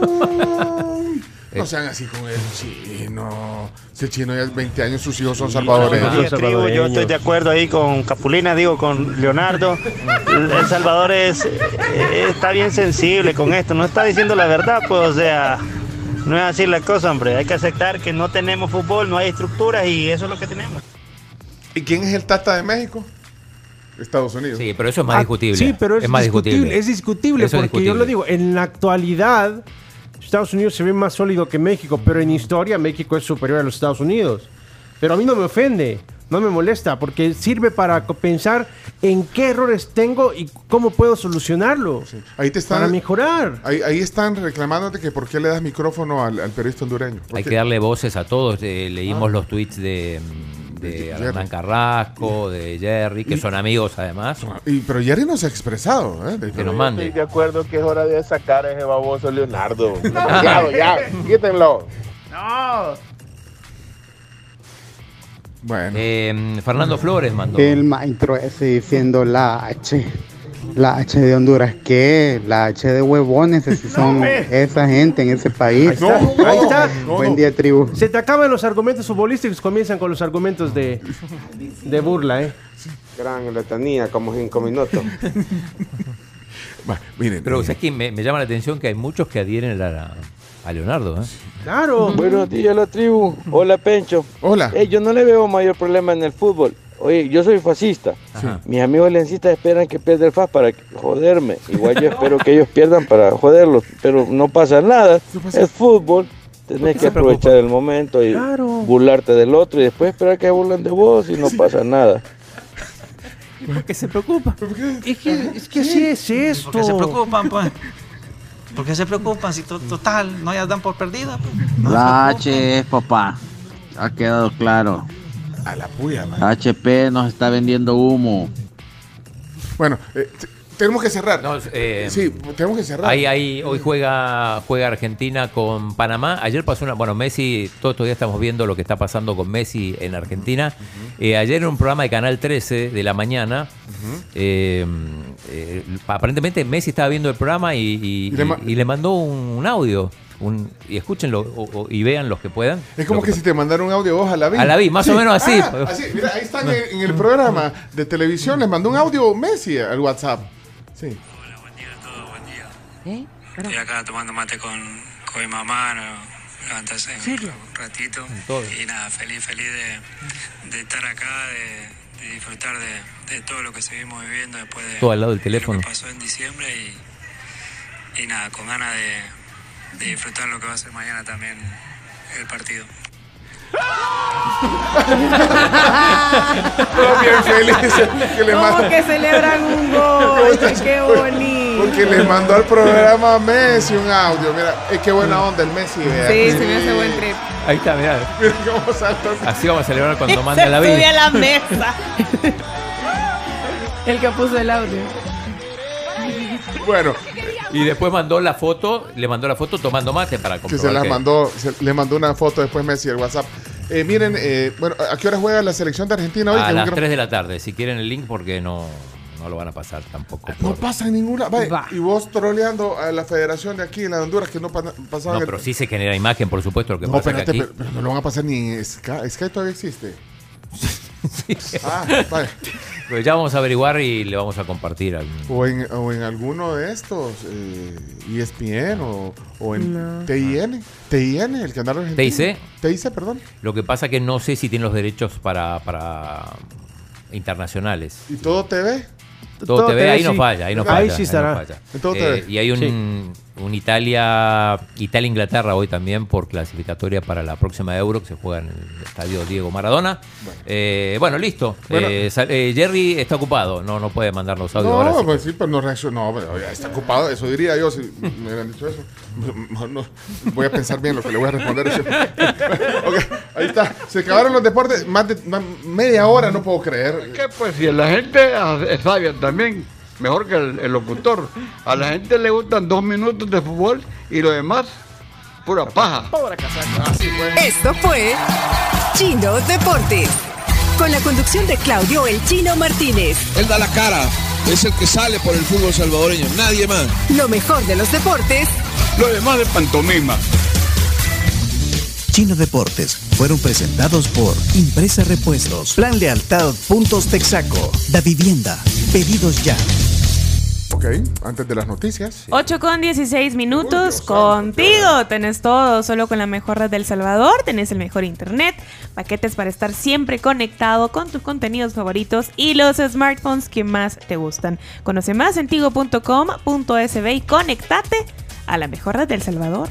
No sean así con el chino. Si el chino ya es 20 años, sus hijos son salvadoreños. Yo estoy de acuerdo ahí con Capulina, con Leonardo. El Salvador está bien sensible con esto. No está diciendo la verdad, pues, o sea... No es así la cosa, hombre. Hay que aceptar que no tenemos fútbol, no hay estructuras y eso es lo que tenemos. ¿Y quién es el Tata de México? Estados Unidos. Sí, pero eso es más discutible. Sí, pero es más discutible. Es discutible eso porque es discutible. Yo lo digo, en la actualidad Estados Unidos se ve más sólido que México, pero en historia México es superior a los Estados Unidos. Pero a mí no me ofende, no me molesta, porque sirve para pensar en qué errores tengo y cómo puedo solucionarlo. Sí. Ahí te están, para mejorar. Ahí están reclamándote que por qué le das micrófono al periodista hondureño. Hay que darle voces a todos. Leímos los tweets de Hernán Carrasco, de Jerry, que son amigos además. Pero Jerry no se ha expresado. Que nos mande. Estoy de acuerdo que es hora de sacar a ese baboso Leonardo. Ya, quítenlo. No. Bueno. Fernando Flores mandó. El maestro ese diciendo la H de Honduras, ¿qué? La H de huevones, si son esa gente en ese país. Ahí está. Buen día, tribu. Se te acaban los argumentos futbolísticos, comienzan con los argumentos de burla, Gran letanía, como 5 minutos. Miren, pero ¿sabes qué? Me llama la atención que hay muchos que adhieren a Leonardo, Claro. Buenos días, la tribu. Hola, Pencho. Hola. Yo no le veo mayor problema en el fútbol. Oye, yo soy fascista. Sí. Mis amigos lencistas esperan que pierda el FAS para joderme. Igual yo espero que ellos pierdan para joderlos, pero no pasa nada. Es fútbol. Tenés que aprovechar el momento y burlarte del otro y después esperar que burlen de vos y no pasa nada. ¿Y por qué se preocupa? Es que así es esto. ¿Por qué se preocupan, pues? ¿Por qué se preocupan si total no ya dan por perdida? Pues? No la H es papá. Ha quedado claro. A la puya, man. HP nos está vendiendo humo. Bueno, tenemos que cerrar. Sí, tenemos que cerrar. Hoy juega Argentina con Panamá. Ayer pasó Messi, todos estos días estamos viendo lo que está pasando con Messi en Argentina. Ayer en un programa de Canal 13 de la mañana, aparentemente Messi estaba viendo el programa y le mandó un audio. Y escúchenlo y vean los que puedan. Es como que si te mandaron un audio vos a la vi. A la vi, más o menos así. Así. Mira, ahí están en el programa de televisión. Les mandó un audio Messi al WhatsApp. Sí. Hola, buen día a todos, buen día. Estoy acá tomando mate con mi mamá. levantarse un ratito. Y nada, feliz de estar acá, de disfrutar de todo lo que seguimos viviendo después de, todo al lado del teléfono. Lo que pasó en diciembre y nada, con ganas de disfrutar lo que va a ser mañana también el partido. Bien felices que le ¿Cómo que celebran un gol? ¡Qué bonito! Porque les mandó al programa Messi un audio. Mira, qué buena onda el Messi. Vea. Sí, se me hace buen trip. Ahí está, mirá. Mira cómo salta. Así vamos a celebrar cuando mande Se la sube vida. a la mesa. El que puso el audio. Bueno. Y después mandó la foto, le mandó la foto tomando mate para comprobar. Le mandó una foto después Messi el WhatsApp. Miren, bueno, ¿a qué hora juega la selección de Argentina hoy? A las 3 de la tarde. Si quieren el link, porque no lo van a pasar tampoco. No pasa en ninguna. Y vos troleando a la federación de aquí en la de Honduras que no pasaba. No, pero sí se genera imagen, por supuesto. Lo que pasa espérate, aquí. pero no lo van a pasar ni en Sky. Sky todavía existe. Sí. Vale. Pero ya vamos a averiguar y le vamos a compartir. O en alguno de estos, ESPN o en TIN. TIN, el canal argentino. TIC, perdón. Lo que pasa que no sé si tiene los derechos para internacionales. ¿Y todo TV? Todo TV, ahí no falla, ahí no falla. Ahí sí estará. No falla. En todo TV. Y hay un Italia-Inglaterra hoy también por clasificatoria para la próxima Euro que se juega en el estadio Diego Maradona. Bueno, listo. Bueno. Jerry está ocupado, no puede mandarnos audio ahora. No, pues sí, pero no reaccionó. No, pero ya está ocupado, eso diría yo si me hubieran dicho eso. No, voy a pensar bien lo que le voy a responder. Okay, ahí está. Se acabaron los deportes. Más media hora, no puedo creer. ¿Qué? Pues si la gente es sabia también, mejor que el locutor. A la gente le gustan 2 minutos de fútbol y lo demás, pura paja. Así fue. Esto fue Chino Deportes, con la conducción de Claudio El Chino Martínez. Él da la cara, es el que sale por el fútbol salvadoreño, nadie más. Lo mejor de los deportes. Lo demás de pantomima. Chino Deportes fueron presentados por Impresa Repuestos, Plan Lealtad Puntos Texaco, Da Vivienda, Pedidos Ya. Ok, antes de las noticias. 8:16. Contigo tenés todo, solo con la mejor red del Salvador. Tenés el mejor internet, paquetes para estar siempre conectado con tus contenidos favoritos y los smartphones que más te gustan. Conoce más en tigo.com.sb y conectate a la mejor red del Salvador.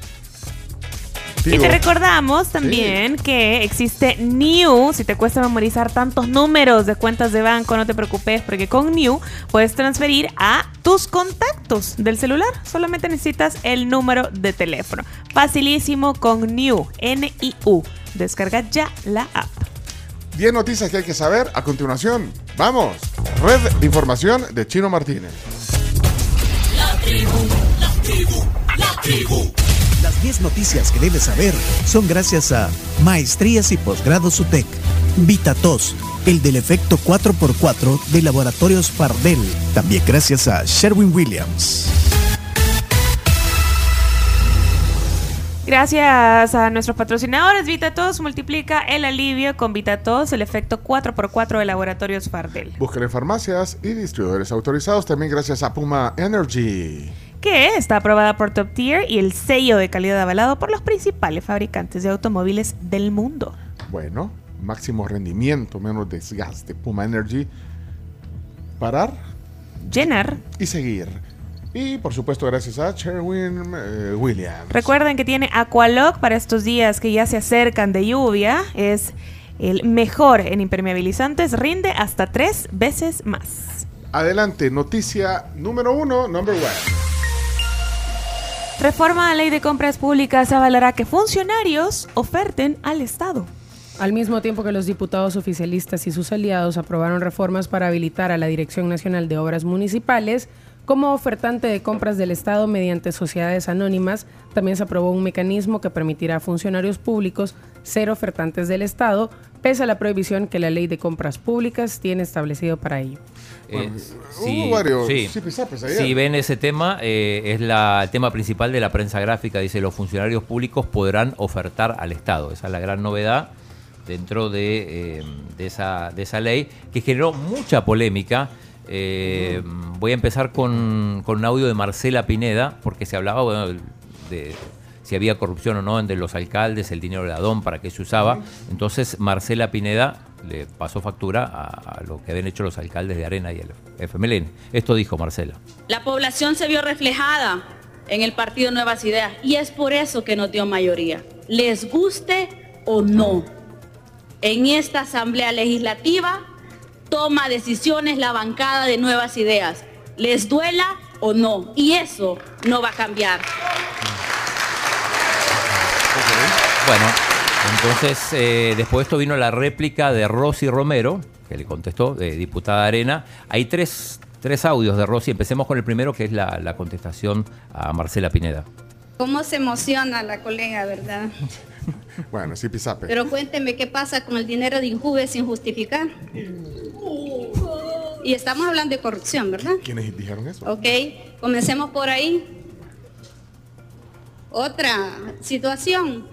Y te recordamos también que existe New. Si te cuesta memorizar tantos números de cuentas de banco, no te preocupes, porque con New puedes transferir a tus contactos del celular. Solamente necesitas el número de teléfono. Facilísimo con New, N-I-U. Descarga ya la app. 10 noticias que hay que saber a continuación. Vamos, red de información de Chino Martínez. La tribu. Las 10 noticias que debes saber son gracias a Maestrías y Posgrados UTEC, VitaTos, el del efecto 4x4 de Laboratorios Fardel, también gracias a Sherwin-Williams. Gracias a nuestros patrocinadores, VitaTos multiplica el alivio con VitaTos, el efecto 4x4 de Laboratorios Fardel. Búsquenlo en farmacias y distribuidores autorizados, también gracias a Puma Energy, que está aprobada por Top Tier y el sello de calidad avalado por los principales fabricantes de automóviles del mundo. Bueno, máximo rendimiento, menos desgaste. Puma Energy. Parar, llenar y seguir. Y por supuesto gracias a Sherwin-Williams. Recuerden que tiene Aqualock para estos días que ya se acercan de lluvia. Es el mejor en impermeabilizantes, rinde hasta 3 veces más. Adelante, noticia número 1, number 1. Reforma a la Ley de Compras Públicas avalará que funcionarios oferten al Estado. Al mismo tiempo que los diputados oficialistas y sus aliados aprobaron reformas para habilitar a la Dirección Nacional de Obras Municipales como ofertante de compras del Estado mediante sociedades anónimas, también se aprobó un mecanismo que permitirá a funcionarios públicos ser ofertantes del Estado, pese a la prohibición que la Ley de Compras Públicas tiene establecido para ello. Hubo varios zipizapes ayer. Si ven ese tema, es el tema principal de la prensa gráfica. Dice, los funcionarios públicos podrán ofertar al Estado. Esa es la gran novedad dentro de esa ley, que generó mucha polémica. Voy a empezar con un audio de Marcela Pineda, porque se hablaba de si había corrupción o no entre los alcaldes, el dinero de Adón, para qué se usaba. Entonces Marcela Pineda le pasó factura a lo que habían hecho los alcaldes de Arena y el FMLN. Esto dijo Marcela. La población se vio reflejada en el partido Nuevas Ideas y es por eso que nos dio mayoría. Les guste o no, en esta Asamblea Legislativa toma decisiones la bancada de Nuevas Ideas. Les duela o no, y eso no va a cambiar. Bueno, entonces después de esto vino la réplica de Rosy Romero, que le contestó, diputada Arena. Hay tres audios de Rosy. Empecemos con el primero, que es la contestación a Marcela Pineda. ¿Cómo se emociona la colega, verdad? Bueno, sí, pisape. Pero cuénteme qué pasa con el dinero de Injuve sin justificar. Y estamos hablando de corrupción, ¿verdad? ¿Quiénes dijeron eso? Ok, comencemos por ahí. Otra situación.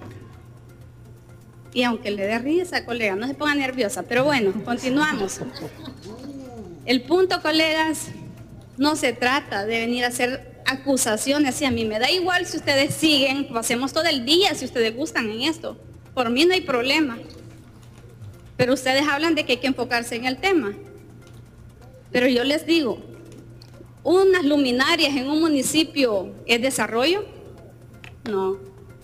Y aunque le dé risa, colega, no se ponga nerviosa, pero bueno, continuamos. El punto, colegas, no se trata de venir a hacer acusaciones, y a mí me da igual si ustedes siguen, pasemos todo el día si ustedes gustan en esto. Por mí no hay problema. Pero ustedes hablan de que hay que enfocarse en el tema. Pero yo les digo, unas luminarias en un municipio ¿es desarrollo? No.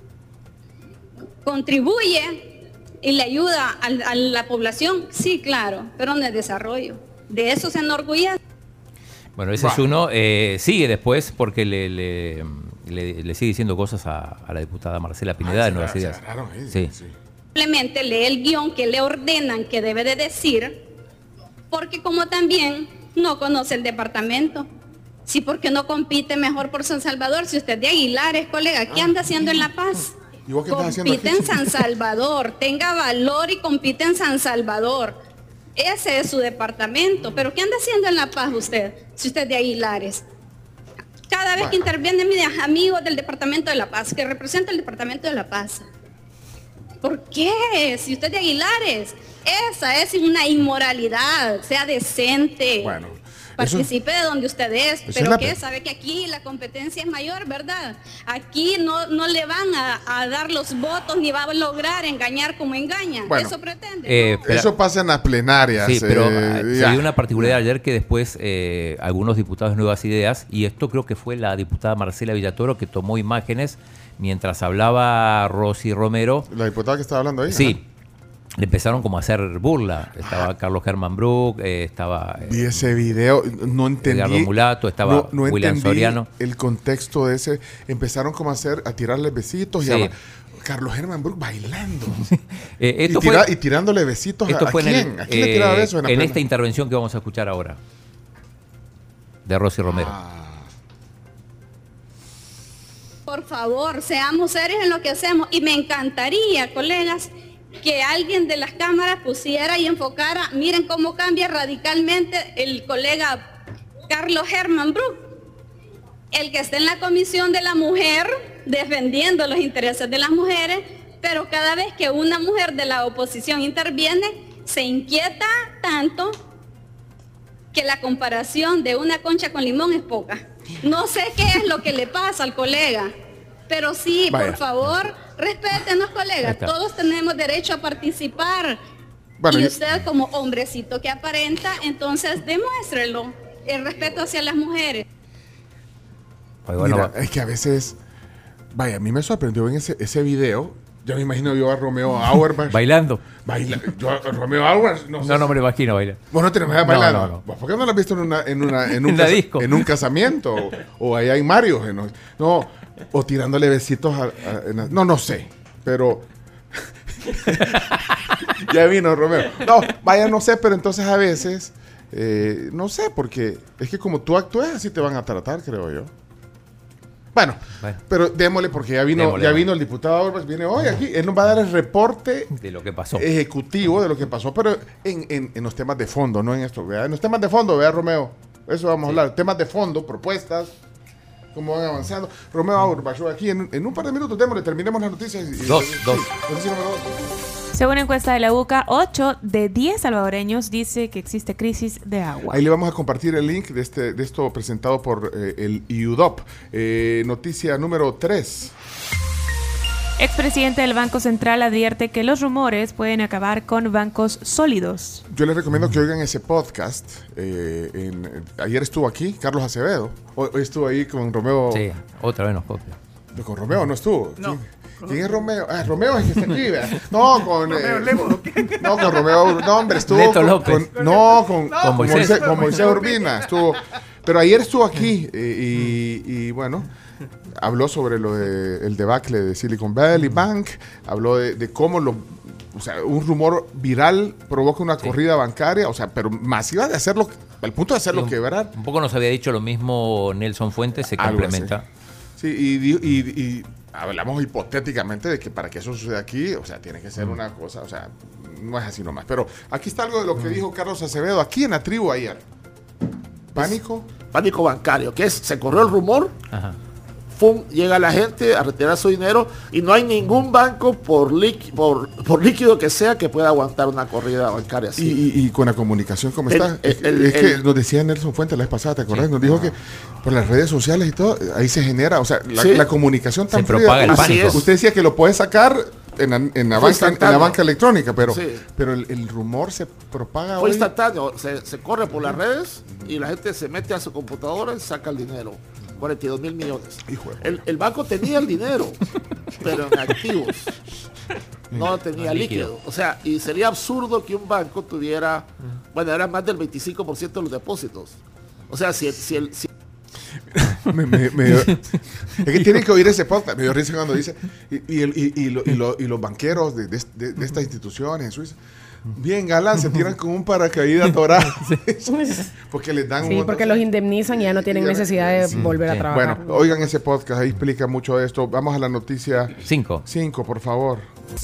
¿Contribuye y le ayuda a la población? Sí, claro, pero no es desarrollo. De eso se enorgullece. Bueno, ese es uno. Sigue después porque le sigue diciendo cosas a la diputada Marcela Pineda de Nuevas Ideas. Sí. Simplemente lee el guión que le ordenan que debe de decir, porque como también no conoce el departamento. Sí, porque no compite mejor por San Salvador. Si usted es de Aguilares, colega, ¿qué anda haciendo en La Paz? Compite en San Salvador, tenga valor y compite en San Salvador. Ese es su departamento. Pero ¿qué anda haciendo en La Paz usted, si usted es de Aguilares? Cada vez que intervienen mis amigos del departamento de La Paz, que representa el departamento de La Paz. ¿Por qué? Si usted es de Aguilares, esa es una inmoralidad. Sea decente. Bueno, participe de donde usted es, pero que sabe que aquí la competencia es mayor, ¿verdad? Aquí no le van a dar los votos ni va a lograr engañar como engañan. Bueno, eso pretende. Eso pasa en las plenarias. Sí, pero hay una particularidad ayer que después algunos diputados de Nuevas Ideas, y esto creo que fue la diputada Marcela Villatoro, que tomó imágenes mientras hablaba Rosy Romero. La diputada que estaba hablando ahí. Sí. Le empezaron como a hacer burla. Estaba Carlos Germán Brook, estaba... Vi ese video, no entendí. Edgardo Mulato, estaba no William Soriano. El contexto de ese, empezaron como a tirarle besitos y a Carlos Germán Brook bailando. Y tirándole besitos esto ¿a fue quién? ¿A quién le tiraba besos en esta intervención que vamos a escuchar ahora? De Rosy Romero. Por favor, seamos serios en lo que hacemos. Y me encantaría, colegas, que alguien de las cámaras pusiera y enfocara, miren cómo cambia radicalmente el colega Carlos Germán Brook, el que está en la Comisión de la Mujer defendiendo los intereses de las mujeres, pero cada vez que una mujer de la oposición interviene, se inquieta tanto que la comparación de una concha con limón es poca. No sé qué es lo que le pasa al colega, pero sí, por favor, respétenos, colegas. Todos tenemos derecho a participar. Bueno, y usted como hombrecito que aparenta, entonces demuéstrelo. El respeto hacia las mujeres. Mira, es que a veces, a mí me sorprendió en ese video. Ya me imagino yo a Romeo Auerbach. Bailando. Yo a Romeo Auerbach. No me lo imagino bailar. Vos no tenés bailando. No. ¿Por qué no lo has visto en un casamiento? O allá en Mario. O tirándole besitos no sé. Pero ya vino Romeo. No sé, pero entonces a veces no sé, porque es que como tú actúas así te van a tratar, creo yo. Bueno, pero démosle porque ya vino el diputado Auerbach, viene hoy aquí, él nos va a dar el reporte de lo que pasó, ejecutivo de lo que pasó, pero en los temas de fondo, no en esto, ¿verdad? En los temas de fondo, ¿verdad, Romeo? Eso vamos a hablar, temas de fondo, propuestas, cómo van avanzando. Romeo Auerbach, aquí en un par de minutos, démosle, terminemos las noticias. Dos. Según encuesta de la UCA, 8 de 10 salvadoreños dice que existe crisis de agua. Ahí le vamos a compartir el link de esto presentado por el IUDOP. Noticia número 3. Expresidente del Banco Central advierte que los rumores pueden acabar con bancos sólidos. Yo les recomiendo que oigan ese podcast. Ayer estuvo aquí Carlos Acevedo. Hoy estuvo ahí con Romeo. Sí, otra vez nos copia. Con Romeo no estuvo. No. ¿Quién es Romeo? Romeo es el que está aquí, ¿verdad? No, con... Romeo Levo. No, con Romeo... No, hombre, estuvo... Neto López. Con Moisés Urbina. Estuvo... Pero ayer estuvo aquí y bueno, habló sobre el debacle de Silicon Valley Bank, habló de cómo un rumor viral provoca una corrida bancaria, pero masiva de hacerlo, al punto de hacerlo quebrar. Un poco nos había dicho lo mismo Nelson Fuentes, se complementa. Sí, y hablamos hipotéticamente de que para que eso suceda aquí, tiene que ser una cosa, no es así nomás. Pero aquí está algo de lo que dijo Carlos Acevedo aquí en la tribu ayer. Pánico bancario, que se corrió el rumor. Ajá. Llega la gente a retirar su dinero y no hay ningún banco por líquido que sea que pueda aguantar una corrida bancaria así. Y con la comunicación, ¿cómo está? Es que nos decía Nelson Fuentes la vez pasada, ¿te acordás? Sí. Nos dijo que por las redes sociales y todo, ahí se genera, la comunicación tan fluida. Se propaga el pánico. Usted decía que lo puede sacar en la banca electrónica, pero el rumor se propaga. Fue instantáneo, se corre por las redes y la gente se mete a su computadora y saca el dinero. 42 mil millones. El banco tenía el dinero, pero en activos. No tenía líquido. Y sería absurdo que un banco tuviera, era más del 25% de los depósitos. Es que tienen que oír ese podcast. Me dio risa cuando dice, y los banqueros de estas instituciones en Suiza, bien galán, se tiran con un paracaídas dorado. Porque les dan porque los indemnizan y ya no tienen necesidad de volver a trabajar. Bueno, oigan ese podcast, ahí explica mucho de esto. Vamos a la noticia 5, por favor.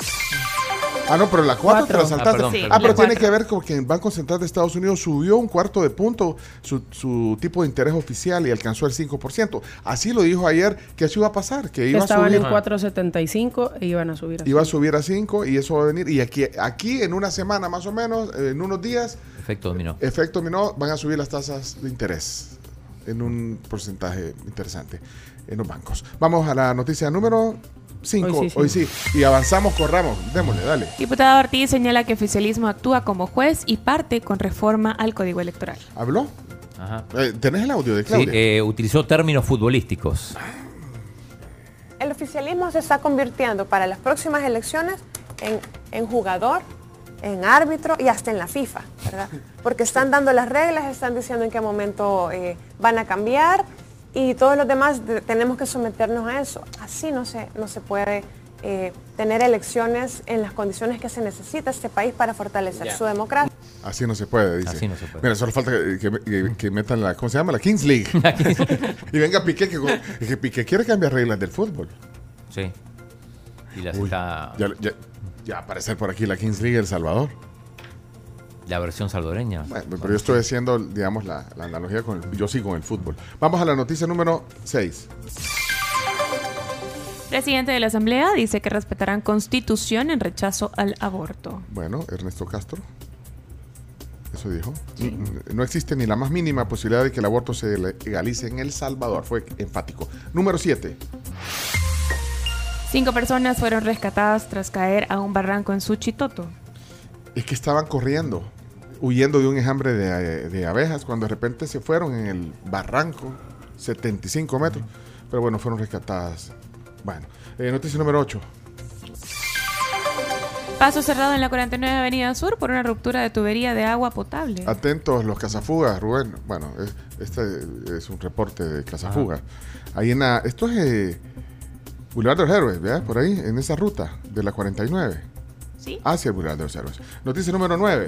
No, pero la 4 te la saltaste. Pero tiene que ver con que el Banco Central de Estados Unidos subió 1/4 de punto su tipo de interés oficial y alcanzó el 5%. Así lo dijo ayer que eso iba a pasar, que iba estaban a subir. en 4.75 e iban a subir a 5. Iba a subir a 5 y eso va a venir. Y aquí en una semana más o menos, en unos días, efecto dominó, van a subir las tasas de interés en un porcentaje interesante en los bancos. Vamos a la noticia número 5, hoy sí. Y avanzamos, corramos, démosle, dale. Diputado Ortiz señala que oficialismo actúa como juez y parte con reforma al Código Electoral. ¿Habló? Ajá. ¿Tenés el audio de Claudia? Sí, utilizó términos futbolísticos. El oficialismo se está convirtiendo para las próximas elecciones en jugador, en árbitro y hasta en la FIFA, ¿verdad? Porque están dando las reglas, están diciendo en qué momento van a cambiar. Y todos los demás tenemos que someternos a eso. Así no se puede tener elecciones en las condiciones que se necesita este país para fortalecer su democracia. Así no se puede, dice. Así no se puede. Mira, solo falta que metan la, ¿cómo se llama? La Kings League. Y venga Piqué, que Piqué quiere cambiar reglas del fútbol. Sí. Y las está... Ya aparecer por aquí la Kings League El Salvador. La versión salvadoreña. Bueno, pero yo estoy haciendo, digamos, la analogía yo sí con el fútbol. Vamos a la noticia número 6. Presidente de la Asamblea dice que respetarán Constitución en rechazo al aborto. Bueno, Ernesto Castro. Eso dijo. Sí. No existe ni la más mínima posibilidad de que el aborto se legalice en El Salvador. Fue enfático. Número 7. 5 personas fueron rescatadas tras caer a un barranco en Suchitoto. Es que estaban corriendo, huyendo de un enjambre de abejas, cuando de repente se fueron en el barranco, 75 metros. Pero bueno, fueron rescatadas. Bueno, noticia número 8. Paso cerrado en la 49 Avenida Sur por una ruptura de tubería de agua potable. Atentos los cazafugas, Rubén. Bueno, este es un reporte de cazafugas. Ahí esto es Boulevard de los Héroes, ¿verdad? Por ahí, en esa ruta de la 49. ¿Sí? Hacia el Boulevard de los Héroes. Noticia número 9.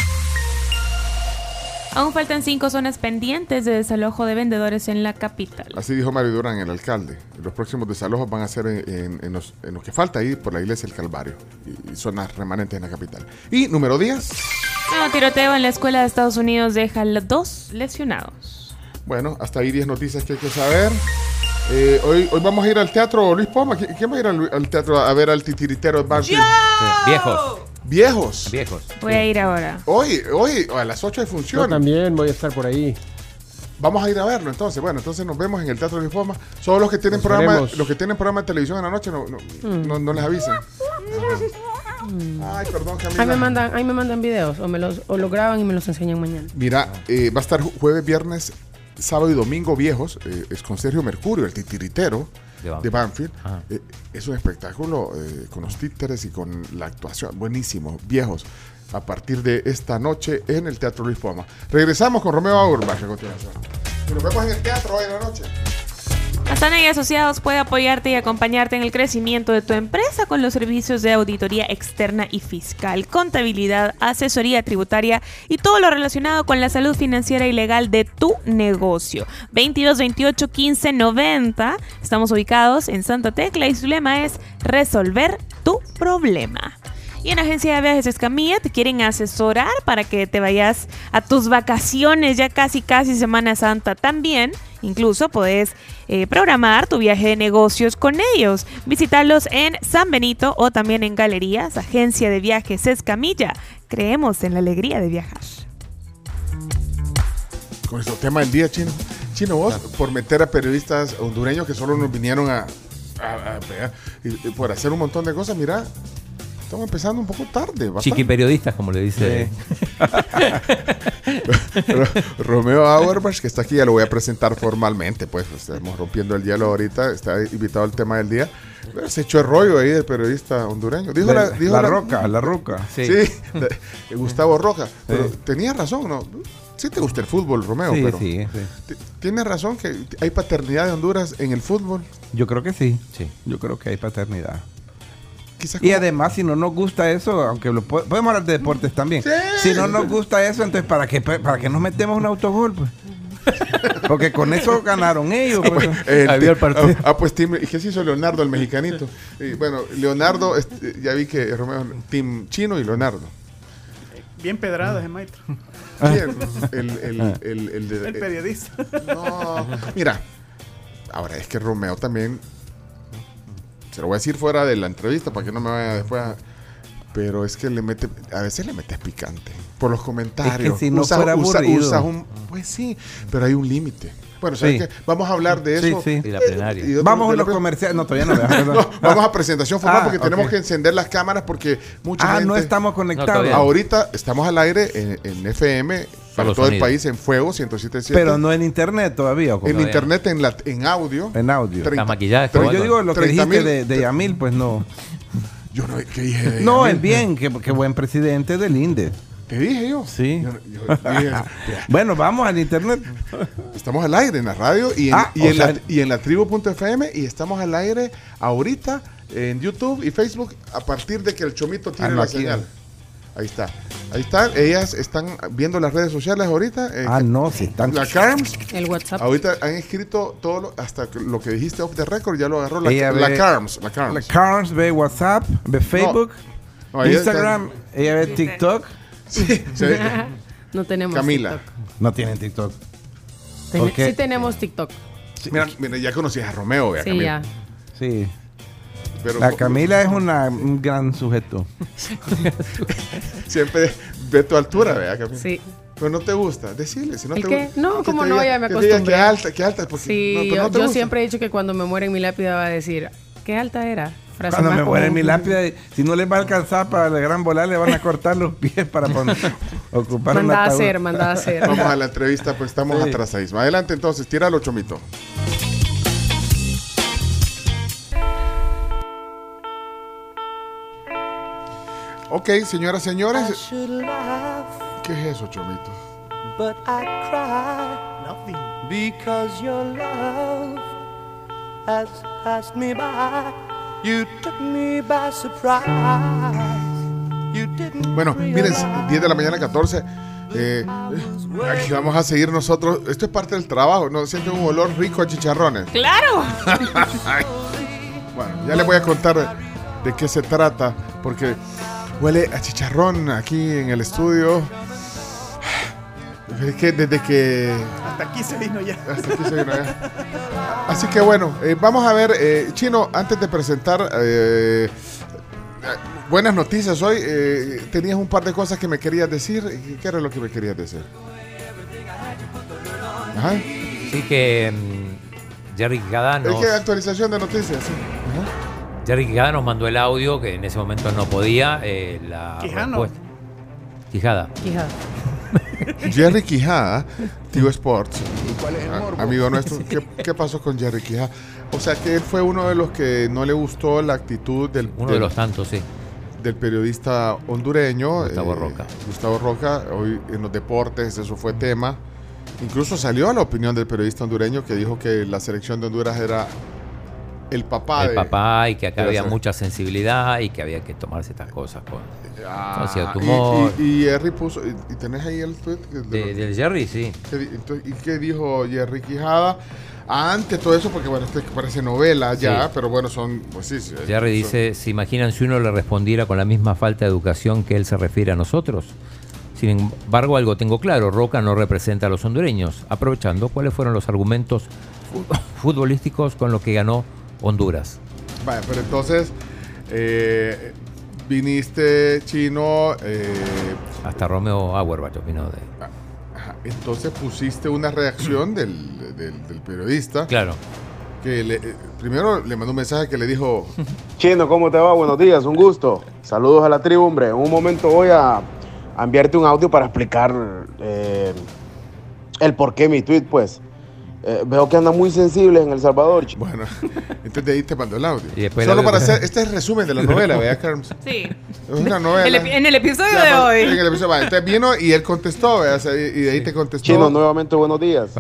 Aún faltan 5 zonas pendientes de desalojo de vendedores en la capital. Así dijo Mario Durán, el alcalde. Los próximos desalojos van a ser en los que falta ahí por la iglesia del Calvario y zonas remanentes en la capital. Y número 10. Nuevo tiroteo en la escuela de Estados Unidos deja 2 lesionados. Bueno, hasta ahí 10 noticias que hay que saber. Hoy vamos a ir al teatro, Luis Poma. ¿Quién va a ir al teatro a ver al titiritero de Banfield? Viejos. Voy a ir ahora. Hoy a las 8 hay función. Yo también voy a estar por ahí. Vamos a ir a verlo entonces. Bueno, entonces nos vemos en el Teatro Reforma. Solo los que tienen programa de televisión en la noche no les avisen. Ay, perdón, Camila. Ahí me mandan videos o lo graban y me los enseñan mañana. Mira, va a estar jueves, viernes, sábado y domingo viejos. Es con Sergio Mercurio, el titiritero de Banfield. Es un espectáculo con los títeres y con la actuación. Buenísimo, viejos. A partir de esta noche en el Teatro Luis Poma. Regresamos con Romeo Auerbach a continuación. Y nos vemos en el teatro hoy en la noche. Astana y Asociados puede apoyarte y acompañarte en el crecimiento de tu empresa con los servicios de auditoría externa y fiscal, contabilidad, asesoría tributaria y todo lo relacionado con la salud financiera y legal de tu negocio. 2228 1590. Estamos ubicados en Santa Tecla y su lema es resolver tu problema. Y en Agencia de Viajes Escamilla te quieren asesorar para que te vayas a tus vacaciones, ya casi Semana Santa también. Incluso podés programar tu viaje de negocios con ellos. Visítalos en San Benito o también en Galerías. Agencia de Viajes Escamilla. Creemos en la alegría de viajar. Con este tema del día, Chino. Chino, vos, por meter a periodistas hondureños que solo nos vinieron y por hacer un montón de cosas, mira... Estamos empezando un poco tarde. Bastante. Chiquiperiodistas, como le dice. Romeo Auerbach, que está aquí, ya lo voy a presentar formalmente. Pues estamos rompiendo el hielo ahorita. Está invitado al tema del día. Pero se echó el rollo ahí del periodista hondureño. Dijo la Roca. Sí, Gustavo Roca. Pero tenía razón, ¿no? Sí te gusta el fútbol, Romeo, pero ¿tienes razón que hay paternidad de Honduras en el fútbol? Yo creo que sí. Yo creo que hay paternidad. Y además, si no nos gusta eso, aunque podemos hablar de deportes también. Si no nos gusta eso, entonces ¿para qué nos metemos un autogol? Pues? Porque con eso ganaron ellos. Pues. Había el partido. Pues ¿y qué se hizo Leonardo, el mexicanito? Y, bueno, Leonardo, ya vi que Romeo, Team Chino y Leonardo. Bien pedradas, maestro. El periodista. No, mira, ahora es que Romeo también... Se lo voy a decir fuera de la entrevista para que no me vaya después pero es que a veces le metes picante por los comentarios. Es que si no fuera aburrido. Pues sí, pero hay un límite. Bueno, ¿sabes qué? Vamos a hablar de eso. Y la plenaria. Vamos a los comerciales. No, todavía no. Vamos a presentación formal porque tenemos que encender las cámaras porque mucha gente... no estamos conectados. Ahorita estamos al aire en FM para todo el país en Fuego 107.7. Pero no en internet todavía. En internet, en audio. En audio. La maquillaje. Pero yo digo lo que dijiste de Yamil, pues no. Yo no, ¿qué dije? No, es bien, que buen presidente del INDE. ¿Te dije yo? Sí. Bueno, vamos al internet. Estamos al aire en la radio y en la tribu.fm y estamos al aire ahorita en YouTube y Facebook a partir de que el Chomito tiene la señal. Ahí está. Ellas están viendo las redes sociales ahorita. Sí están. La Carms. El WhatsApp. Ahorita han escrito todo hasta lo que dijiste off the record, ya lo agarró la Carms. La Carms ve WhatsApp, ve Facebook, Instagram, ella ve TikTok. Sí. No tenemos Camila. TikTok. No tienen TikTok. Sí tenemos TikTok. Sí. Mira, ya conocías a Romeo, sí, Camila. Sí. Pero la Camila es un gran sujeto. Siempre ve tu altura, ¿verdad, Camila? Sí. Pero no te gusta, decirle, si no te gusta. No, como no, ya me acostumbré. Qué alta, porque sí, no yo siempre he dicho que cuando me muera en mi lápida va a decir, ¿qué alta era? Frase cuando me muera en mi lápida, si no les va a alcanzar para el gran volar, le van a cortar los pies para ocupar un ataúd. Manda a hacer. Vamos a la entrevista, pues estamos atrasadísimos. Adelante entonces, tíralo, Chomito. Ok, señoras, señores. ¿Qué es eso, Chomito? But I cry nothing because your love has passed me by. You took me by surprise. You didn't. Bueno, miren, 10 de la mañana, 14. Aquí vamos a seguir nosotros. Esto es parte del trabajo. ¿No sienten un olor rico a chicharrones? ¡Claro! Bueno, ya les voy a contar de qué se trata, porque huele a chicharrón aquí en el estudio. Desde que... Hasta aquí se vino ya. Así que bueno, vamos a ver, Chino, antes de presentar buenas noticias hoy, tenías un par de cosas que me querías decir. ¿Qué era lo que me querías decir? Ajá. Sí, que Jerry Quijada Es que actualización de noticias, sí. Ajá. Jerry Quijada nos mandó el audio, que en ese momento no podía. Quijada. Jerry Quijada, Tío Sports. ¿Y cuál es el morbo? Amigo nuestro, ¿qué pasó con Jerry Quijada? O sea, que él fue uno de los que no le gustó la actitud de los tantos, sí. Del periodista hondureño. Gustavo Roca. Hoy en los deportes eso fue tema. Incluso salió la opinión del periodista hondureño que dijo que la selección de Honduras era el papá y que acá había mucha sensibilidad y que había que tomarse estas cosas con cierto humor. Y Jerry puso, ¿y tenés ahí el tweet? Del Jerry, sí. ¿Y qué dijo Jerry Quijada? Antes todo eso, porque bueno, esto parece novela ya, pero bueno, pues sí. Jerry dice, ¿se imaginan si uno le respondiera con la misma falta de educación que él se refiere a nosotros? Sin embargo, algo tengo claro, Roca no representa a los hondureños, aprovechando cuáles fueron los argumentos futbolísticos con los que ganó Honduras. Vale, pero entonces viniste, Chino. Hasta Romeo Auerbach opinó de. Entonces pusiste una reacción del periodista. Claro. Que primero le mandó un mensaje que le dijo: Chino, ¿cómo te va? Buenos días, un gusto. Saludos a la tribu, hombre. En un momento voy a enviarte un audio para explicar el por qué mi tweet, pues. Veo que anda muy sensible en El Salvador. Bueno, entonces de ahí te mandó el audio. Solo para hacer, este es el resumen de la novela, ¿verdad, Carms? Sí. Es una novela. En el episodio de hoy. En el episodio, entonces vino y él contestó, ¿verdad? Y de ahí te contestó. Chino, nuevamente buenos días.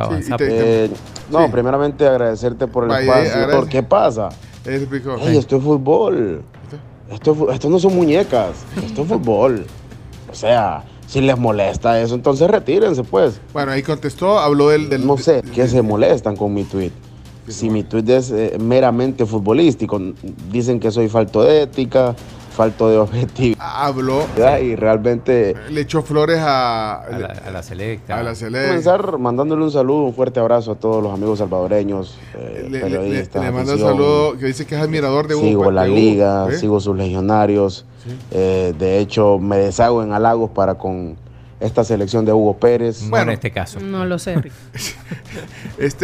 Primeramente agradecerte por el espacio. ¿Qué pasa? Esto es fútbol. Esto no son muñecas. Esto es fútbol. O sea, si les molesta eso, entonces retírense, pues. Bueno, ahí contestó, habló del no sé, ¿qué se molestan con mi tweet? Si mi tweet es meramente futbolístico, dicen que soy falto de ética, falto de objetividad. Habló. Y realmente le echó flores a la selecta. A la selecta. Comenzar mandándole un saludo, un fuerte abrazo a todos los amigos salvadoreños, periodistas. Le manda un saludo que dice que es admirador de Hugo. Sigo la liga, sigo sus legionarios. Sí. De hecho, me deshago en halagos para con esta selección de Hugo Pérez. Bueno, en este caso. No lo sé, Rick. Este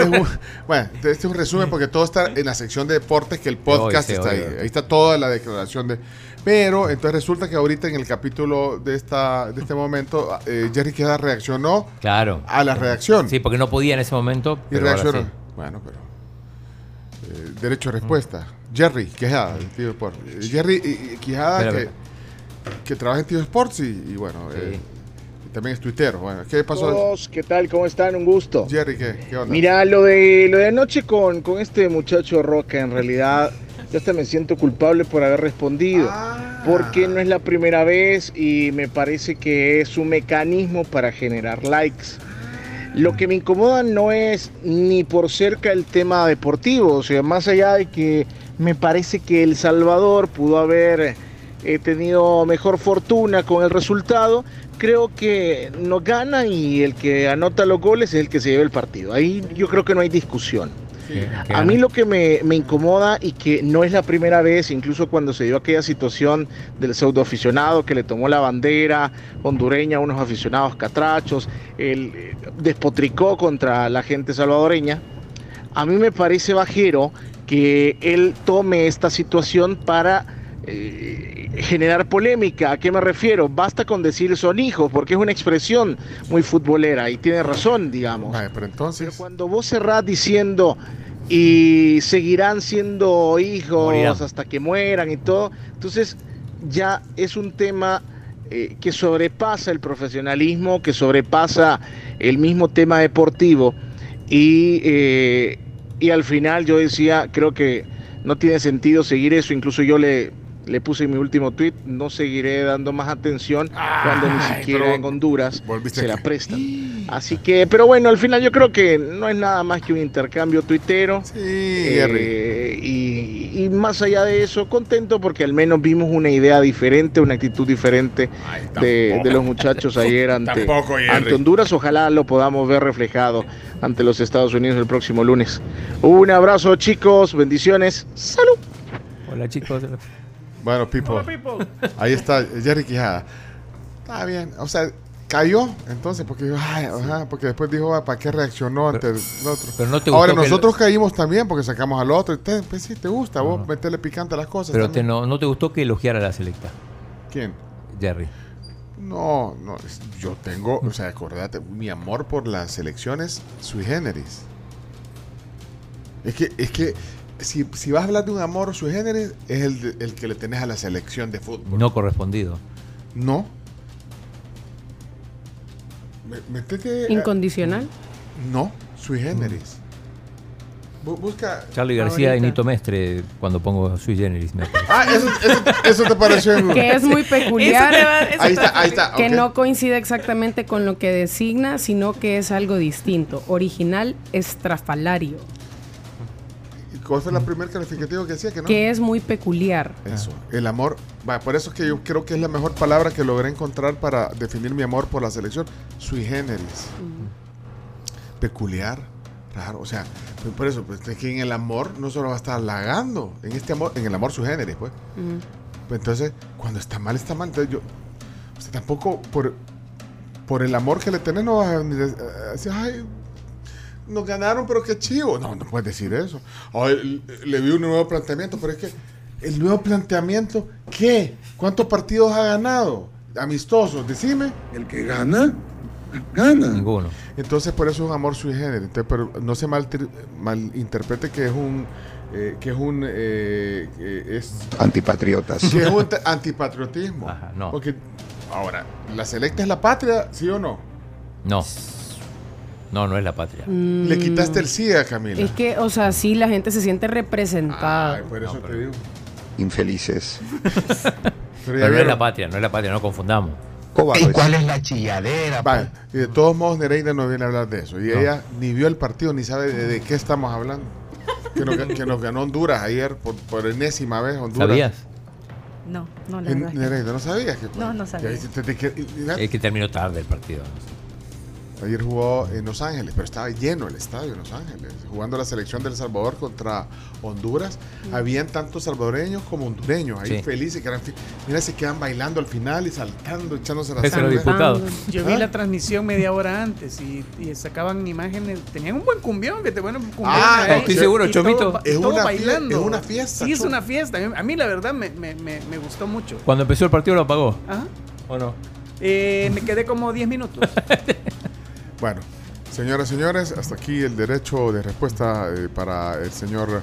es un resumen porque todo está en la sección de deportes, que el podcast está ahí. Ahí está toda la declaración de... Pero entonces resulta que ahorita en el capítulo de este momento, Jerry Quijada reaccionó a la reacción. Sí, porque no podía en ese momento. Y reaccionó. Bueno, pero... derecho a respuesta. Jerry Quijada, Tío Sports. Jerry Quijada, que trabaja en Tío Sports y bueno... Sí. También es tuitero. Bueno, ¿qué pasó? Todos, ¿qué tal? ¿Cómo están? Un gusto. Jerry, ¿qué onda? Mira, lo de anoche con este muchacho Roca, en realidad, yo hasta me siento culpable por haber respondido. Porque no es la primera vez y me parece que es un mecanismo para generar likes. Lo que me incomoda no es ni por cerca el tema deportivo, o sea, más allá de que me parece que El Salvador pudo haber tenido mejor fortuna con el resultado. Creo que no gana y el que anota los goles es el que se lleva el partido. Ahí yo creo que no hay discusión. Sí, a mí lo que me incomoda y que no es la primera vez, incluso cuando se dio aquella situación del pseudoaficionado que le tomó la bandera hondureña a unos aficionados catrachos, él despotricó contra la gente salvadoreña, a mí me parece bajero que él tome esta situación para... generar polémica. ¿A qué me refiero? Basta con decir son hijos, porque es una expresión muy futbolera y tiene razón, digamos. Pero cuando vos cerrás diciendo y seguirán siendo hijos hasta que mueran y todo, entonces ya es un tema que sobrepasa el profesionalismo, que sobrepasa el mismo tema deportivo y al final yo decía, creo que no tiene sentido seguir eso. Incluso yo le puse en mi último tweet, no seguiré dando más atención cuando ni siquiera en Honduras se la prestan. Así que, pero bueno, al final yo creo que no es nada más que un intercambio tuitero. Y más allá de eso, contento porque al menos vimos una idea diferente, una actitud diferente de los muchachos ayer ante Honduras. Ojalá lo podamos ver reflejado ante los Estados Unidos el próximo lunes. Un abrazo, chicos, bendiciones, salud. Hola, chicos. Bueno, people. Ahí está Jerry Quijada. Está bien. O sea, cayó, entonces, porque porque después dijo, ¿para qué reaccionó ante el otro? Pero no te Ahora, nosotros caímos también porque sacamos al otro. Pues sí, te gusta, vos meterle picante a las cosas. Pero no te gustó que elogiara a la selecta. ¿Quién? Jerry. No, yo tengo, o sea, acordate, mi amor por las selecciones sui generis. Es que si vas a hablar de un amor sui generis, es el que le tenés a la selección de fútbol. No correspondido. No. Métete. ¿Incondicional? No, sui generis. Busca. Charly García y Nito Mestre cuando pongo sui generis. Eso te pareció en... Que es muy peculiar. Ahí está. Que no coincide exactamente con lo que designa, sino que es algo distinto. Original, estrafalario. ¿Cuál fue la primer calificativo que decía? Que no. Que es muy peculiar. Eso, el amor. Por eso es que yo creo que es la mejor palabra que logré encontrar para definir mi amor por la selección. Sui generis. Peculiar, raro. O sea, por eso, pues, es que en el amor no solo va a estar halagando. En este amor, en el amor sui generis, pues. Pues entonces, cuando está mal, está mal. Entonces tampoco por el amor que le tenés no vas a decir, ay, nos ganaron, pero qué chivo. No puedes decir eso. Ay, le vi un nuevo planteamiento, pero es que el nuevo planteamiento, ¿qué? ¿Cuántos partidos ha ganado? Amistosos, decime. El que gana, gana. Ninguno. Entonces, por eso es un amor sui generis. Entonces, pero no se malinterprete que es antipatriotas. Que es un antipatriotismo. Ajá, no. Porque, ahora, ¿la selecta es la patria, sí o no? No. No es la patria. Le quitaste el sí a Camila. Es que, o sea, sí, la gente se siente representada. Ay, por eso te digo. Infelices. Pero no es la patria, no confundamos. ¿Y cuál es la chilladera? Vale, y de todos modos Nereida no viene a hablar de eso. Y ella ni vio el partido, ni sabe de qué estamos hablando. Que nos ganó Honduras ayer por enésima vez. Honduras. ¿Sabías? No, la verdad. Nereida, ¿no sabías? No sabía. Es que terminó tarde el partido. Ayer jugó en Los Ángeles, pero estaba lleno el estadio en Los Ángeles, jugando la selección de El Salvador contra Honduras. Habían tanto salvadoreños como hondureños ahí felices, que mira, se quedan bailando al final y saltando, echándose la sangre. Yo vi la transmisión media hora antes y sacaban imágenes, tenían un buen cumbión, estoy seguro, Chomito. Es todo una bailando. Es una fiesta. Sí, es una fiesta. A mí la verdad me gustó mucho. Cuando empezó el partido lo apagó. Ajá. ¿O no? Me quedé como 10 minutos. Bueno, señoras y señores, hasta aquí el derecho de respuesta para el señor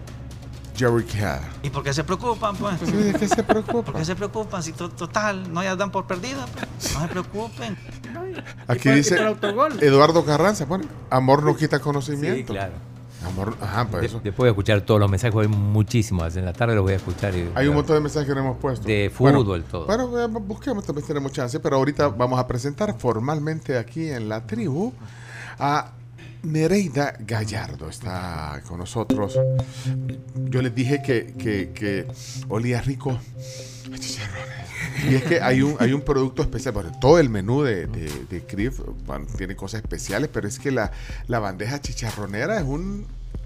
Jerry Cat. ¿Y por qué se preocupan, pues? Sí, ¿de qué se preocupan? ¿Por qué se preocupan? Si total, no ya dan por perdidas, pues. No se preocupen. Aquí dice Eduardo Carranza, bueno, amor no quita conocimiento. Sí, claro. Amor, por eso. Después voy a escuchar todos los mensajes, hay muchísimos. En la tarde los voy a escuchar. Hay un montón de mensajes que no hemos puesto. De fútbol, todo. Bueno, busquemos, también tenemos chance, pero ahorita vamos a presentar formalmente aquí en la tribu a Nereida Gallardo. Está con nosotros. Yo les dije que olía rico a chicharrones. Y es que hay un producto especial, porque todo el menú de CRIF tiene cosas especiales, pero es que la bandeja chicharronera es un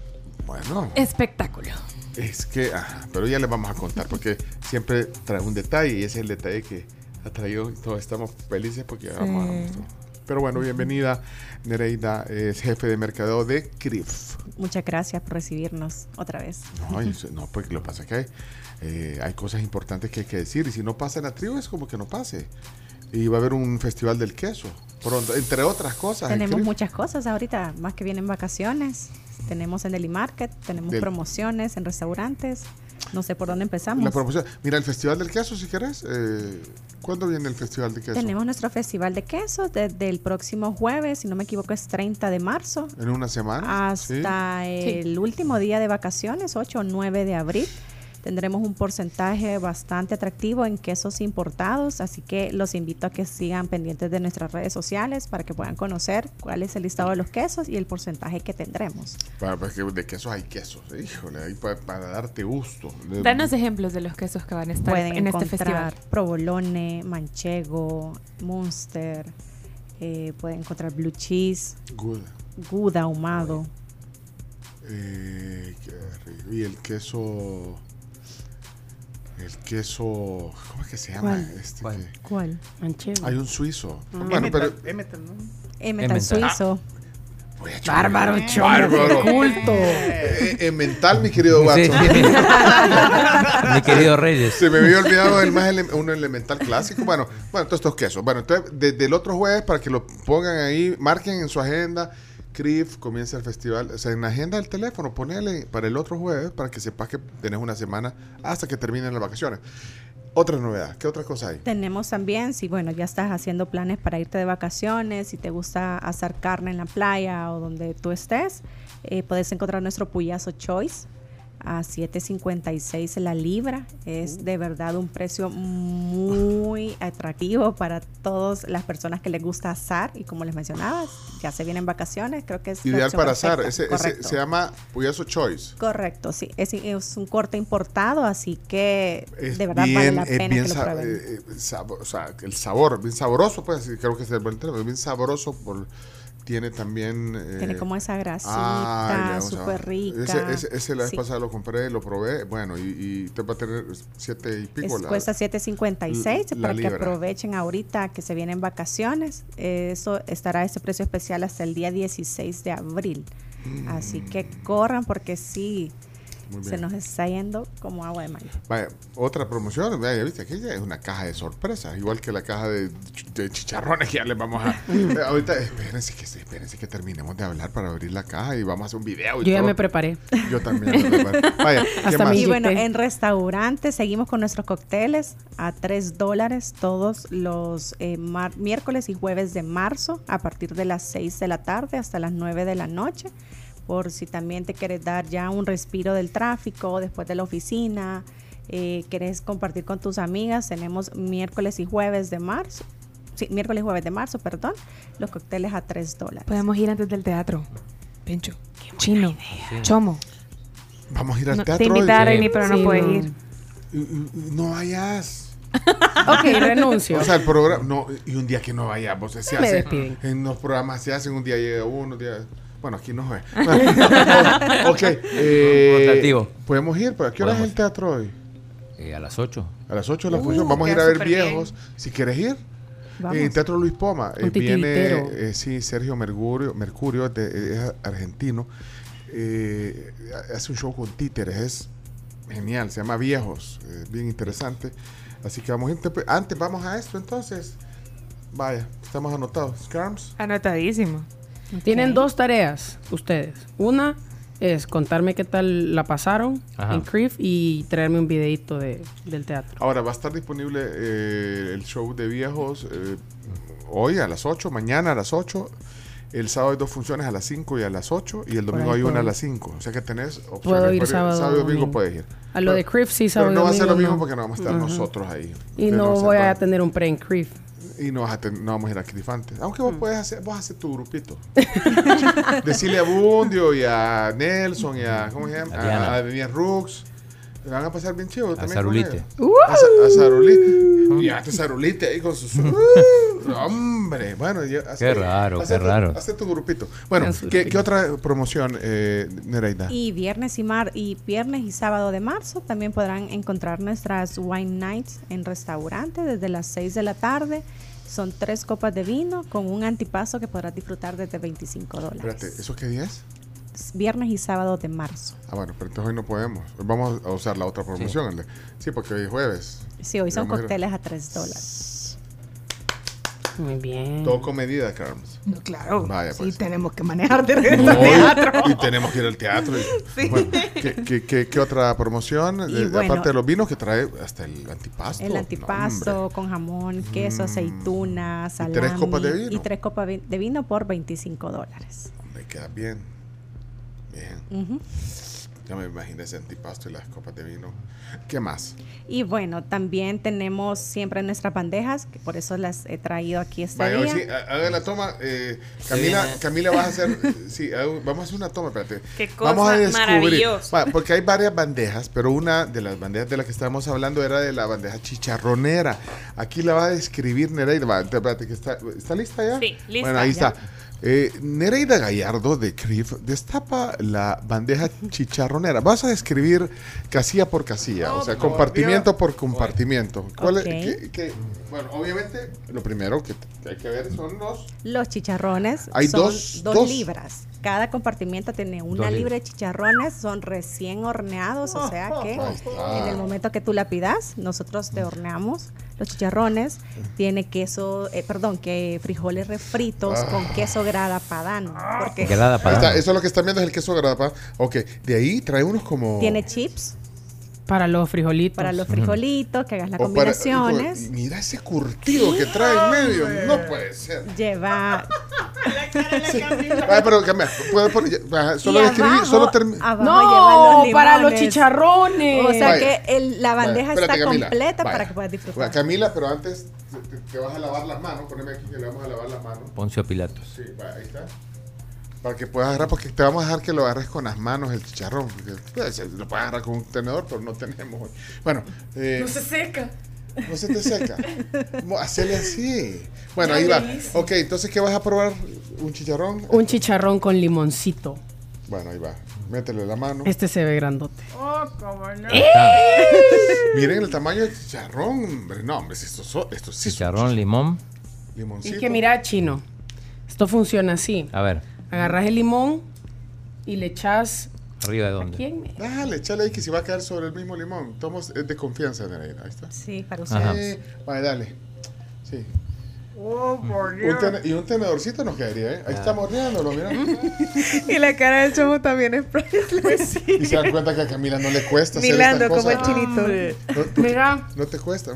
espectáculo. Es que, pero ya les vamos a contar, porque siempre trae un detalle, y ese es el detalle que ha traído, y todos estamos felices porque vamos a mostrar. Pero bueno, bienvenida, Nereida, es jefe de mercadeo de CRIF. Muchas gracias por recibirnos otra vez. No, porque lo que pasa es que hay cosas importantes que hay que decir, y si no pasa en la tribu es como que no pase. Y va a haber un festival del queso pronto, entre otras cosas. Tenemos muchas cosas ahorita, más que vienen vacaciones. Tenemos en Deli Market, tenemos promociones en restaurantes. No sé por dónde empezamos. La promoción. Mira, el Festival del Queso, si querés. ¿Cuándo viene el Festival de Queso? Tenemos nuestro Festival de Queso desde el próximo jueves, si no me equivoco es 30 de marzo. En una semana. Hasta el último día de vacaciones, 8 o 9 de abril. Tendremos un porcentaje bastante atractivo en quesos importados, así que los invito a que sigan pendientes de nuestras redes sociales para que puedan conocer cuál es el listado de los quesos y el porcentaje que tendremos. Porque de quesos hay quesos, híjole, ahí para darte gusto. Danos ejemplos de los quesos que van a estar en este festival. Provolone, manchego, Munster, pueden encontrar blue cheese, Gouda ahumado. Qué rico. Y el queso... El queso, ¿cómo es que se llama? ¿Cuál? Manchego. Hay un suizo. Bueno, pero Emmental suizo. Bárbaro, bárbaro. Culto. Emmental, mi querido Watson. Mi querido Reyes. Se me había olvidado un elemental clásico. Bueno, todos estos quesos. Bueno, entonces, desde el otro jueves, para que lo pongan ahí, marquen en su agenda. CRIF comienza el festival. O sea, en la agenda del teléfono, ponele para el otro jueves para que sepas que tenés una semana hasta que terminen las vacaciones. Otra novedad, ¿qué otra cosa hay? Tenemos también, si bueno, ya estás haciendo planes para irte de vacaciones, si te gusta asar carne en la playa o donde tú estés, puedes encontrar nuestro Puyazo Choice a $7.56 la libra. Es de verdad un precio muy atractivo para todas las personas que les gusta asar, y como les mencionaba, ya se vienen vacaciones, creo que es ideal para asar. Ese se llama Puyazo Choice. Correcto, sí, es un corte importado, así que de verdad vale la pena que lo prueben. O sea, el sabor, bien sabroso, pues creo que es el buen término, bien sabroso tiene también... tiene como esa grasita, súper rica. Ese la vez pasada lo compré, lo probé, bueno, y te va a tener 7 y pico. Cuesta $7.56 para que aprovechen ahorita que se vienen vacaciones. Eso estará a ese precio especial hasta el día 16 de abril. Así que corran porque sí... Se nos está yendo como agua de mayo. Vaya, otra promoción, vaya, viste, aquella es una caja de sorpresas, igual que la caja de chicharrones que ya les vamos a... ahorita, espérense que terminemos de hablar para abrir la caja y vamos a hacer un video. Yo ya me preparé. Yo también me preparé. Vaya, ¿qué más? Y bueno, en restaurantes seguimos con nuestros cócteles a $3 todos los miércoles y jueves de marzo, a partir de las 6 de la tarde hasta las 9 de la noche. Por si también te quieres dar ya un respiro del tráfico después de la oficina, quieres compartir con tus amigas, tenemos miércoles y jueves de marzo, los cócteles a $3. Podemos ir antes del teatro. Pencho, Chino, Chomo. Vamos a ir al teatro. Te invitaron, pero no puedes ir. No vayas. Ok, renuncio. O sea, el programa, no, y un día que no vayamos, se hace, en los programas se hacen, un día llega uno, un día... Bueno, aquí no es. Ok. ¿Podemos ir? ¿A qué hora es el teatro hoy? A las 8. A las 8 de la función. Vamos a ir a ver Viejos. Bien. Si quieres ir. Teatro Luis Poma. Viene Sergio Mercurio es argentino. Hace un show con títeres. Es genial. Se llama Viejos. Bien interesante. Así que vamos a ir. Antes vamos a esto entonces. Vaya, estamos anotados. Carms. Anotadísimo. Tienen 2 tareas ustedes. Una es contarme qué tal la pasaron en CRIF y traerme un videito del teatro. Ahora, va a estar disponible el show de Viejos hoy a las 8, mañana a las 8. El sábado hay 2 funciones a las 5 y a las 8. Y el domingo hay una a las 5. O sea que tenés opciones. Puedo ir sábado y domingo puedes ir. A lo de CRIF sí, sábado y domingo. Pero no va a ser lo mismo no. porque no vamos a estar nosotros ahí. Y no voy a tener un pre en CRIF. Y no vamos a ir a CRIF antes. Aunque vos haces tu grupito. Decirle a Bundio y a Nelson y a... ¿Cómo se llama? A Vivian Rux. Le van a pasar bien chido también. A Zarulite. A Zarulite. Y a Zarulite ahí con sus... hombre. Bueno, ya, qué raro. Hace tu grupito. Bueno, ¿qué otra promoción, Nereida? Y viernes y sábado de marzo también podrán encontrar nuestras Wine Nights en restaurante desde las 6 de la tarde. Son 3 copas de vino con un antipasto que podrás disfrutar desde $25. Espérate, ¿eso qué día es? Viernes y sábado de marzo. Bueno, pero entonces hoy no podemos. Vamos a usar la otra promoción. Sí, porque hoy es jueves. Sí, hoy son cócteles a $3. Muy bien. Todo con medida, Carms. No, claro. Vaya, pues. Sí, tenemos que manejar de regreso al teatro. Y tenemos que ir al teatro. Sí. Bueno, ¿qué otra promoción? Aparte de los vinos que trae hasta el antipasto. El antipasto con jamón, queso, aceituna, salami. ¿Y 3 copas de vino? Y 3 copas de vino por $25. Me queda bien. Bien. Ya me imagino ese antipasto y las copas de vino. ¿Qué más? Y bueno, también tenemos siempre nuestras bandejas, que por eso las he traído aquí día. Sí, haga la toma. Camila vas a hacer... Sí, vamos a hacer una toma, espérate. Qué cosa vamos a descubrir, maravillosa. porque hay varias bandejas, pero una de las bandejas de las que estábamos hablando era de la bandeja chicharronera. Aquí la va a describir Nereida. Espérate, que ¿está lista ya? Sí, lista. Bueno, ahí está. Nereida Gallardo de CRIF destapa la bandeja chicharronera. Vas a describir casilla por casilla, o sea, compartimiento por compartimiento. ¿Cuál es, bueno, obviamente, lo primero que hay que ver son los chicharrones. Hay son dos libras. Cada compartimiento tiene una libra de chicharrones, son recién horneados, o sea que en el momento que tú la pidas, nosotros te horneamos los chicharrones. Tiene queso, que frijoles refritos con queso grada padano. Porque grada padano. Eso es lo que están viendo, es el queso grada padano. Ok, de ahí trae unos como... Tiene chips. Para los frijolitos. Para los frijolitos, que hagas las combinaciones. Mira ese curtido que trae en medio. No puede ser. Lleva... pero Camila, puedes poner... Solo escribir, solo terminar. No, para los chicharrones. O sea que la bandeja está completa para que puedas disfrutar. Camila, pero antes te vas a lavar las manos. Poneme aquí que le vamos a lavar las manos. Poncio Pilatos. Sí, ahí está. Para que puedas agarrar, porque te vamos a dejar que lo agarres con las manos el chicharrón. Lo puedes agarrar con un tenedor, pero no tenemos hoy. Bueno. No se seca. No se te seca. Hacele así. Bueno, ahí va. Ok, entonces, ¿qué vas a probar? ¿Un chicharrón? Un chicharrón con limoncito. Bueno, ahí va. Métele la mano. Este se ve grandote. Oh, cómo no. Miren el tamaño del chicharrón, hombre. No, hombre, esto sí. Chicharrón, limón. Limoncito. Y que mira, Chino. Esto funciona así. A ver. Agarras el limón y le echas... ¿Arriba de dónde? ¿A quién? Dale, échale ahí que si va a caer sobre el mismo limón. Es de confianza, Nereida. Ahí está. Sí, para usar. Vale, dale. Sí. Oh, por Dios. Y un tenedorcito nos quedaría, ¿eh? Ahí estamos horneándolo, mira. Y la cara del Chomo también es priceless. Y se dan cuenta que a Camila no le cuesta Milando hacer estas como cosas. el chinito. Mira. No te cuesta.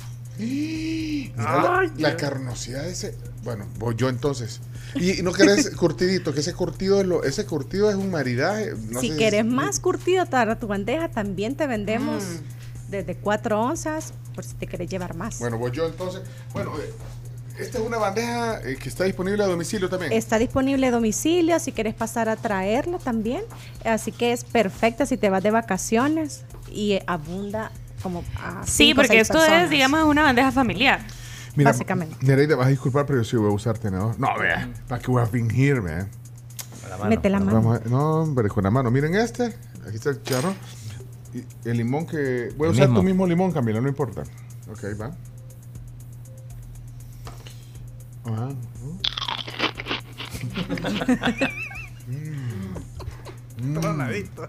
Mira la carnosidad de ese. Bueno, voy yo entonces. Y no querés curtidito, que ese curtido es un maridaje. No si querés más curtido para tu bandeja, también te vendemos desde 4 onzas, por si te querés llevar más. Bueno, voy yo entonces. Bueno, esta es una bandeja que está disponible a domicilio también. Está disponible a domicilio, si querés pasar a traerla también. Así que es perfecta si te vas de vacaciones y abunda como a 5 porque 6 esto personas. es, digamos, una bandeja familiar. Mira, básicamente. Nereida, vas a disculpar, pero yo sí voy a usar tenedor. No, vea, para que voy a fingir, vea. Mete la mano. No, hombre, con la mano. Miren este. Aquí está el chicharrón. Y el limón que... Voy a usar tu mismo limón, Camila, no importa. Ok, va. Ajá. Tronadito.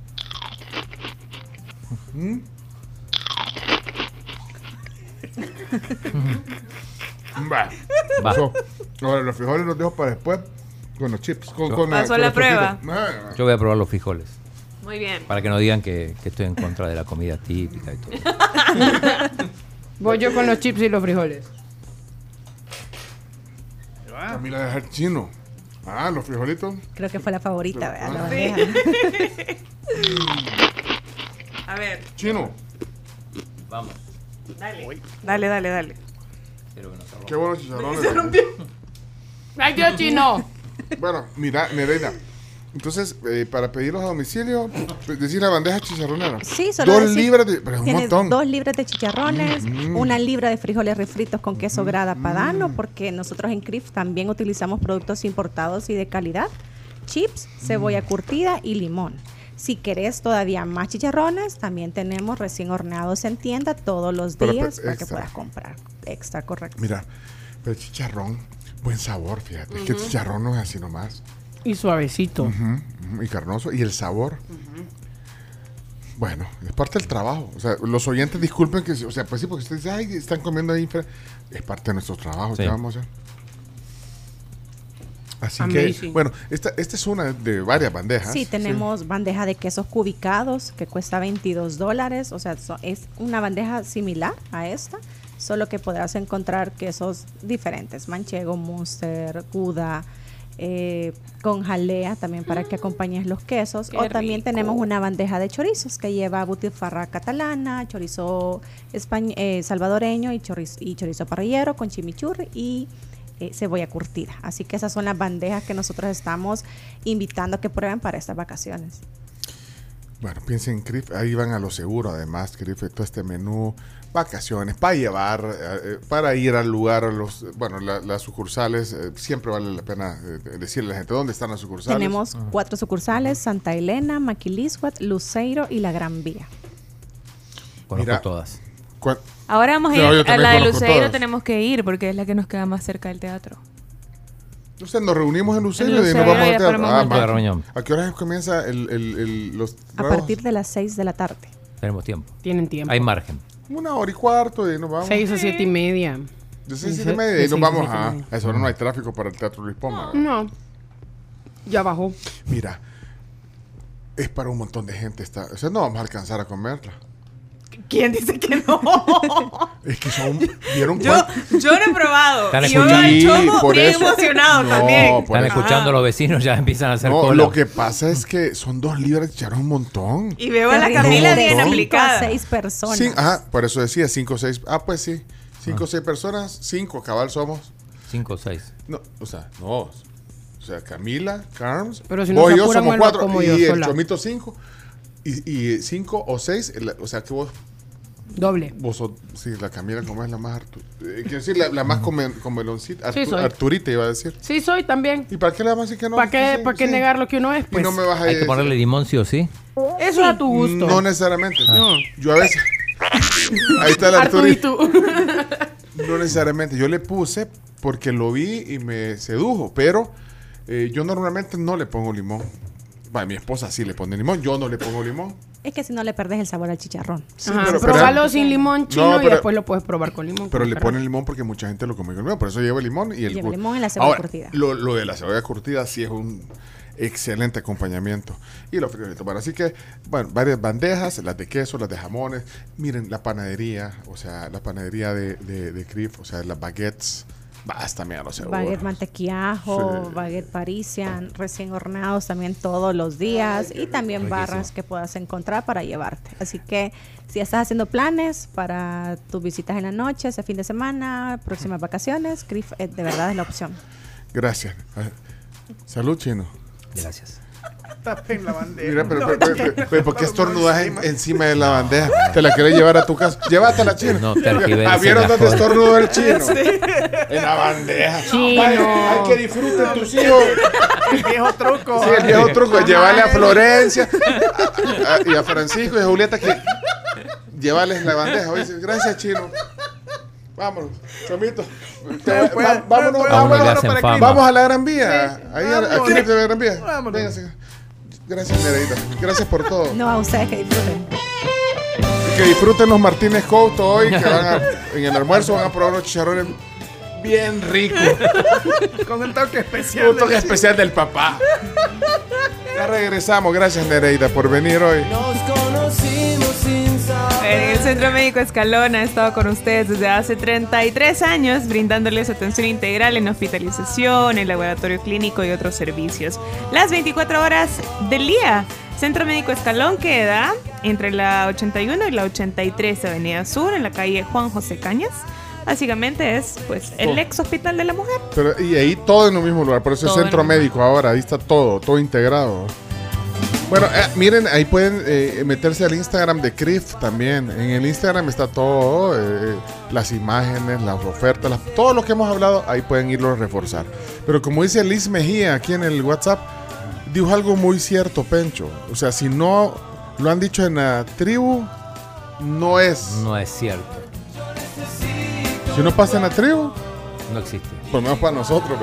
Va. Ahora los frijoles los dejo para después con los chips. Pasó la prueba. Yo voy a probar los frijoles. Muy bien. Para que no digan que estoy en contra de la comida típica y todo. Voy yo con los chips y los frijoles. Camila de dejar chino. Los frijolitos. Creo que fue la favorita, ¿verdad? La bandeja. A ver. Chino. Vamos. Dale. Qué buenos chicharrones. Se rompió. ¡Ay, Dios, Chino! Bueno, mira, Nereida. Entonces, para pedirlos a domicilio, decir la bandeja chicharronera. Sí, solo 2 libras de... Pero es un montón. 2 libras de chicharrones, 1 libra de frijoles refritos con queso grada padano, porque nosotros en CRIF también utilizamos productos importados y de calidad, chips, cebolla curtida y limón. Si querés todavía más chicharrones, también tenemos recién horneados en tienda todos los días para que puedas comprar. Extra, correcto. Mira, pero el chicharrón, buen sabor, fíjate. Es que el chicharrón no es así nomás. Y suavecito. Y carnoso. Y el sabor. Bueno, es parte del trabajo. O sea, los oyentes disculpen que... O sea, pues sí, porque ustedes dicen, ay, están comiendo ahí. Es parte de nuestro trabajo. Sí. ¿Qué vamos a hacer? Así que, bueno, esta es una de varias bandejas. Sí, tenemos bandeja de quesos cubicados que cuesta $22. O sea, es una bandeja similar a esta, solo que podrás encontrar quesos diferentes. Manchego, Munster, Gouda, con jalea también para que acompañes los quesos. Qué o también rico. Tenemos una bandeja de chorizos que lleva butifarra catalana, chorizo salvadoreño y chorizo parrillero con chimichurri y cebolla curtida. Así que esas son las bandejas que nosotros estamos invitando a que prueben para estas vacaciones. Bueno, piensen en CRIF, ahí van a lo seguro, además, CRIF, todo este menú, vacaciones, para llevar, para ir al lugar, las sucursales, siempre vale la pena decirle a la gente dónde están las sucursales. Tenemos 4 sucursales, Santa Elena, Maquilisguat, Luceiro y La Gran Vía. Conozco todas. Ahora vamos a ir a la de Luceiro, tenemos que ir porque es la que nos queda más cerca del teatro. Entonces nos reunimos en Luceiro y nos vamos al teatro. ¿A qué hora comienza los A partir de las 6 de la tarde. Tenemos tiempo. Tienen tiempo. Hay margen. 1:15 y nos vamos. 6 o 7:30. De 6 a 7:30 y nos vamos a esa hora. No hay tráfico para el Teatro Luis Poma. No. Ya bajó. Mira, es para un montón de gente. O sea, no vamos a alcanzar a comerla. ¿Quién dice que no? Es que ¿vieron yo no he probado. Están escuchando. Bien emocionado también. Están escuchando los vecinos, ya empiezan a hacer cola. Lo que pasa es que son 2 libras que echaron un montón. Y veo a la Camila bien aplicada. 5 a 6 personas. Sí, por eso decía 5 o 6. Pues sí. 5 o 6 personas. 5, cabal somos. 5 o 6. No, o sea, no. O sea, Camila, Carms, pero si vos y yo somos 4 y el Chomito 5. Y 5 o 6, o sea que vos... Doble. Vos sos, sí, la Camila como es la más... quiero decir, la más con meloncita. Sí, Arturita iba a decir. Sí, soy también. ¿Y para qué le vamos a decir que no? ¿Para qué negar lo que uno es? Pues? Y no me vas a Hay que ponerle limón, sí o sí. Eso es a tu gusto. No necesariamente. No. Yo a veces... Ahí está el Arturita. No necesariamente. Yo le puse porque lo vi y me sedujo, pero yo normalmente no le pongo limón. Bueno, mi esposa sí le pone limón, yo no le pongo limón. Es que si no le perdés el sabor al chicharrón. Sí, probalo sin limón chino y después lo puedes probar con limón. Pero le ponen limón porque mucha gente lo come con limón, por eso lleva limón y lleva limón en la cebolla curtida. Lo de la cebolla curtida sí es un excelente acompañamiento. Y los frijolitos. Bueno, así que, varias bandejas, las de queso, las de jamones. Miren, la panadería, o sea, la panadería de CRIF, o sea, las baguettes. Basta, mira, no sé. Baguette mantequillajo, sí. Baguette parisian, recién horneados también todos los días y también barras que puedas encontrar para llevarte. Así que si estás haciendo planes para tus visitas en la noche, ese fin de semana, próximas vacaciones, CRIF de verdad es la opción. Gracias. Salud, Chino. Gracias. Tapen la bandeja. Mira, pero ¿por qué estornudas encima de la bandeja? ¿Te la querés llevar a tu casa? Llévatela, Chino. No, ¿vieron dónde estornudó el Chino? Sí. En la bandeja. Chino. Hay que disfruten tus hijos. El viejo truco. Sí, el viejo truco. Llevarle a Florencia y a Francisco y a Julieta que llevarles la bandeja. Oye, gracias, Chino. Vámonos, Chomito. Vamos a la Gran Vía. Sí, ahí aquí en la Gran Vía. Véngase. Gracias, Nereida. Gracias por todo. No, a ustedes que disfruten. Y que disfruten los Martínez Couto hoy, que en el almuerzo van a probar unos chicharrones bien ricos. Con un toque especial. Un toque especial del papá. Ya regresamos. Gracias, Nereida, por venir hoy. Nos conocimos sin saber. El Centro Médico Escalón ha estado con ustedes desde hace 33 años, brindándoles atención integral en hospitalización, en laboratorio clínico y otros servicios. Las 24 horas del día. Centro Médico Escalón queda entre la 81 y la 83 Avenida Sur, en la calle Juan José Cañas. Básicamente es el ex hospital de la mujer. Y ahí todo en un mismo lugar, por eso es Centro Médico ahora, ahí está todo integrado. Bueno, miren, ahí pueden meterse al Instagram de CRIF también. En el Instagram está todo, las imágenes, las ofertas, todo lo que hemos hablado, ahí pueden irlo a reforzar. Pero como dice Liz Mejía aquí en el WhatsApp, dijo algo muy cierto, Pencho. O sea, si no lo han dicho en la tribu, no es. No es cierto. Si no pasa en la tribu, no existe. Por lo menos para nosotros.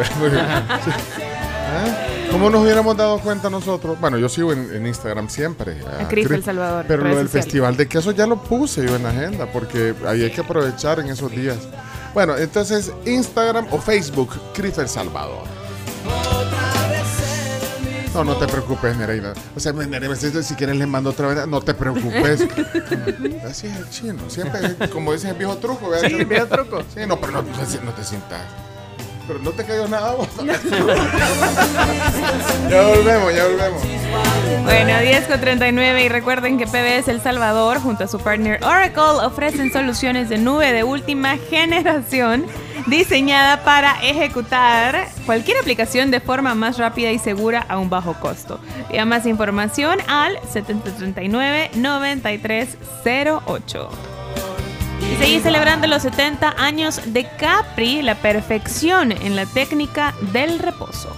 ¿Cómo nos hubiéramos dado cuenta nosotros? Bueno, yo sigo en Instagram siempre. A CRIF El Salvador. Pero lo del Festival de Queso ya lo puse yo en la agenda, porque ahí hay que aprovechar en esos días. Bueno, entonces Instagram o Facebook, CRIF El Salvador. No te preocupes, Nereida. O sea, Nereida, si quieres les mando otra vez. No te preocupes. Así es el Chino. Siempre, como dice el viejo truco. Sí, el viejo truco. Sí, no, pero no te sientas. Pero no te cayó nada vos. Ya volvemos. Bueno, 10:39 y recuerden que PBS El Salvador junto a su partner Oracle ofrecen soluciones de nube de última generación diseñada para ejecutar cualquier aplicación de forma más rápida y segura a un bajo costo. Pida más información al 7039-9308. Y seguir celebrando los 70 años de Capri, la perfección en la técnica del reposo.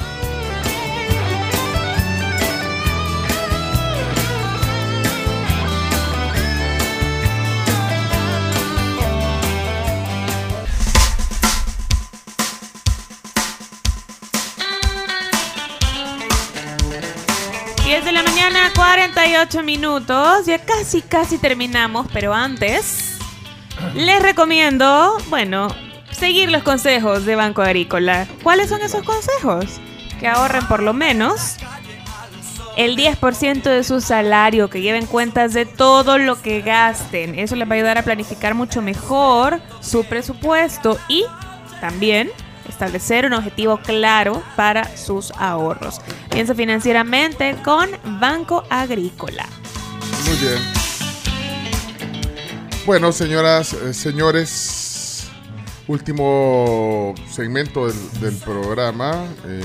De la mañana, 48 minutos. Ya casi terminamos, pero antes les recomiendo, seguir los consejos de Banco Agrícola. ¿Cuáles son esos consejos? Que ahorren por lo menos el 10% de su salario, que lleven cuentas de todo lo que gasten. Eso les va a ayudar a planificar mucho mejor su presupuesto y también establecer un objetivo claro para sus ahorros. Piensa financieramente con Banco Agrícola. Muy bien. Bueno, señoras, señores, último segmento del programa.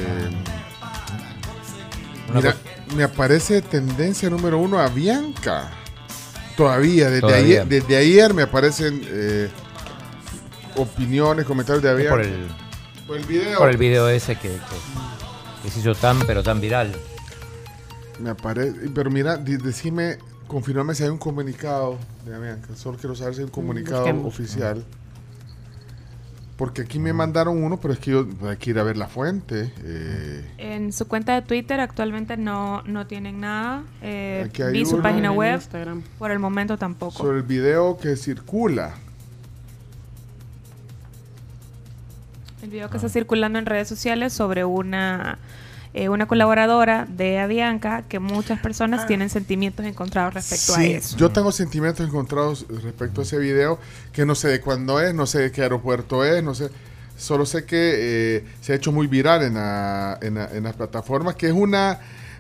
Mira, me aparece tendencia número 1 a Bianca. Todavía. Desde ayer me aparecen opiniones, comentarios de Bianca. Por el video ese que se hizo tan viral. Me aparece, pero mira, decime, confirmame si hay un comunicado de Bianca. Solo quiero saber si hay un comunicado oficial. Porque aquí me mandaron uno, pero es que yo hay que ir a ver la fuente. En su cuenta de Twitter actualmente no tienen nada. Vi su uno página web. Instagram. Por el momento tampoco. Sobre el video que circula. El video que está circulando en redes sociales sobre una colaboradora de Avianca, que muchas personas tienen sentimientos encontrados respecto a eso. Yo tengo sentimientos encontrados respecto a ese video, que no sé de cuándo es, no sé de qué aeropuerto es, no sé. Solo sé que se ha hecho muy viral en las plataformas, que es una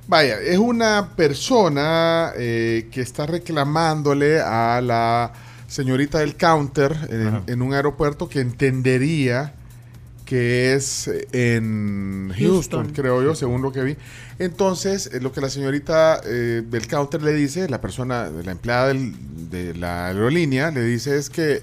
persona que está reclamándole a la señorita del counter en un aeropuerto que entendería que es en Houston, creo yo, según lo que vi. Entonces, lo que la señorita del counter le dice, la persona, la empleada de la aerolínea, le dice es que,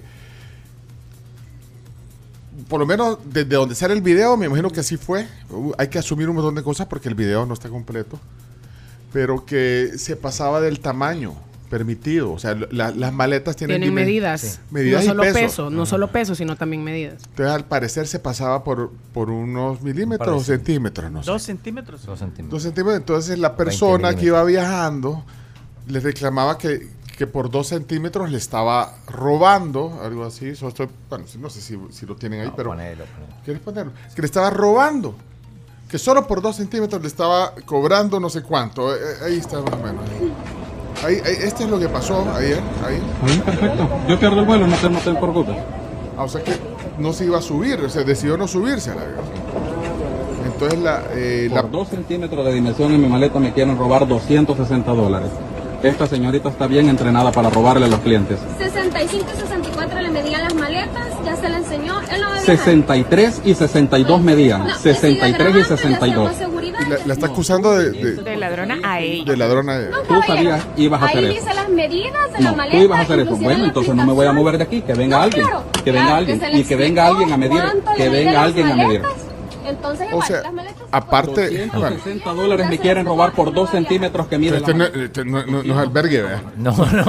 por lo menos desde donde sale el video, me imagino que así fue. Hay que asumir un montón de cosas porque el video no está completo, pero que se pasaba del tamaño permitido. O sea, las maletas tienen medidas. Sí. Medidas no solo y peso. No solo peso, sino también medidas. Entonces, al parecer, se pasaba por unos milímetros o centímetros, no sé. 2 centímetros. 2 centímetros. 2 centímetros. Entonces, la persona que iba viajando le reclamaba que por 2 centímetros le estaba robando, algo así. No sé si lo tienen ahí, pero... Ponelo. ¿Quieres ponerlo? Que le estaba robando. Que solo por 2 centímetros le estaba cobrando no sé cuánto. Ahí está más o menos. Este es lo que pasó ayer. Ahí, perfecto. Yo pierdo el vuelo, no te preocupes. O sea que no se iba a subir, o sea, decidió no subirse a la avión. Entonces por 2 centímetros de dimensión en mi maleta me quieren robar $260. Esta señorita está bien entrenada para robarle a los clientes. 65 y 64 le medían las maletas, ya se le enseñó. Él no 63 y 62 medían. No, 63 y 62. Y la está acusando de ladrona a ella. De ladrona a ella. Tú sabías, ibas a hacer ahí eso. Ahí dice las medidas de la No, maleta. tú ibas a hacer eso. Bueno, entonces no me voy a mover de aquí. Que venga alguien. Claro, que venga alguien. Y que venga alguien a medir. Que venga alguien a medir. Entonces, o sea, aparte, $260 me quieren robar por 2 centímetros que mide no es albergue, ¿verdad? No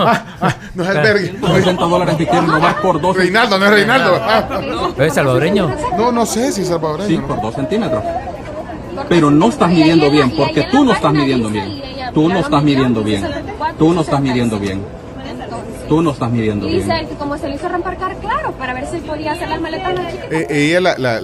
es albergue. $260 me quieren robar por 2 Reinaldo, no es Reinaldo. ¿Es salvadoreño? No sé si es salvadoreño. Sí, por 2 centímetros. Pero no estás midiendo bien, porque tú no estás midiendo bien. Tú no estás midiendo bien. Tú no estás midiendo bien. Tú no estás midiendo bien. Y dice que como se le hizo reembarcar, claro, para ver si podía hacer las maletas más chiquitas. Ella,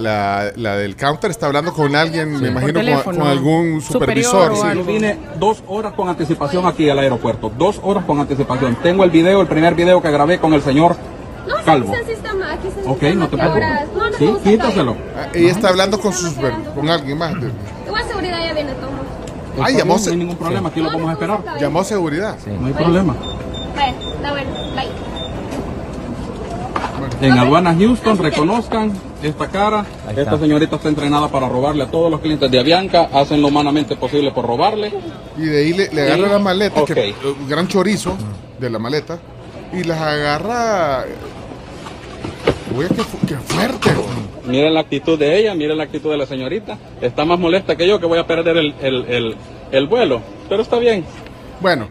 la del counter, está hablando con alguien, me imagino, con algún supervisor. Yo vine 2 horas con anticipación aquí al aeropuerto. 2 horas con anticipación. Tengo el primer video que grabé con el señor Calvo. Ok, no te preocupes. Sí, quítaselo. Ella está hablando con alguien más. Igual seguridad ya viene todo. No hay ningún problema, aquí lo vamos a esperar. Llamó a seguridad. Sí. No hay problema. Bueno, bye. En Aduana Houston reconozcan esta cara. Esta señorita está entrenada para robarle a todos los clientes de Avianca. Hacen lo humanamente posible por robarle. Y de ahí le agarra la maleta, un gran chorizo de la maleta, y las agarra. Uy, qué fuerte. Miren la actitud de ella, miren la actitud de la señorita. Está más molesta que yo, que voy a perder el vuelo. Pero está bien. Bueno,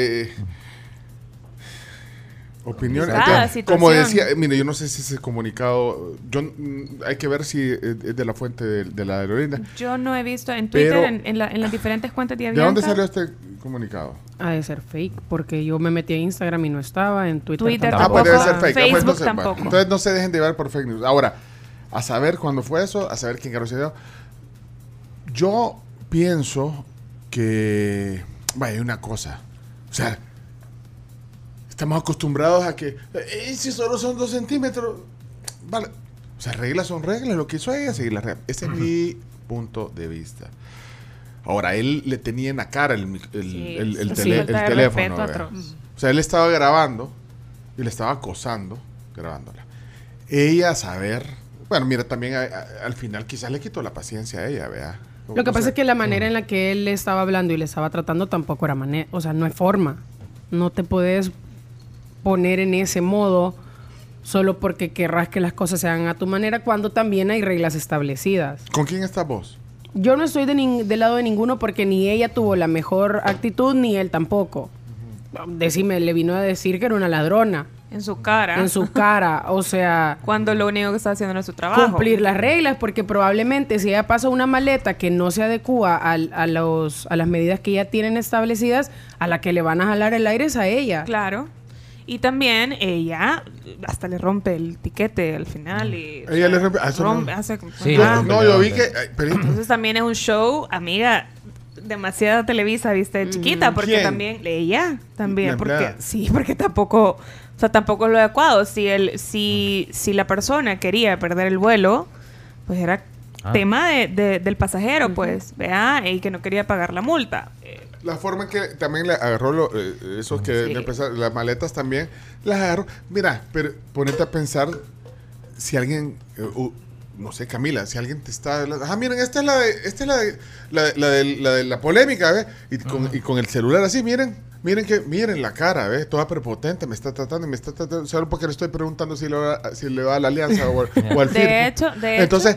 opinión. Como decía, mire, yo no sé si ese comunicado, hay que ver si es de la fuente de la aerolínea. Yo no he visto en Twitter, en las diferentes cuentas de Avianca. ¿De dónde salió este comunicado? Ha de ser fake, porque yo me metí a Instagram y no estaba, en Twitter tampoco. Pues debe ser fake. Facebook entonces, tampoco. Bueno, entonces no se dejen de llevar por fake news. Ahora, a saber cuándo fue eso, a saber quién cargó ese video. Yo pienso que, vaya, una cosa, o sea, estamos acostumbrados a que, si solo son 2 centímetros, vale, o sea, reglas son reglas, lo que hizo ella es seguir las reglas. Ese es mi punto de vista. Ahora, él le tenía en la cara el teléfono. O sea, él estaba grabando y le estaba acosando, grabándola. Ella, a saber, bueno, mira, también al final quizás le quitó la paciencia a ella, vea. Lo que pasa es que la manera en la que él le estaba hablando y le estaba tratando tampoco era manera, o sea, no es forma. No te puedes poner en ese modo solo porque querrás que las cosas se hagan a tu manera cuando también hay reglas establecidas. ¿Con quién estás vos? Yo no estoy del lado de ninguno porque ni ella tuvo la mejor actitud ni él tampoco. Decime, le vino a decir que era una ladrona. En su cara. En su cara, o sea... Cuando lo único que está haciendo no es su trabajo. Cumplir las reglas, porque probablemente si ella pasa una maleta que no se adecua a las medidas que ya tienen establecidas, a la que le van a jalar el aire es a ella. Claro. Y también ella hasta le rompe el tiquete al final. Y, ella le rompe... yo vi que... Entonces también es un show, amiga... demasiada Televisa, viste, chiquita, porque ¿quién? También ella también, porque tampoco, o sea, tampoco es lo adecuado. Si la persona quería perder el vuelo, pues era tema del pasajero, pues, vea, y que no quería pagar la multa. La forma en que también le agarró esos que las maletas también las agarró. Mira, pero ponete a pensar si alguien no sé, Camila, si alguien te está... miren, esta es la de la polémica, ¿ves? Y con el celular así, miren la cara, ¿ves? Toda prepotente, me está tratando, solo porque le estoy preguntando si le va a la Alianza o al FIRPO. De hecho. Entonces,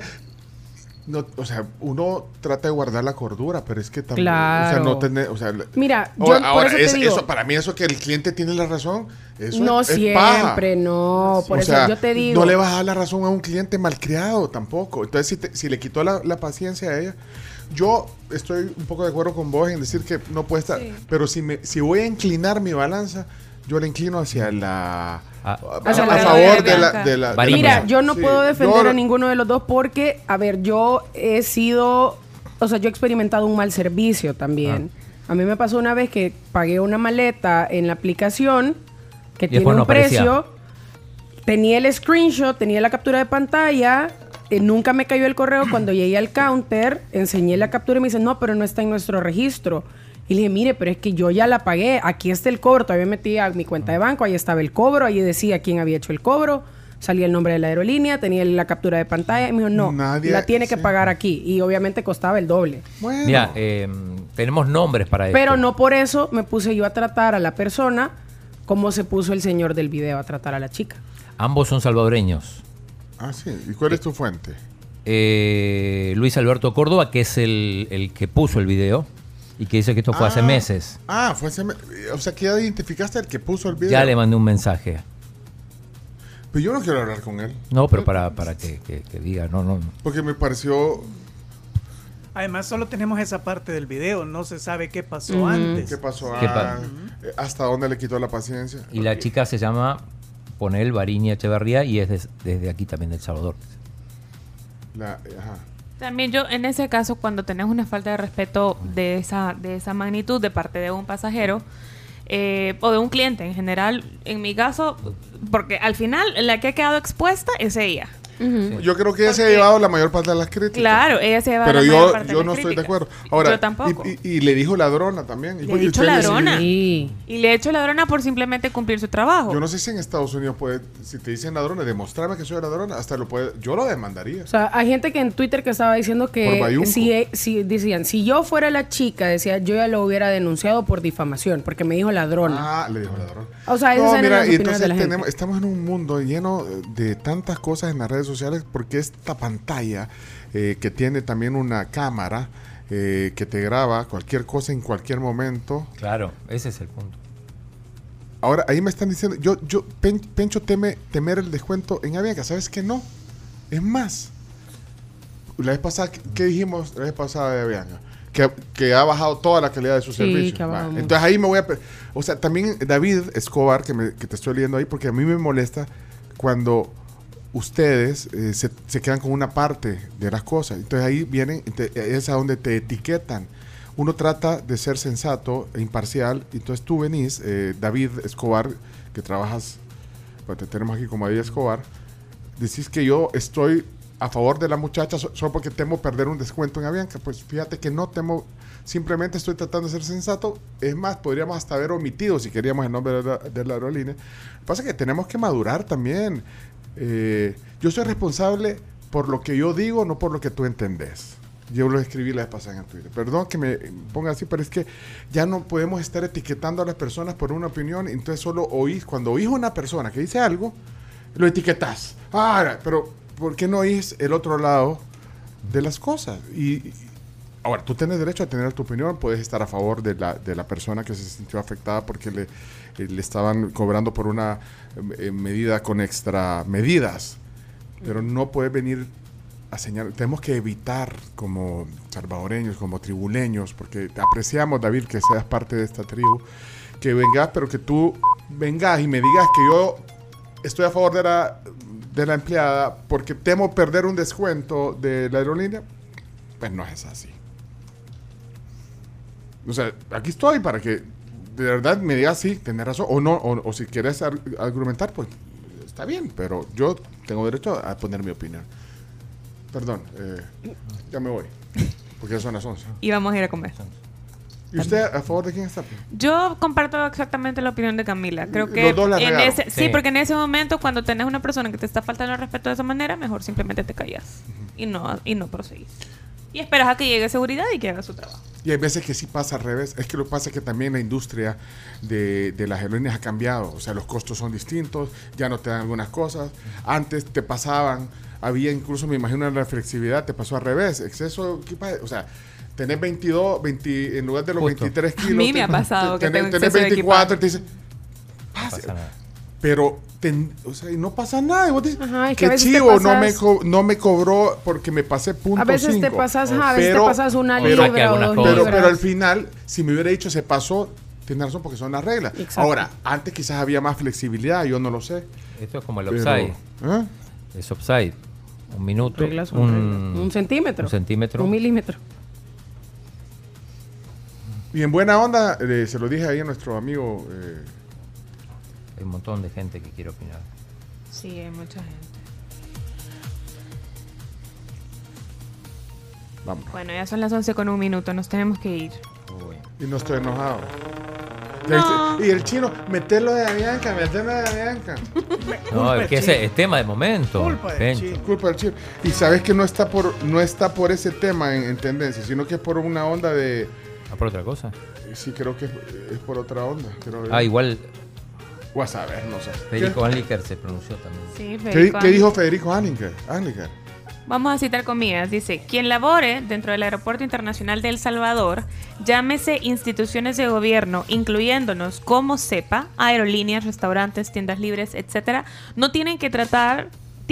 no, o sea, uno trata de guardar la cordura, pero es que también, claro. O sea, no tener, o sea, mira, ahora eso para mí, eso que el cliente tiene la razón, eso no es siempre, paja. no, por eso yo te digo, no le vas a dar la razón a un cliente malcriado tampoco. Entonces, si le quitó la paciencia a ella, yo estoy un poco de acuerdo con vos en decir que no puede estar, pero si voy a inclinar mi balanza, yo la inclino hacia a favor de la mira, yo no puedo defender a ninguno de los dos porque, a ver, yo he experimentado un mal servicio también. A mí me pasó una vez que pagué una maleta en la aplicación que tiene un precio, tenía el screenshot, tenía la captura de pantalla, nunca me cayó el correo. Cuando llegué al counter, enseñé la captura y me dicen, no, pero no está en nuestro registro. Y le dije, mire, pero es que yo ya la pagué, aquí está el cobro, todavía metí a mi cuenta de banco, ahí estaba el cobro, ahí decía quién había hecho el cobro, salía el nombre de la aerolínea, tenía la captura de pantalla, y me dijo, no, la tiene que pagar aquí, y obviamente costaba el doble. Bueno. Mira, tenemos nombres para eso. Pero no por eso me puse yo a tratar a la persona como se puso el señor del video a tratar a la chica. Ambos son salvadoreños. Ah, sí, ¿y cuál es tu fuente? Luis Alberto Córdoba, que es el que puso el video. Y que dice que esto fue hace meses. Fue hace meses. O sea, que ya identificaste al que puso el video. Ya le mandé un mensaje. Pero yo no quiero hablar con él. No, pero para que diga, no. Porque me pareció... Además, solo tenemos esa parte del video. No se sabe qué pasó antes. ¿Qué pasó antes? ¿Hasta dónde le quitó la paciencia? Y la chica se llama Ponel Bariña Echeverría y es desde aquí también, de El Salvador. También yo, en ese caso, cuando tenés una falta de respeto de esa magnitud de parte de un pasajero o de un cliente en general, en mi caso, porque al final la que ha quedado expuesta es ella. Yo creo que ella se ha llevado la mayor parte de las críticas. Claro, ella se ha llevado pero la mayor parte de las yo no estoy de acuerdo. Ahora, yo tampoco. Y le dijo ladrona también. Le ha dicho ladrona. Sí. Y le ha hecho ladrona por simplemente cumplir su trabajo. Yo no sé si en Estados Unidos si te dicen ladrona, demostrarme que soy ladrona, yo lo demandaría. O sea, hay gente que en Twitter que estaba diciendo que decían, si yo fuera la chica, decía, yo ya lo hubiera denunciado por difamación, porque me dijo ladrona. Le dijo ladrona. O sea, esas eran las opiniones de la gente. Estamos en un mundo lleno de tantas cosas en las redes sociales, porque esta pantalla que tiene también una cámara que te graba cualquier cosa en cualquier momento. Claro, ese es el punto. Ahora, ahí me están diciendo, Pencho temer el descuento en Avianca. ¿Sabes qué? No. Es más, la vez pasada, ¿qué dijimos la vez pasada de Avianca? Que ha bajado toda la calidad de su servicio. Entonces ahí me voy a... O sea, también David Escobar, que te estoy leyendo ahí, porque a mí me molesta cuando ustedes se quedan con una parte de las cosas. Entonces ahí vienen, es a donde te etiquetan. Uno trata de ser sensato e imparcial. Entonces tú venís, David Escobar, que trabajas, te tenemos aquí como David Escobar, decís que yo estoy a favor de la muchacha solo porque temo perder un descuento en Avianca. Pues fíjate que no temo, simplemente estoy tratando de ser sensato. Es más, podríamos hasta haber omitido, si queríamos, el nombre de la aerolínea. Lo que pasa es que tenemos que madurar también. Yo soy responsable por lo que yo digo, no por lo que tú entendés. Yo lo escribí la vez pasada en Twitter. Perdón que me ponga así, pero es que ya no podemos estar etiquetando a las personas por una opinión. Entonces solo cuando oís una persona que dice algo, lo etiquetás. Pero ¿por qué no oís el otro lado de las cosas? Y ahora, tú tienes derecho a tener tu opinión. Puedes estar a favor de la persona que se sintió afectada porque le estaban cobrando por una medida con extra medidas. Pero no puedes venir a señalar. Tenemos que evitar, como salvadoreños, como tribuleños, porque te apreciamos, David, que seas parte de esta tribu, que vengas, pero que tú vengas y me digas que yo estoy a favor de la empleada porque temo perder un descuento de la aerolínea. Pues no es así. O sea, aquí estoy para que de verdad me digas sí, tenés razón, o no, o si quieres argumentar, pues está bien, pero yo tengo derecho a poner mi opinión. Perdón, ya me voy, porque ya son las 11. Y vamos a ir a comer. ¿Y usted a favor de quién está? Yo comparto exactamente la opinión de Camila. Creo que sí, porque en ese momento, cuando tenés una persona que te está faltando el respeto de esa manera, mejor simplemente te callas y no proseguís. Y esperas a que llegue seguridad y que haga su trabajo. Y hay veces que sí pasa al revés. Es que lo que pasa es que también la industria de las aerolíneas ha cambiado. O sea, los costos son distintos, ya no te dan algunas cosas. Antes te pasaban, había incluso, me imagino, la flexibilidad, te pasó al revés. Exceso, o sea, tenés 22, en lugar de los 23 kilos. A mí me ha pasado que tenés 24 y te dicen, pasa nada. Pero, o sea, y no pasa nada. Y vos dices, qué chivo, no me cobró porque me pasé .5. A veces te pasas, a veces te pasas una libra o 2 libras. Pero al final, si me hubiera dicho se pasó, tienes razón porque son las reglas. Exacto. Ahora, antes quizás había más flexibilidad, yo no lo sé. Esto es como el offside. Es offside. Un minuto. Un centímetro. Un centímetro. Un milímetro. Y en buena onda, se lo dije ahí a nuestro amigo... Hay un montón de gente que quiere opinar. Sí, hay mucha gente. Vamos. Bueno, ya son las 11:01, nos tenemos que ir. Y no estoy enojado. No. Y el chino, meterlo de Avianca. No, es que ese es tema de momento. Culpa del chino. Y sabes que no está por ese tema en tendencia, sino que es por una onda de... ¿Por otra cosa? Sí, creo que es por otra onda. Igual... Voy a saber, no sé. Federico Anliker se pronunció también. Sí, ¿Qué dijo Federico Anliker? Vamos a citar comillas. Dice, quien labore dentro del Aeropuerto Internacional de El Salvador, llámese instituciones de gobierno, incluyéndonos como CEPA, aerolíneas, restaurantes, tiendas libres, etcétera, tienen que tratar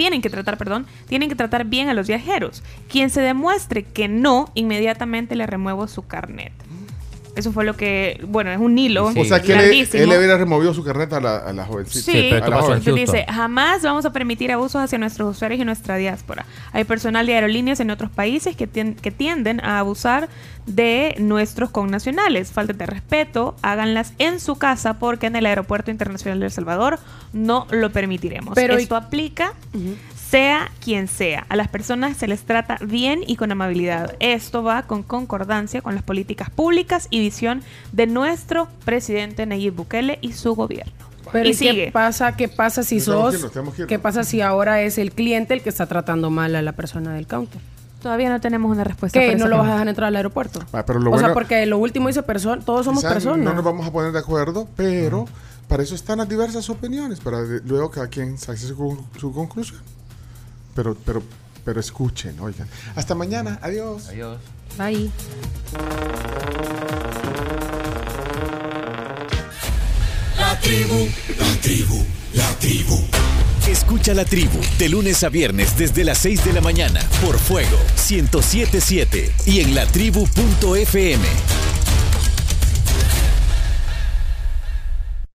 bien a los viajeros. Quien se demuestre que no, inmediatamente le remuevo su carnet. Eso fue lo que, es un hilo. Sí. O sea, que él le hubiera removido su carnet a la jovencita. Sí, pero dice, jamás vamos a permitir abusos hacia nuestros usuarios y nuestra diáspora. Hay personal de aerolíneas en otros países que tienden a abusar de nuestros connacionales. Falta de respeto, háganlas en su casa porque en el Aeropuerto Internacional de El Salvador no lo permitiremos. Pero esto aplica sea quien sea. A las personas se les trata bien y con amabilidad. Esto va con concordancia con las políticas públicas y visión de nuestro presidente Nayib Bukele y su gobierno. Pero y sigue. ¿Qué pasa si qué pasa si ahora es el cliente el que está tratando mal a la persona del counter? Todavía no tenemos una respuesta. ¿Qué? ¿No lo vas a dejar entrar al aeropuerto? Pero o sea, porque lo último dice todos somos personas. No nos vamos a poner de acuerdo, pero para eso están las diversas opiniones, para luego cada quien saque su conclusión. Pero escuchen, oigan. Hasta mañana. Adiós. Adiós. Bye. La tribu, la tribu, la tribu. Escucha La Tribu de lunes a viernes desde las 6 de la mañana por Fuego 107.7 y en latribu.fm.